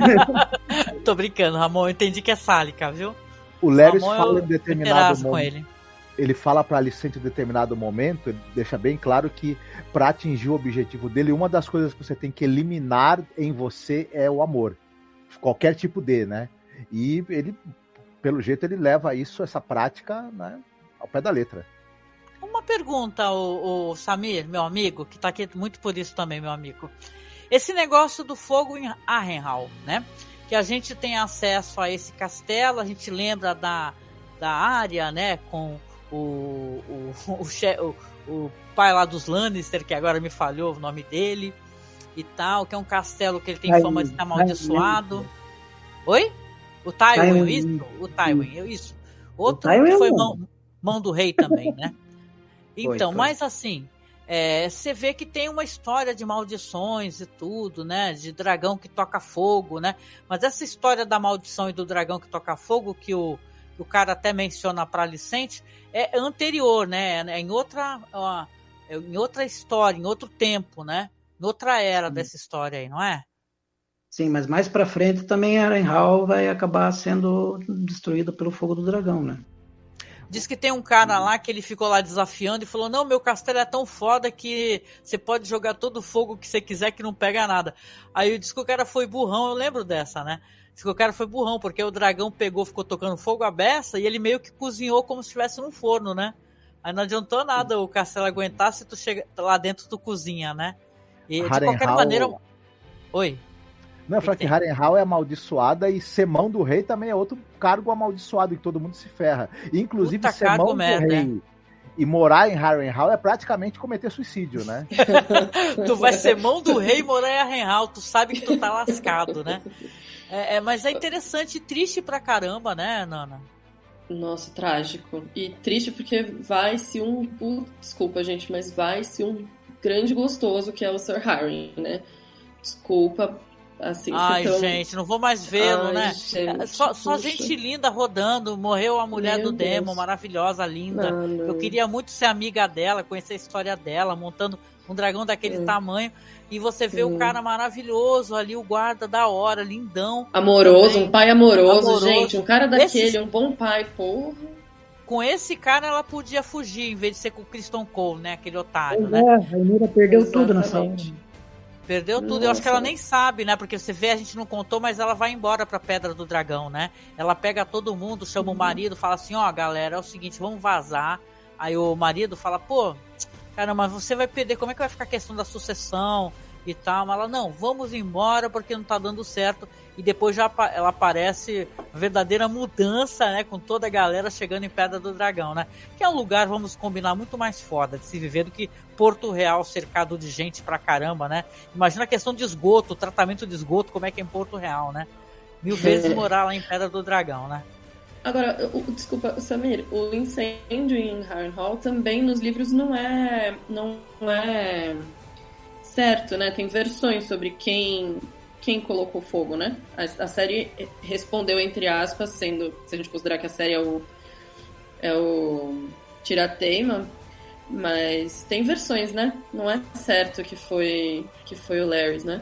Tô brincando, Ramon, eu entendi que é sálica, viu? O Leris fala em determinado momento. Com ele. Ele fala pra Alicente em determinado momento, ele deixa bem claro que pra atingir o objetivo dele, uma das coisas que você tem que eliminar em você é o amor. Qualquer tipo de, né? E ele... Pelo jeito ele leva isso, essa prática, né, ao pé da letra. Uma pergunta, o, o Samir, meu amigo, que tá aqui muito por isso também, meu amigo. Esse negócio do fogo em Harrenhal, né? Que a gente tem acesso a esse castelo, a gente lembra da, da área, né? Com o, o, o, o, o pai lá dos Lannister, que agora me falhou o nome dele, e tal, que é um castelo que ele tem fama de estar amaldiçoado. Oi? O Tywin, Tywin, isso? O Tywin, isso. Outro que foi mão, mão do rei também, né? Então, foi, foi. Mas assim, é, você vê que tem uma história de maldições e tudo, né? De dragão que toca fogo, né? Mas essa história da maldição e do dragão que toca fogo, que o, que o cara até menciona pra Alicente, é anterior, né? É em outra, ó, em outra história, em outro tempo, né? Em outra era hum. dessa história aí, não é? Sim, mas mais pra frente também Harrenhal vai acabar sendo destruído pelo fogo do dragão, né? Diz que tem um cara lá que ele ficou lá desafiando e falou, não, meu castelo é tão foda que você pode jogar todo o fogo que você quiser que não pega nada. Aí diz que o cara foi burrão, eu lembro dessa, né? Diz que o cara foi burrão, porque o dragão pegou, ficou tocando fogo à beça e ele meio que cozinhou como se estivesse num forno, né? Aí não adiantou nada o castelo aguentar se tu chega lá dentro tu cozinha, né? E de Harrenhal... qualquer maneira... Oi? Não, eu falei que, que Harrenhal é amaldiçoada e ser mão do rei também é outro cargo amaldiçoado e todo mundo se ferra. Inclusive, Puta ser mão do merda, rei né? E morar em Harrenhal é praticamente cometer suicídio, né? Tu vai ser mão do rei e morar em Harrenhal, tu sabe que tu tá lascado, né? É, é, mas é interessante e triste pra caramba, né, Nana? Nossa, trágico. E triste porque vai-se um... Uh, desculpa, gente, mas vai-se um grande gostoso que é o Sir Harry, né? Desculpa... Assim, Ai, tão... gente, não vou mais vê-lo, Ai, né? Gente, só, só gente linda rodando. Morreu a mulher Meu do Demo, Deus. maravilhosa, linda. Não, não. Eu queria muito ser amiga dela, conhecer a história dela, montando um dragão daquele Hum. tamanho. E você vê Hum. o cara maravilhoso ali, o guarda da hora, lindão. Amoroso, também. um pai amoroso, Amoroso. gente. Um cara daquele, Esse- um bom pai, porra. Com esse cara ela podia fugir, em vez de ser com o Kristen Cole, né? Aquele otário, Pois né? é, a Rainira perdeu tudo nessa hora. Exatamente. Perdeu tudo. Eu acho que ela Nossa. nem sabe, né? Porque você vê, a gente não contou, mas ela vai embora pra Pedra do Dragão, né? Ela pega todo mundo, chama o marido, fala assim, ó, galera, é o seguinte, vamos vazar. Aí o marido fala, pô, caramba, você vai perder, como é que vai ficar a questão da sucessão e tal? Mas ela, não, vamos embora porque não tá dando certo. E depois já apa- ela aparece uma verdadeira mudança, né? Com toda a galera chegando em Pedra do Dragão, né? Que é um lugar, vamos combinar, muito mais foda de se viver do que Porto Real cercado de gente pra caramba, né? Imagina a questão de esgoto, o tratamento de esgoto, como é que é em Porto Real, né? Mil vezes morar lá em Pedra do Dragão, né? Agora, o- desculpa, Samir, o incêndio em Harrenhal também nos livros não é, não é certo, né? Tem versões sobre quem, quem colocou fogo, né? A, a série respondeu, entre aspas, sendo, se a gente considerar que a série é o, é o Tirateima, mas tem versões, né? Não é certo que foi, que foi o Larry, né?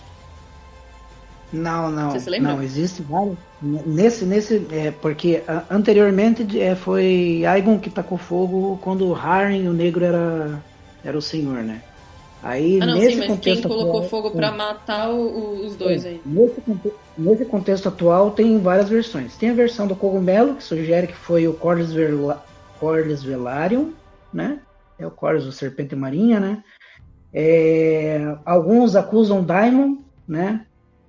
Não, não. Você se lembra? Não, existe vários. Nesse, nesse, é, porque a- anteriormente é, foi Aegon que tacou fogo quando o Harren, o negro, era, era o senhor, né? Aí, Ah, não, nesse sim, mas quem contexto colocou atual- fogo pra matar o- o- os dois aí? Nesse, conte- nesse contexto atual tem várias versões. Tem a versão do cogumelo, que sugere que foi o Corlys, Verla, Corlys Velaryon, né? É o Corlys, o Serpente Marinha, né? É, alguns acusam Daemon, né?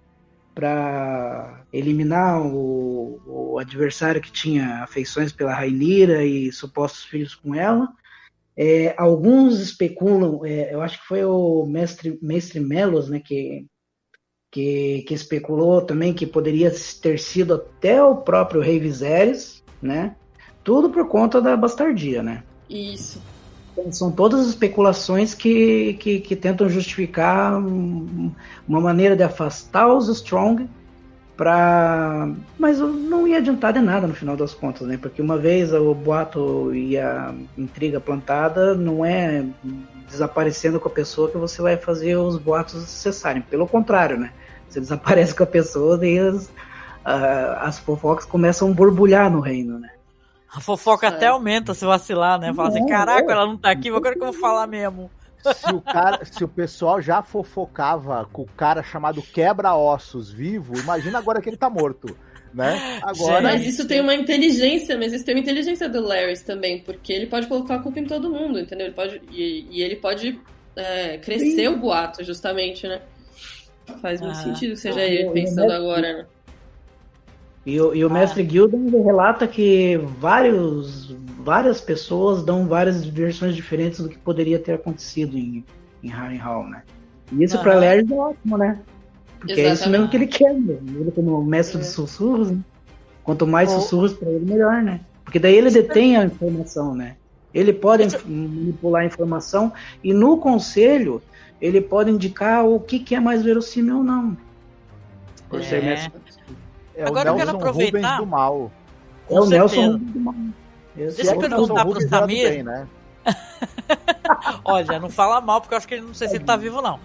Para eliminar o, o adversário que tinha afeições pela Rhaenyra e supostos filhos com ela. É, alguns especulam, é, eu acho que foi o mestre, mestre Melos, né, que, que, que especulou também que poderia ter sido até o próprio rei Viserys, né? Tudo por conta da bastardia, né? Isso. Então, são todas especulações que, que, que tentam justificar um- uma maneira de afastar os Strong para, mas não ia adiantar de nada no final das contas, né? Porque uma vez o boato e a intriga plantada, não é desaparecendo com a pessoa que você vai fazer os boatos cessarem. Pelo contrário, né? Você desaparece com a pessoa e as, a- as fofocas começam a borbulhar no reino, né? A fofoca É. até aumenta se vacilar, né? Fala assim, Não, caraca, é. ela não tá aqui, agora que eu vou falar mesmo. Se o, cara, se o pessoal já fofocava com o cara chamado Quebra-Ossos vivo, imagina agora que ele tá morto, né? Agora, Mas isso tem uma inteligência, mas isso tem uma inteligência do Larry também, porque ele pode colocar a culpa em todo mundo, entendeu? Ele pode, e, e ele pode é, crescer o boato, justamente, né? Faz muito Ah. sentido, seja Ah, ele eu- pensando eu- agora, né? E, o- e o Ah. mestre Gildan ele relata que vários, várias pessoas dão várias versões diferentes do que poderia ter acontecido em, em Harrenhal, né? E isso Aham. pra Larry é ótimo, né? Porque é isso Exatamente. mesmo que ele quer, né? Ele como mestre É. dos sussurros, né? Quanto mais Oh. sussurros pra ele, melhor, né? Porque daí ele detém a informação, né? Ele pode Isso- inf- manipular a informação e no conselho ele pode indicar o que, que é mais verossímil ou não. Por É. ser mestre. é o Agora eu quero Nelson aproveitar- Rubens do mal. Com É o Nelson certeza. Rubens do mal. Esse Deixa é eu o perguntar Nelson pro Rubens era do Samir. bem, né? Olha, não fala mal, porque eu acho que ele não sei se ele tá vivo, não.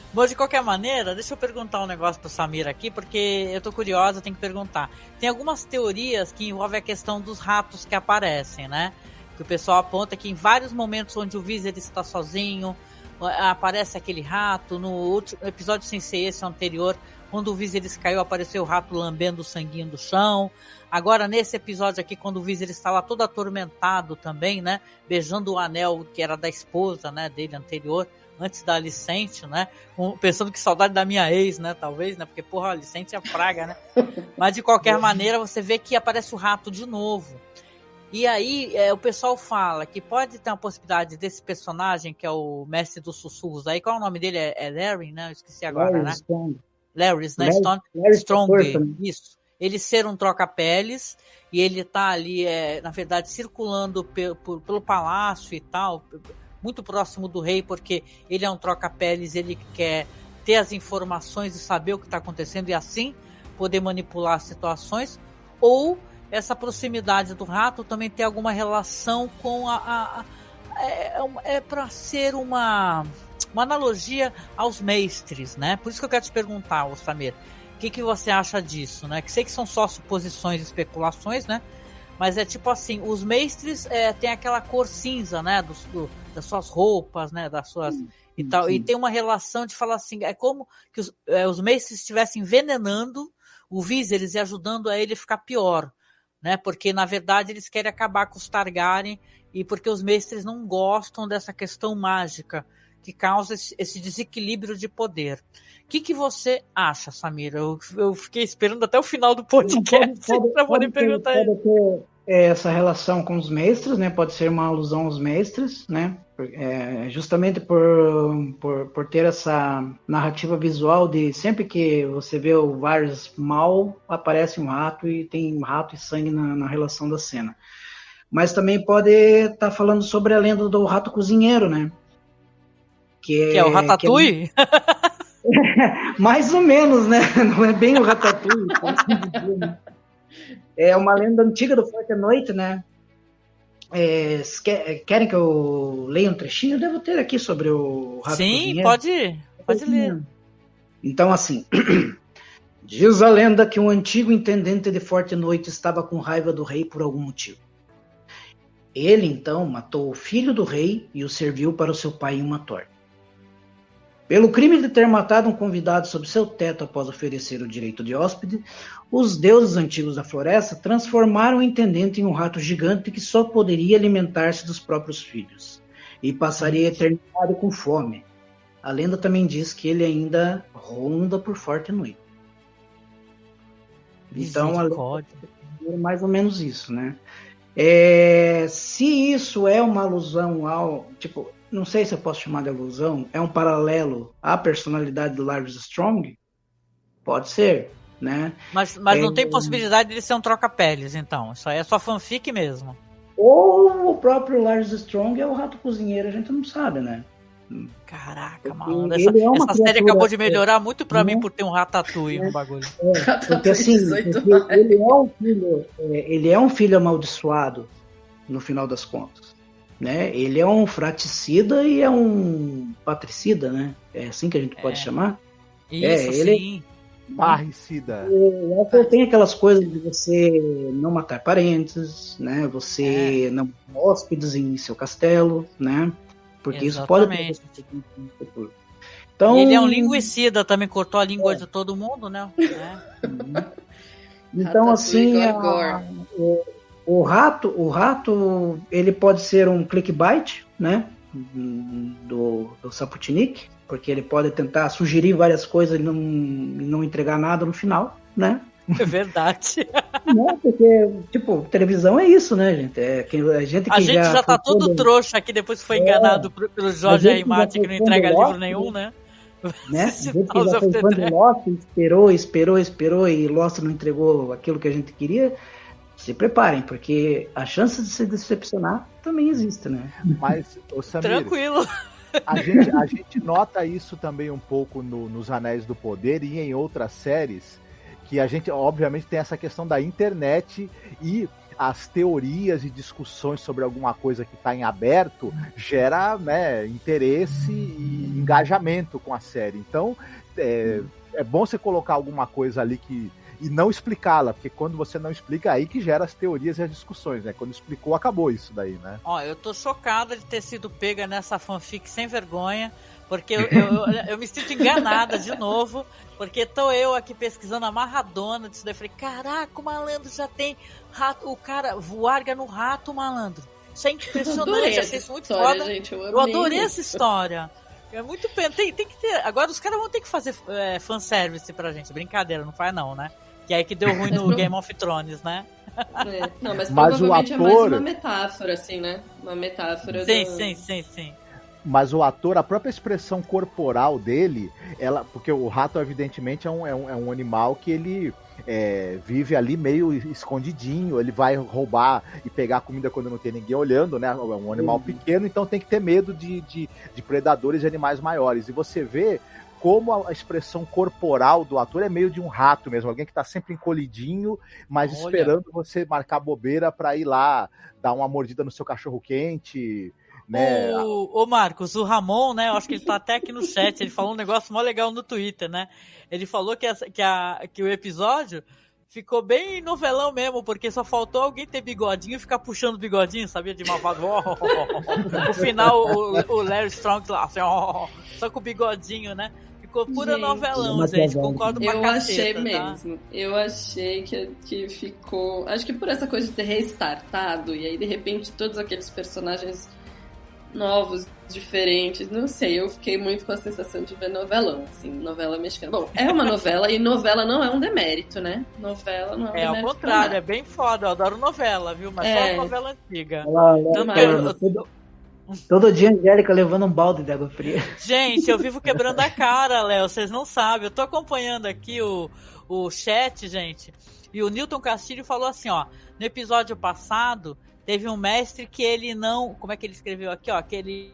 Bom, de qualquer maneira, deixa eu perguntar um negócio pro Samir aqui, porque eu tô curiosa, tenho que perguntar. Tem algumas teorias que envolvem a questão dos ratos que aparecem, né? Que o pessoal aponta que em vários momentos onde o Viserys está sozinho, aparece aquele rato. No último episódio, sem ser esse, o anterior, quando o Viserys caiu, apareceu o rato lambendo o sanguinho do chão. Agora, nesse episódio aqui, quando o Viserys está lá todo atormentado também, né? Beijando o anel que era da esposa, né, dele anterior, antes da Alicente, né? Pensando que saudade da minha ex, né? Talvez, né? Porque, porra, a Alicente é praga, né? Mas, de qualquer maneira, você vê que aparece o rato de novo. E aí, é, o pessoal fala que pode ter uma possibilidade desse personagem, que é o mestre dos sussurros aí, qual é o nome dele? É, é Larry, né? Eu esqueci agora, Larry né? Strong. Larry, né? Larry, Stone, Larry Strong, isso. Ele ser um troca-peles, e ele tá ali, é, na verdade, circulando pe- por, pelo palácio e tal, muito próximo do rei, porque ele é um troca-peles, ele quer ter as informações e saber o que está acontecendo e assim poder manipular as situações, ou essa proximidade do rato também tem alguma relação com a... a, a é é para ser uma, uma analogia aos mestres, né? Por isso que eu quero te perguntar, ô Samir, o que, que você acha disso, né? Que sei que são só suposições e especulações, né? Mas é tipo assim, os mestres é, têm aquela cor cinza, né? Do, do, das suas roupas, né? Das suas... Sim, e tal. Sim. E tem uma relação de falar assim, é como que os, é, os mestres estivessem envenenando o Viserys e ajudando a ele ficar pior, né? Porque, na verdade, eles querem acabar com os Targaryen e porque os mestres não gostam dessa questão mágica que causa esse, esse desequilíbrio de poder. O que, que você acha, Samir? Eu, eu fiquei esperando até o final do podcast para poder perguntar. Pode ter essa relação com os mestres, né? Pode ser uma alusão aos mestres, né? É, justamente por, por, por ter essa narrativa visual de sempre que você vê o Varys mal, aparece um rato e tem rato e sangue na, na relação da cena. Mas também pode estar tá falando sobre a lenda do rato cozinheiro, né? Que é, que é o Ratatouille? Que é... Mais ou menos, né? Não é bem o Ratatouille. É uma lenda antiga do Forte à Noite, né? É, querem que eu leia um trechinho? Eu devo ter aqui sobre o rato Sim, cozinheiro. pode, pode ler. Então, assim, diz a lenda que um antigo intendente de Forte à Noite estava com raiva do rei por algum motivo. Ele, então, matou o filho do rei e o serviu para o seu pai em uma torta. Pelo crime de ter matado um convidado sob seu teto após oferecer o direito de hóspede, os deuses antigos da floresta transformaram o intendente em um rato gigante que só poderia alimentar-se dos próprios filhos e passaria a eternidade com fome. A lenda também diz que ele ainda ronda por Forte à Noite. Então, a lenda é mais ou menos isso, né? É, se isso é uma alusão ao... tipo, não sei se eu posso chamar de alusão, é um paralelo à personalidade do Larry Strong? Pode ser, né? Mas, mas é, não tem possibilidade de ele ser um troca-peles, então. Isso aí é só fanfic mesmo. Ou o próprio Larry Strong é o rato cozinheiro, a gente não sabe, né? Caraca, mano. Essa, é essa série acabou de melhorar muito pra mim por ter um Ratatouille no bagulho. É, porque assim, porque ele é um filho, é, ele é um filho amaldiçoado, no final das contas. Né? Ele é um fraticida e é um patricida, né? É assim que a gente pode é. chamar? Isso, é, ele sim. Parricida. É, tem aquelas coisas de você não matar parentes, né? Você é. não matar hóspedes em seu castelo, né? Porque Exatamente. Isso pode ter no futuro. Então, e ele é um linguicida, também cortou a língua é. de todo mundo, né? É. Então, assim, a, o, o rato, o rato, ele pode ser um clickbait, né? Do, do Saputnik, porque ele pode tentar sugerir várias coisas e não, não entregar nada no final, né? É verdade. Não, porque, tipo, televisão é isso, né, gente? É, a gente, que a gente já, já tá todo todo... trouxa aqui depois que foi enganado é, pelo Jorge R. Martin, que não entrega livro Lost, nenhum, né? né? A gente que já foi fã de Lost, esperou, esperou, esperou e Lost não entregou aquilo que a gente queria. Se preparem, porque a chance de se decepcionar também existe, né? Mas, ô Samir, tranquilo. A gente, a gente nota isso também um pouco no, nos Anéis do Poder e em outras séries, que a gente, obviamente, tem essa questão da internet e as teorias e discussões sobre alguma coisa que está em aberto gera, né, interesse e engajamento com a série. Então, é, é bom você colocar alguma coisa ali que e não explicá-la, porque quando você não explica, aí que gera as teorias e as discussões, né? Quando explicou, acabou isso daí, né? Ó, eu tô chocada de ter sido pega nessa fanfic sem vergonha, porque eu, eu, eu, eu me sinto enganada de novo, porque tô eu aqui pesquisando a amarradona disso daí, falei, caraca, o malandro já tem rato, o cara voarga no rato, malandro. Isso é impressionante, achei isso muito história, foda. gente, eu, eu adorei essa história. É muito pena, tem, tem que ter, agora os caras vão ter que fazer é, fanservice pra gente, brincadeira, não faz não, né? Que é aí que deu ruim no Game of Thrones, né? É. Não, mas, mas provavelmente o ator... é mais uma metáfora, assim, né? Uma metáfora. Sim, do... sim, sim, sim. Mas o ator, a própria expressão corporal dele, ela, porque o rato, evidentemente, é um, é um, é um animal que ele é, vive ali meio escondidinho, ele vai roubar e pegar comida quando não tem ninguém olhando, né? É um animal uhum. pequeno, então tem que ter medo de, de, de predadores e animais maiores. E você vê como a expressão corporal do ator é meio de um rato mesmo, alguém que tá sempre encolhidinho, mas Olha. esperando você marcar bobeira pra ir lá dar uma mordida no seu cachorro quente, né? O, o Marcos, o Ramon, né, eu acho que ele tá até aqui no chat, ele falou um negócio mó legal no Twitter, né? Ele falou que, essa, que, a, que o episódio ficou bem novelão mesmo, porque só faltou alguém ter bigodinho e ficar puxando o bigodinho, sabia? De malvado. Oh, oh, oh. No final, o, o Larry Strong lá, assim, oh, oh, só com o bigodinho, né? Ficou pura gente, novelão, gente. Concordo pra Eu caceta, achei tá? mesmo. Eu achei que, que ficou... Acho que por essa coisa de ter restartado, e aí, de repente, todos aqueles personagens novos, diferentes, não sei, eu fiquei muito com a sensação de ver novelão, assim, novela mexicana. Bom, é uma novela, e novela não é um demérito, né? Novela não é um é, demérito. É, ao contrário, é bem foda, eu adoro novela, viu? Mas é. só novela antiga. Olá, olá, Tanto que eu, todo, todo dia a Angélica levando um balde de água fria. Gente, eu vivo quebrando a cara, Léo, vocês não sabem, eu tô acompanhando aqui o, o chat, gente, e o Newton Castilho falou assim, ó, no episódio passado, teve um mestre que ele não... Como é que ele escreveu aqui, ó? Que ele...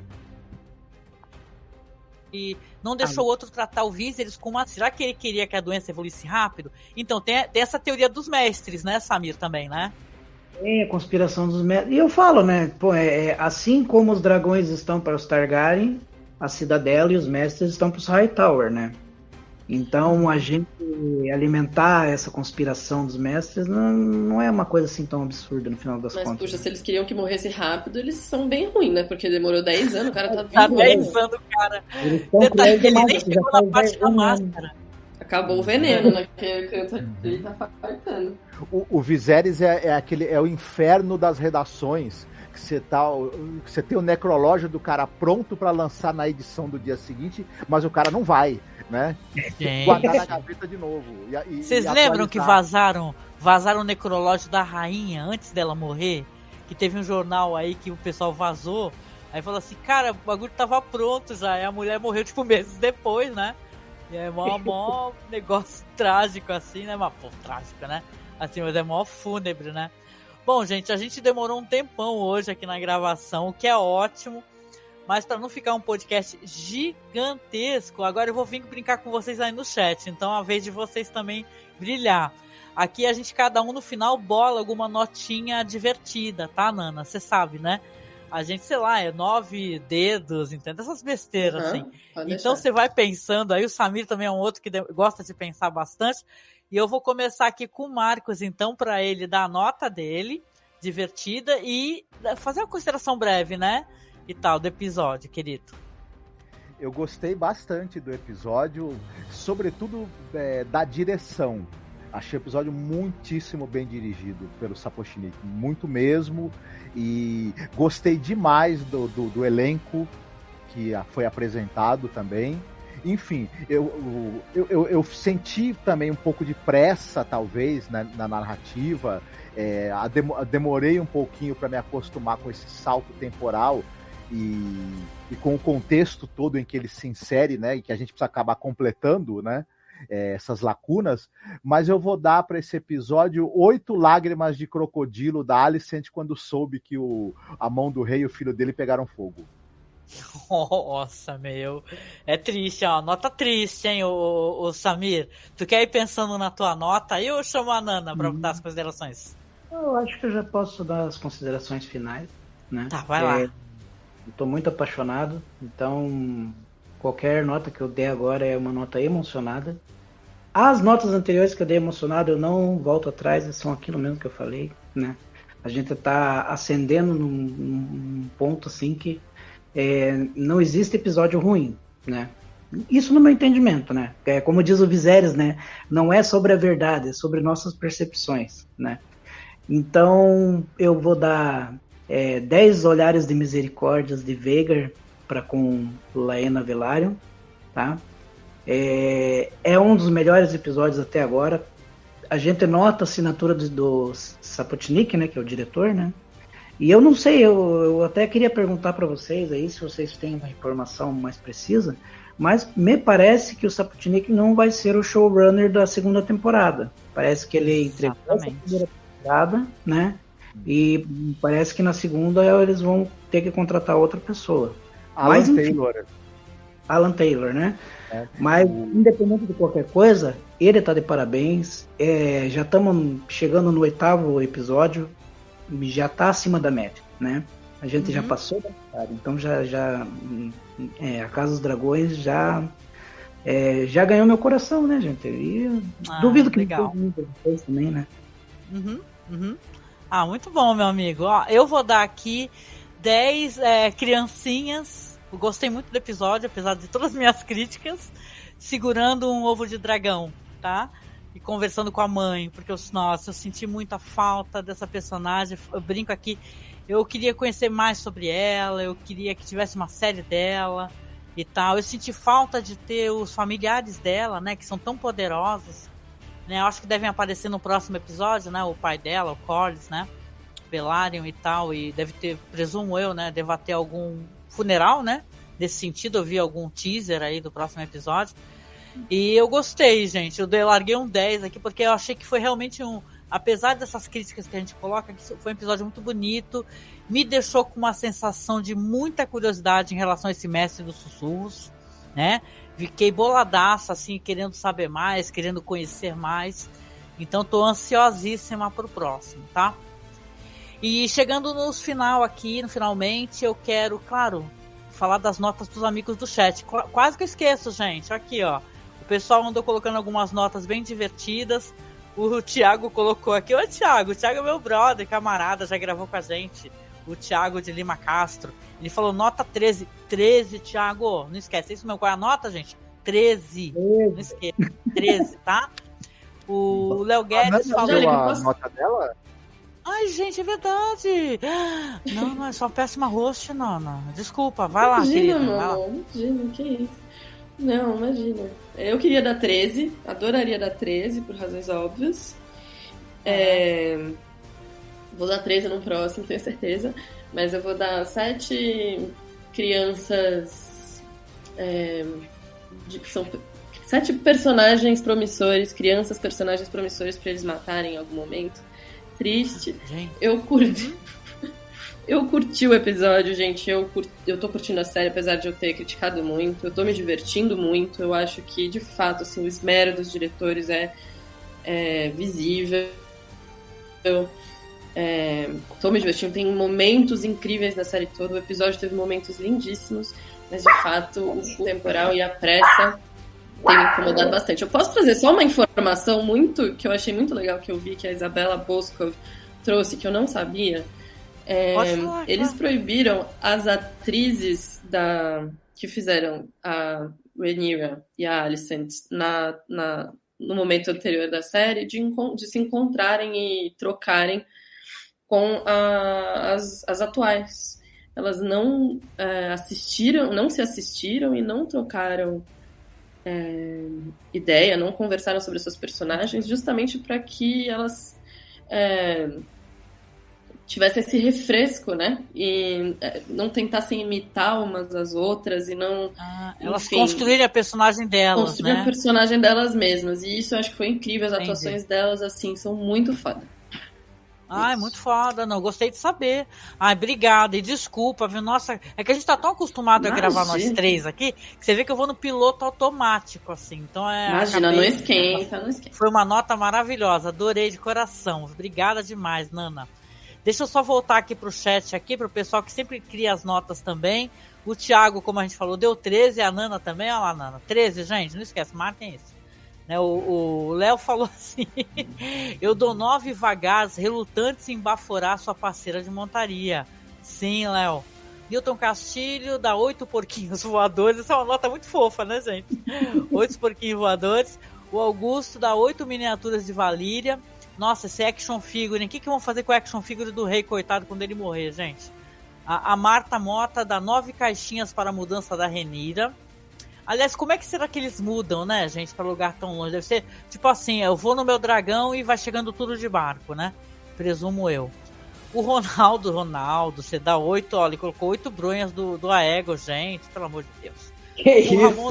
E não deixou o outro tratar o Viserys com uma... Será que ele queria que a doença evoluísse rápido? Então, tem, tem essa teoria dos mestres, né, Samir, também, né? É, a conspiração dos mestres. E eu falo, né? Pô, é, é, assim como os dragões estão para os Targaryen, a Cidadela e os mestres estão para os Hightower, né? Então, a gente alimentar essa conspiração dos mestres não, não é uma coisa assim tão absurda no final das Mas, contas. Mas, puxa, se eles queriam que morresse rápido, eles são bem ruins, né? Porque demorou dez anos, o cara tá vivo. Tá dez anos, cara. Detalhe, ele nem chegou na parte da máscara. Acabou o veneno, né? Que ele tá fartando. O, o Viserys é, é, aquele, é o inferno das redações. Que você, tá, você tem o necrológio do cara pronto pra lançar na edição do dia seguinte, mas o cara não vai, né? Gente. Guardar na gaveta de novo. E, e, Vocês e lembram atualizar. que vazaram, vazaram o necrológio da rainha antes dela morrer? Que teve um jornal aí que o pessoal vazou. Aí falou assim, cara, o bagulho tava pronto já. E a mulher morreu, tipo, meses depois, né? E é mó, mó negócio trágico, assim, né? Mas, pô, trágico, né? Assim, mas é mó fúnebre, né? Bom, gente, a gente demorou um tempão hoje aqui na gravação, o que é ótimo. Mas para não ficar um podcast gigantesco, agora eu vou vir brincar com vocês aí no chat. Então é a vez de vocês também brilhar. Aqui a gente, cada um no final, bola alguma notinha divertida, tá, Nana? Você sabe, né? A gente, sei lá, é nove dedos, entende? Essas besteiras, uhum, assim. Então você vai pensando, aí o Samir também é um outro que gosta de pensar bastante. E eu vou começar aqui com o Marcos, então, para ele dar a nota dele, divertida, e fazer uma consideração breve, né? E tal, do episódio, querido. Eu gostei bastante do episódio, sobretudo é, da direção. Achei o episódio muitíssimo bem dirigido pelo Sapochnik, muito mesmo. E gostei demais do, do, do elenco que foi apresentado também. Enfim, eu, eu, eu, eu senti também um pouco de pressa, talvez, na, na narrativa. É, demorei um pouquinho para me acostumar com esse salto temporal e, e com o contexto todo em que ele se insere, né, e que a gente precisa acabar completando, né, é, essas lacunas. Mas eu vou dar para esse episódio oito lágrimas de crocodilo da Alicent quando soube que o, a mão do rei e o filho dele pegaram fogo. Nossa, meu. É triste, ó. Nota triste, hein, o, o Samir. Tu quer ir pensando na tua nota aí ou eu chamo a Nana pra hum. dar as considerações? Eu acho que eu já posso dar as considerações finais, né? Tá, vai é, lá. Eu tô muito apaixonado, então Qualquer nota que eu der agora é uma nota emocionada. As notas anteriores que eu dei emocionado, eu não volto atrás, são aquilo mesmo que eu falei, né? A gente está ascendendo num, num ponto assim que é, não existe episódio ruim, né? Isso no meu entendimento, né? É, como diz o Viserys, né? Não é sobre a verdade, é sobre nossas percepções, né? Então, eu vou dar é, dez olhares de misericórdias de Vhagar para com Laena Velaryon, tá? É, é um dos melhores episódios até agora. A gente nota a assinatura do, do Sapotnik, né, que é o diretor, né? E eu não sei, eu, eu até queria perguntar para vocês aí, se vocês têm uma informação mais precisa, mas me parece que o Sapotnik não vai ser o showrunner da segunda temporada. Parece que ele entregou a primeira temporada, né? E parece que na segunda eles vão ter que contratar outra pessoa. Alan mas, enfim, Taylor. Alan Taylor, né? É, mas, o... independente de qualquer coisa, ele tá de parabéns. É, já estamos chegando no oitavo episódio, já tá acima da média, né? A gente uhum. já passou da metade, então já, já é, a Casa dos Dragões já, é, já ganhou meu coração, né, gente? E ah, duvido que legal. me depois também, né? Uhum, uhum. Ah, muito bom, meu amigo. Ó, eu vou dar aqui dez é, criancinhas. Eu gostei muito do episódio, apesar de todas as minhas críticas, segurando um ovo de dragão, tá? E conversando com a mãe, porque eu, nossa, eu senti muita falta dessa personagem. Eu brinco aqui, eu queria conhecer mais sobre ela, eu queria que tivesse uma série dela e tal. Eu senti falta de ter os familiares dela, né, que são tão poderosos, né? Eu acho que devem aparecer no próximo episódio, né, o pai dela, o Corlys, né, Velaryon e tal, e deve ter, presumo eu, né, deve ter algum funeral, né? Nesse sentido, eu vi algum teaser aí do próximo episódio. E eu gostei, gente. Eu larguei um dez aqui, porque eu achei que foi realmente um... Apesar dessas críticas que a gente coloca, foi um episódio muito bonito. Me deixou com uma sensação de muita curiosidade em relação a esse mestre dos sussurros, né? Fiquei boladaça, assim, querendo saber mais, querendo conhecer mais. Então, tô ansiosíssima pro próximo, tá? E chegando no final aqui, no finalmente, eu quero, claro, falar das notas dos amigos do chat. Quase que eu esqueço, gente. Aqui, ó. O pessoal andou colocando algumas notas bem divertidas. O Thiago colocou aqui. Ô, Thiago, o Thiago é meu brother, camarada, já gravou com a gente. O Thiago de Lima Castro. Ele falou nota treze. treze, Thiago. Não esquece. Isso mesmo. Qual é a nota, gente? treze. Não esquece. treze, tá? O Léo Guedes a falou... a posso... nota dela? Ai, gente, é verdade. Não, não, é só péssima host, Nana. Desculpa, vai lá, imagina, querida. Imagina, vai lá. imagina, que isso. Não, imagina. Eu queria dar treze, adoraria dar treze, por razões óbvias. É... Vou dar treze no próximo, tenho certeza. Mas eu vou dar sete crianças... É... De... São sete personagens promissores, crianças personagens promissores pra eles matarem em algum momento. Triste. Gente. Eu curti. Eu curti o episódio, gente. Eu, cur... eu tô curtindo a série, apesar de eu ter criticado muito. Eu tô me divertindo muito. Eu acho que, de fato, assim, o esmero dos diretores é, é visível. Eu é... tô me divertindo. Tem momentos incríveis na série toda. O episódio teve momentos lindíssimos, mas, de fato, o temporal e a pressa tem me incomodado bastante. Eu posso trazer só uma informação muito que eu achei muito legal, que eu vi que a Isabela Boscov trouxe, que eu não sabia. É, falar, eles claro. proibiram as atrizes da, que fizeram a Rhaenyra e a Alicent na, na, no momento anterior da série de, de se encontrarem e trocarem com a, as, as atuais. Elas não é, assistiram, não se assistiram e não trocaram É, ideia, não conversaram sobre seus personagens, justamente para que elas é, tivessem esse refresco, né? E é, não tentassem imitar umas às outras e não... Ah, elas enfim, construírem a personagem delas, construírem né? a personagem delas mesmas. E isso eu acho que foi incrível. As Entendi. atuações delas, assim, são muito foda. Ai, muito foda, não, gostei de saber. Ai, obrigada, e desculpa, viu, nossa, é que a gente tá tão acostumado Imagina. a gravar nós três aqui, que você vê que eu vou no piloto automático, assim, então é... Imagina, acabei... não esquenta, não esquenta. Foi uma nota maravilhosa, adorei de coração, obrigada demais, Nana. Deixa eu só voltar aqui pro chat, aqui, pro pessoal que sempre cria as notas também. O Thiago, como a gente falou, deu treze, a Nana também, olha lá, Nana. treze, gente, não esquece, marquem isso. Né, o Léo falou assim, eu dou nove vagás relutantes em baforar sua parceira de montaria. Sim, Léo. Newton Castilho dá oito porquinhos voadores. Essa é uma nota muito fofa, né, gente? Oito porquinhos voadores. O Augusto dá oito miniaturas de Valíria. Nossa, esse action figure, o que, que vão fazer com o action figure do rei, coitado, quando ele morrer, gente? A, a Marta Mota dá nove caixinhas para a mudança da Renira. Aliás, como é que será que eles mudam, né, gente, para lugar tão longe? Deve ser, tipo assim, eu vou no meu dragão e vai chegando tudo de barco, né? Presumo eu. O Ronaldo, Ronaldo, você dá oito, olha, ele colocou oito bronhas do, do Aego, gente, pelo amor de Deus. Que o isso? Ramon...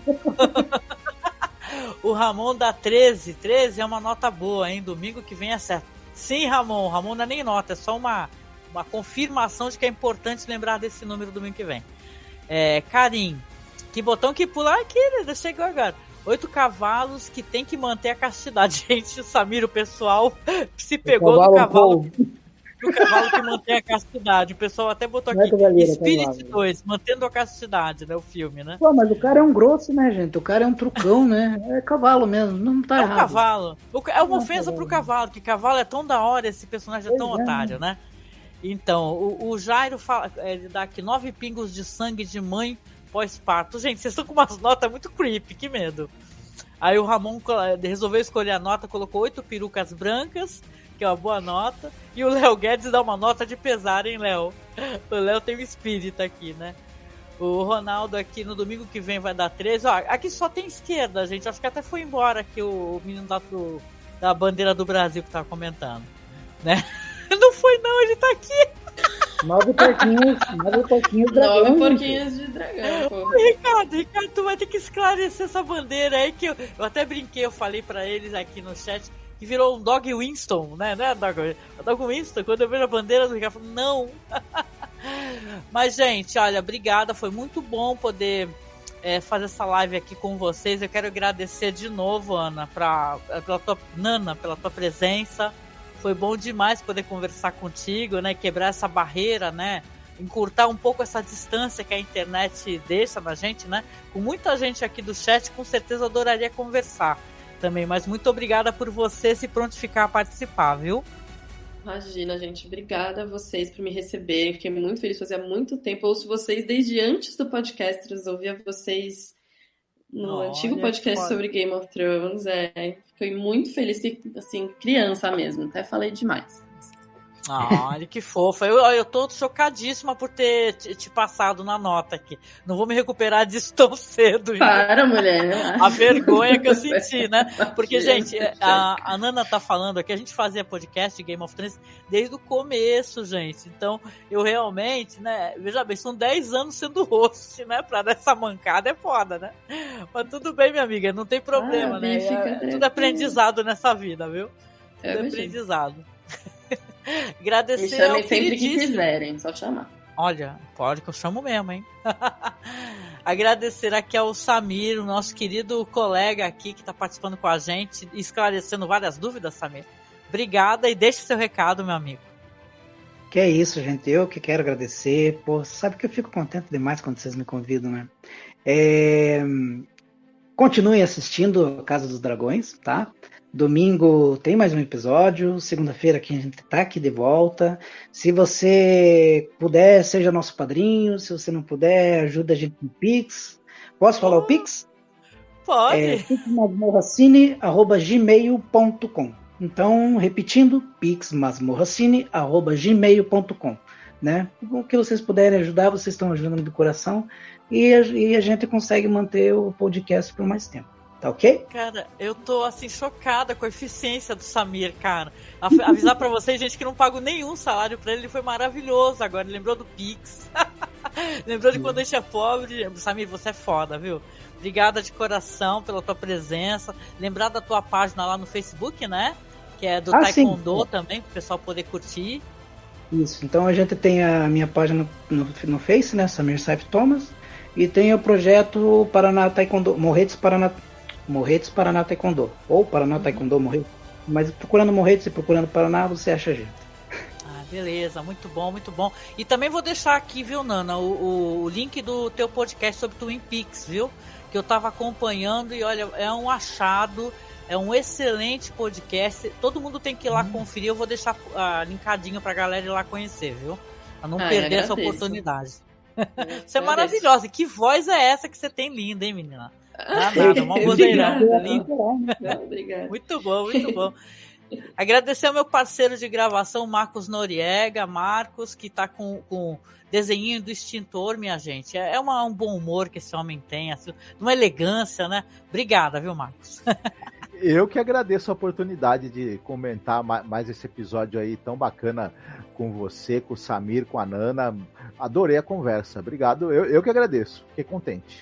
o Ramon dá treze, treze é uma nota boa, hein? Domingo que vem é certo. Sim, Ramon, o Ramon não é nem nota, é só uma, uma confirmação de que é importante lembrar desse número domingo que vem. É, Karim, que botão que pula aqui, né? Chegou agora. Oito cavalos que tem que manter a castidade. Gente, o Samir, o pessoal se pegou no cavalo. No cavalo que mantém a castidade. O pessoal até botou aqui. Galera, Spirit dois, mantendo a castidade, né? O filme, né? Pô, mas o cara é um grosso, né, gente? O cara é um trucão, né? É cavalo mesmo, não tá é errado. É um cavalo. É uma ofensa pro cavalo, que cavalo é tão da hora, esse personagem é tão é, otário, né? Então, o, o Jairo fala, ele dá aqui nove pingos de sangue de mãe pós-parto. Gente, vocês estão com umas notas muito creepy, que medo. Aí o Ramon resolveu escolher a nota, colocou oito perucas brancas, que é uma boa nota, e o Léo Guedes dá uma nota de pesar, hein, Léo? O Léo tem um espírito aqui, né? O Ronaldo aqui no domingo que vem vai dar treze. Ó, aqui só tem esquerda, gente. Acho que até foi embora aqui o menino da, do, da bandeira do Brasil que tava comentando, né? Não foi não, ele tá aqui. Nove porquinhos, nove porquinhos dragão. Nove porquinhos de dragão, pô. Ricardo, Ricardo, tu vai ter que esclarecer essa bandeira aí, que eu, eu até brinquei, eu falei pra eles aqui no chat, que virou um Dog Winston, né? Não é Dog, Dog Winston, quando eu vejo a bandeira do Ricardo, eu falo, não. Mas, gente, olha, obrigada, foi muito bom poder é, fazer essa live aqui com vocês. Eu quero agradecer de novo, Ana, pra, pela tua, Nana, pela tua presença. Foi bom demais poder conversar contigo, né? Quebrar essa barreira, né? Encurtar um pouco essa distância que a internet deixa na gente, né? Com muita gente aqui do chat, com certeza adoraria conversar também. Mas muito obrigada por você se prontificar a participar, viu? Imagina, gente. Obrigada a vocês por me receberem. Fiquei muito feliz. Fazia muito tempo. Eu ouço vocês desde antes do podcast. Eu ouvia vocês no Olha, antigo podcast sobre Game of Thrones. É, fiquei muito feliz. Que, assim, criança mesmo. Até falei demais. Olha que fofa. Eu, eu tô chocadíssima por ter te, te passado na nota aqui. Não vou me recuperar disso tão cedo. Para, mulher. A vergonha que eu senti, né? Porque, gente, a, a Nana tá falando aqui, a gente fazia podcast de Game of Thrones desde o começo, gente. Então, eu realmente, né? Veja bem, são dez anos sendo host, né? Pra dar essa mancada é foda, né? Mas tudo bem, minha amiga, não tem problema, ah, né? É, tudo aprendizado nessa vida, viu? Tudo é aprendizado. Agradecer. Me chamem sempre que quiserem, só chamar. Olha, pode que eu chamo mesmo, hein? Agradecer aqui ao Samir, o nosso querido colega aqui que está participando com a gente, esclarecendo várias dúvidas, Samir. Obrigada e deixe seu recado, meu amigo. Que é isso, gente. Eu que quero agradecer. Pô, sabe que eu fico contente demais quando vocês me convidam, né? É... Continuem assistindo a Casa dos Dragões, tá? Domingo tem mais um episódio, segunda-feira aqui a gente tá aqui de volta. Se você puder, seja nosso padrinho. Se você não puder, ajuda a gente no Pix. Posso falar oh, o Pix? Pode. É pix masmorracine arroba gmail ponto com. Então, repetindo, pix masmorracine arroba gmail ponto com, né? O que vocês puderem ajudar, vocês estão ajudando de coração. E a, e a gente consegue manter o podcast por mais tempo. Tá ok? Cara, eu tô assim chocada com a eficiência do Samir, cara. Avisar pra vocês, gente, que não pago nenhum salário pra ele, ele foi maravilhoso agora. Ele lembrou do Pix. Lembrou de quando a gente é pobre. Samir, você é foda, viu? Obrigada de coração pela tua presença. Lembrar da tua página lá no Facebook, né? Que é do ah, Taekwondo sim. também, pro pessoal poder curtir. Isso, então a gente tem a minha página no, no Face, né? Samir Saif Thomas. E tem o projeto Paraná Taekwondo, Morretes Paraná. Morretes Paraná Taekwondo, ou Paraná Taekwondo Morretes, mas procurando Morretes e procurando Paraná, você acha a gente. Ah, beleza, muito bom, muito bom. E também vou deixar aqui, viu, Nana, o, o link do teu podcast sobre Twin Peaks, viu? Que eu tava acompanhando e olha, é um achado, é um excelente podcast. Todo mundo tem que ir lá hum. conferir. Eu vou deixar uh, linkadinho pra galera ir lá conhecer, viu? Pra não ah, perder essa oportunidade. Você é maravilhosa. Que voz é essa que você tem linda, hein, menina? Não, nada, uma vozeirão. Linda. Muito bom, muito bom. Agradecer ao meu parceiro de gravação, Marcos Noriega. Marcos, que tá com, com desenhinho do extintor, minha gente. É uma, um bom humor que esse homem tem, assim, uma elegância, né? Obrigada, viu, Marcos? Eu que agradeço a oportunidade de comentar mais esse episódio aí tão bacana com você, com o Samir, com a Nana. Adorei a conversa. Obrigado. Eu, eu que agradeço. Fiquei contente.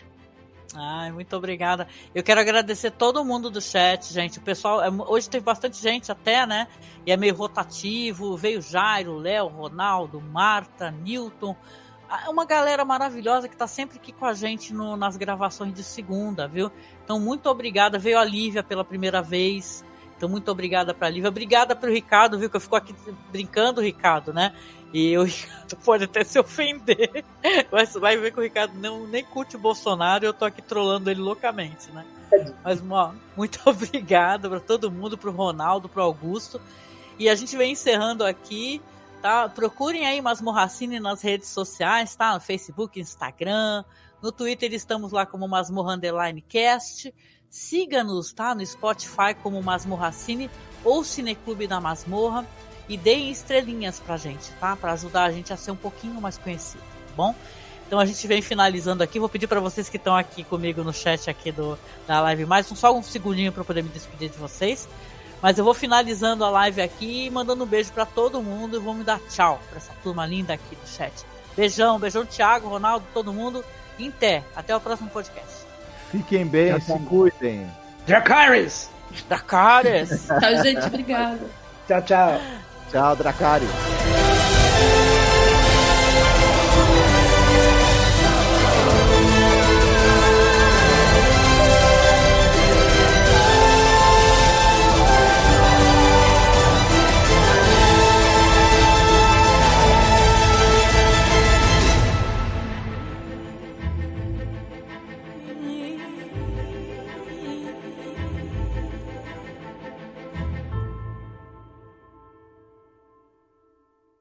Ai, muito obrigada. Eu quero agradecer todo mundo do chat, gente. O pessoal, hoje teve bastante gente até, né? E é meio rotativo. Veio Jairo, Léo, Ronaldo, Marta, Newton. Uma galera maravilhosa que tá sempre aqui com a gente no, nas gravações de segunda, viu? Então, muito obrigada. Veio a Lívia pela primeira vez. Então, muito obrigada pra Lívia. Obrigada pro Ricardo, viu? Que eu fico aqui brincando, Ricardo, né? E o Ricardo pode até se ofender. Mas vai ver que o Ricardo não, nem curte o Bolsonaro e eu tô aqui trollando ele loucamente, né? Mas, ó, muito obrigada pra todo mundo, pro Ronaldo, pro Augusto. E a gente vem encerrando aqui, tá? Procurem aí Masmorracine nas redes sociais, tá? No Facebook, Instagram. No Twitter estamos lá como Masmorra Underline Cast. Siga-nos, tá? No Spotify como Masmorracine ou Cineclube da Masmorra. E deem estrelinhas pra gente, tá? Pra ajudar a gente a ser um pouquinho mais conhecido, tá bom? Então a gente vem finalizando aqui. Vou pedir pra vocês que estão aqui comigo no chat aqui do, da live mais só um segundinho pra eu poder me despedir de vocês. Mas eu vou finalizando a live aqui e mandando um beijo pra todo mundo. E vou me dar tchau pra essa turma linda aqui do chat. Beijão, beijão Thiago, Ronaldo, todo mundo. Em té. Até o próximo podcast. Fiquem bem, Já se tá. cuidem. Dracarys! Dracarys! Tchau, gente. Obrigada. Tchau, tchau. Tchau, Dracarys.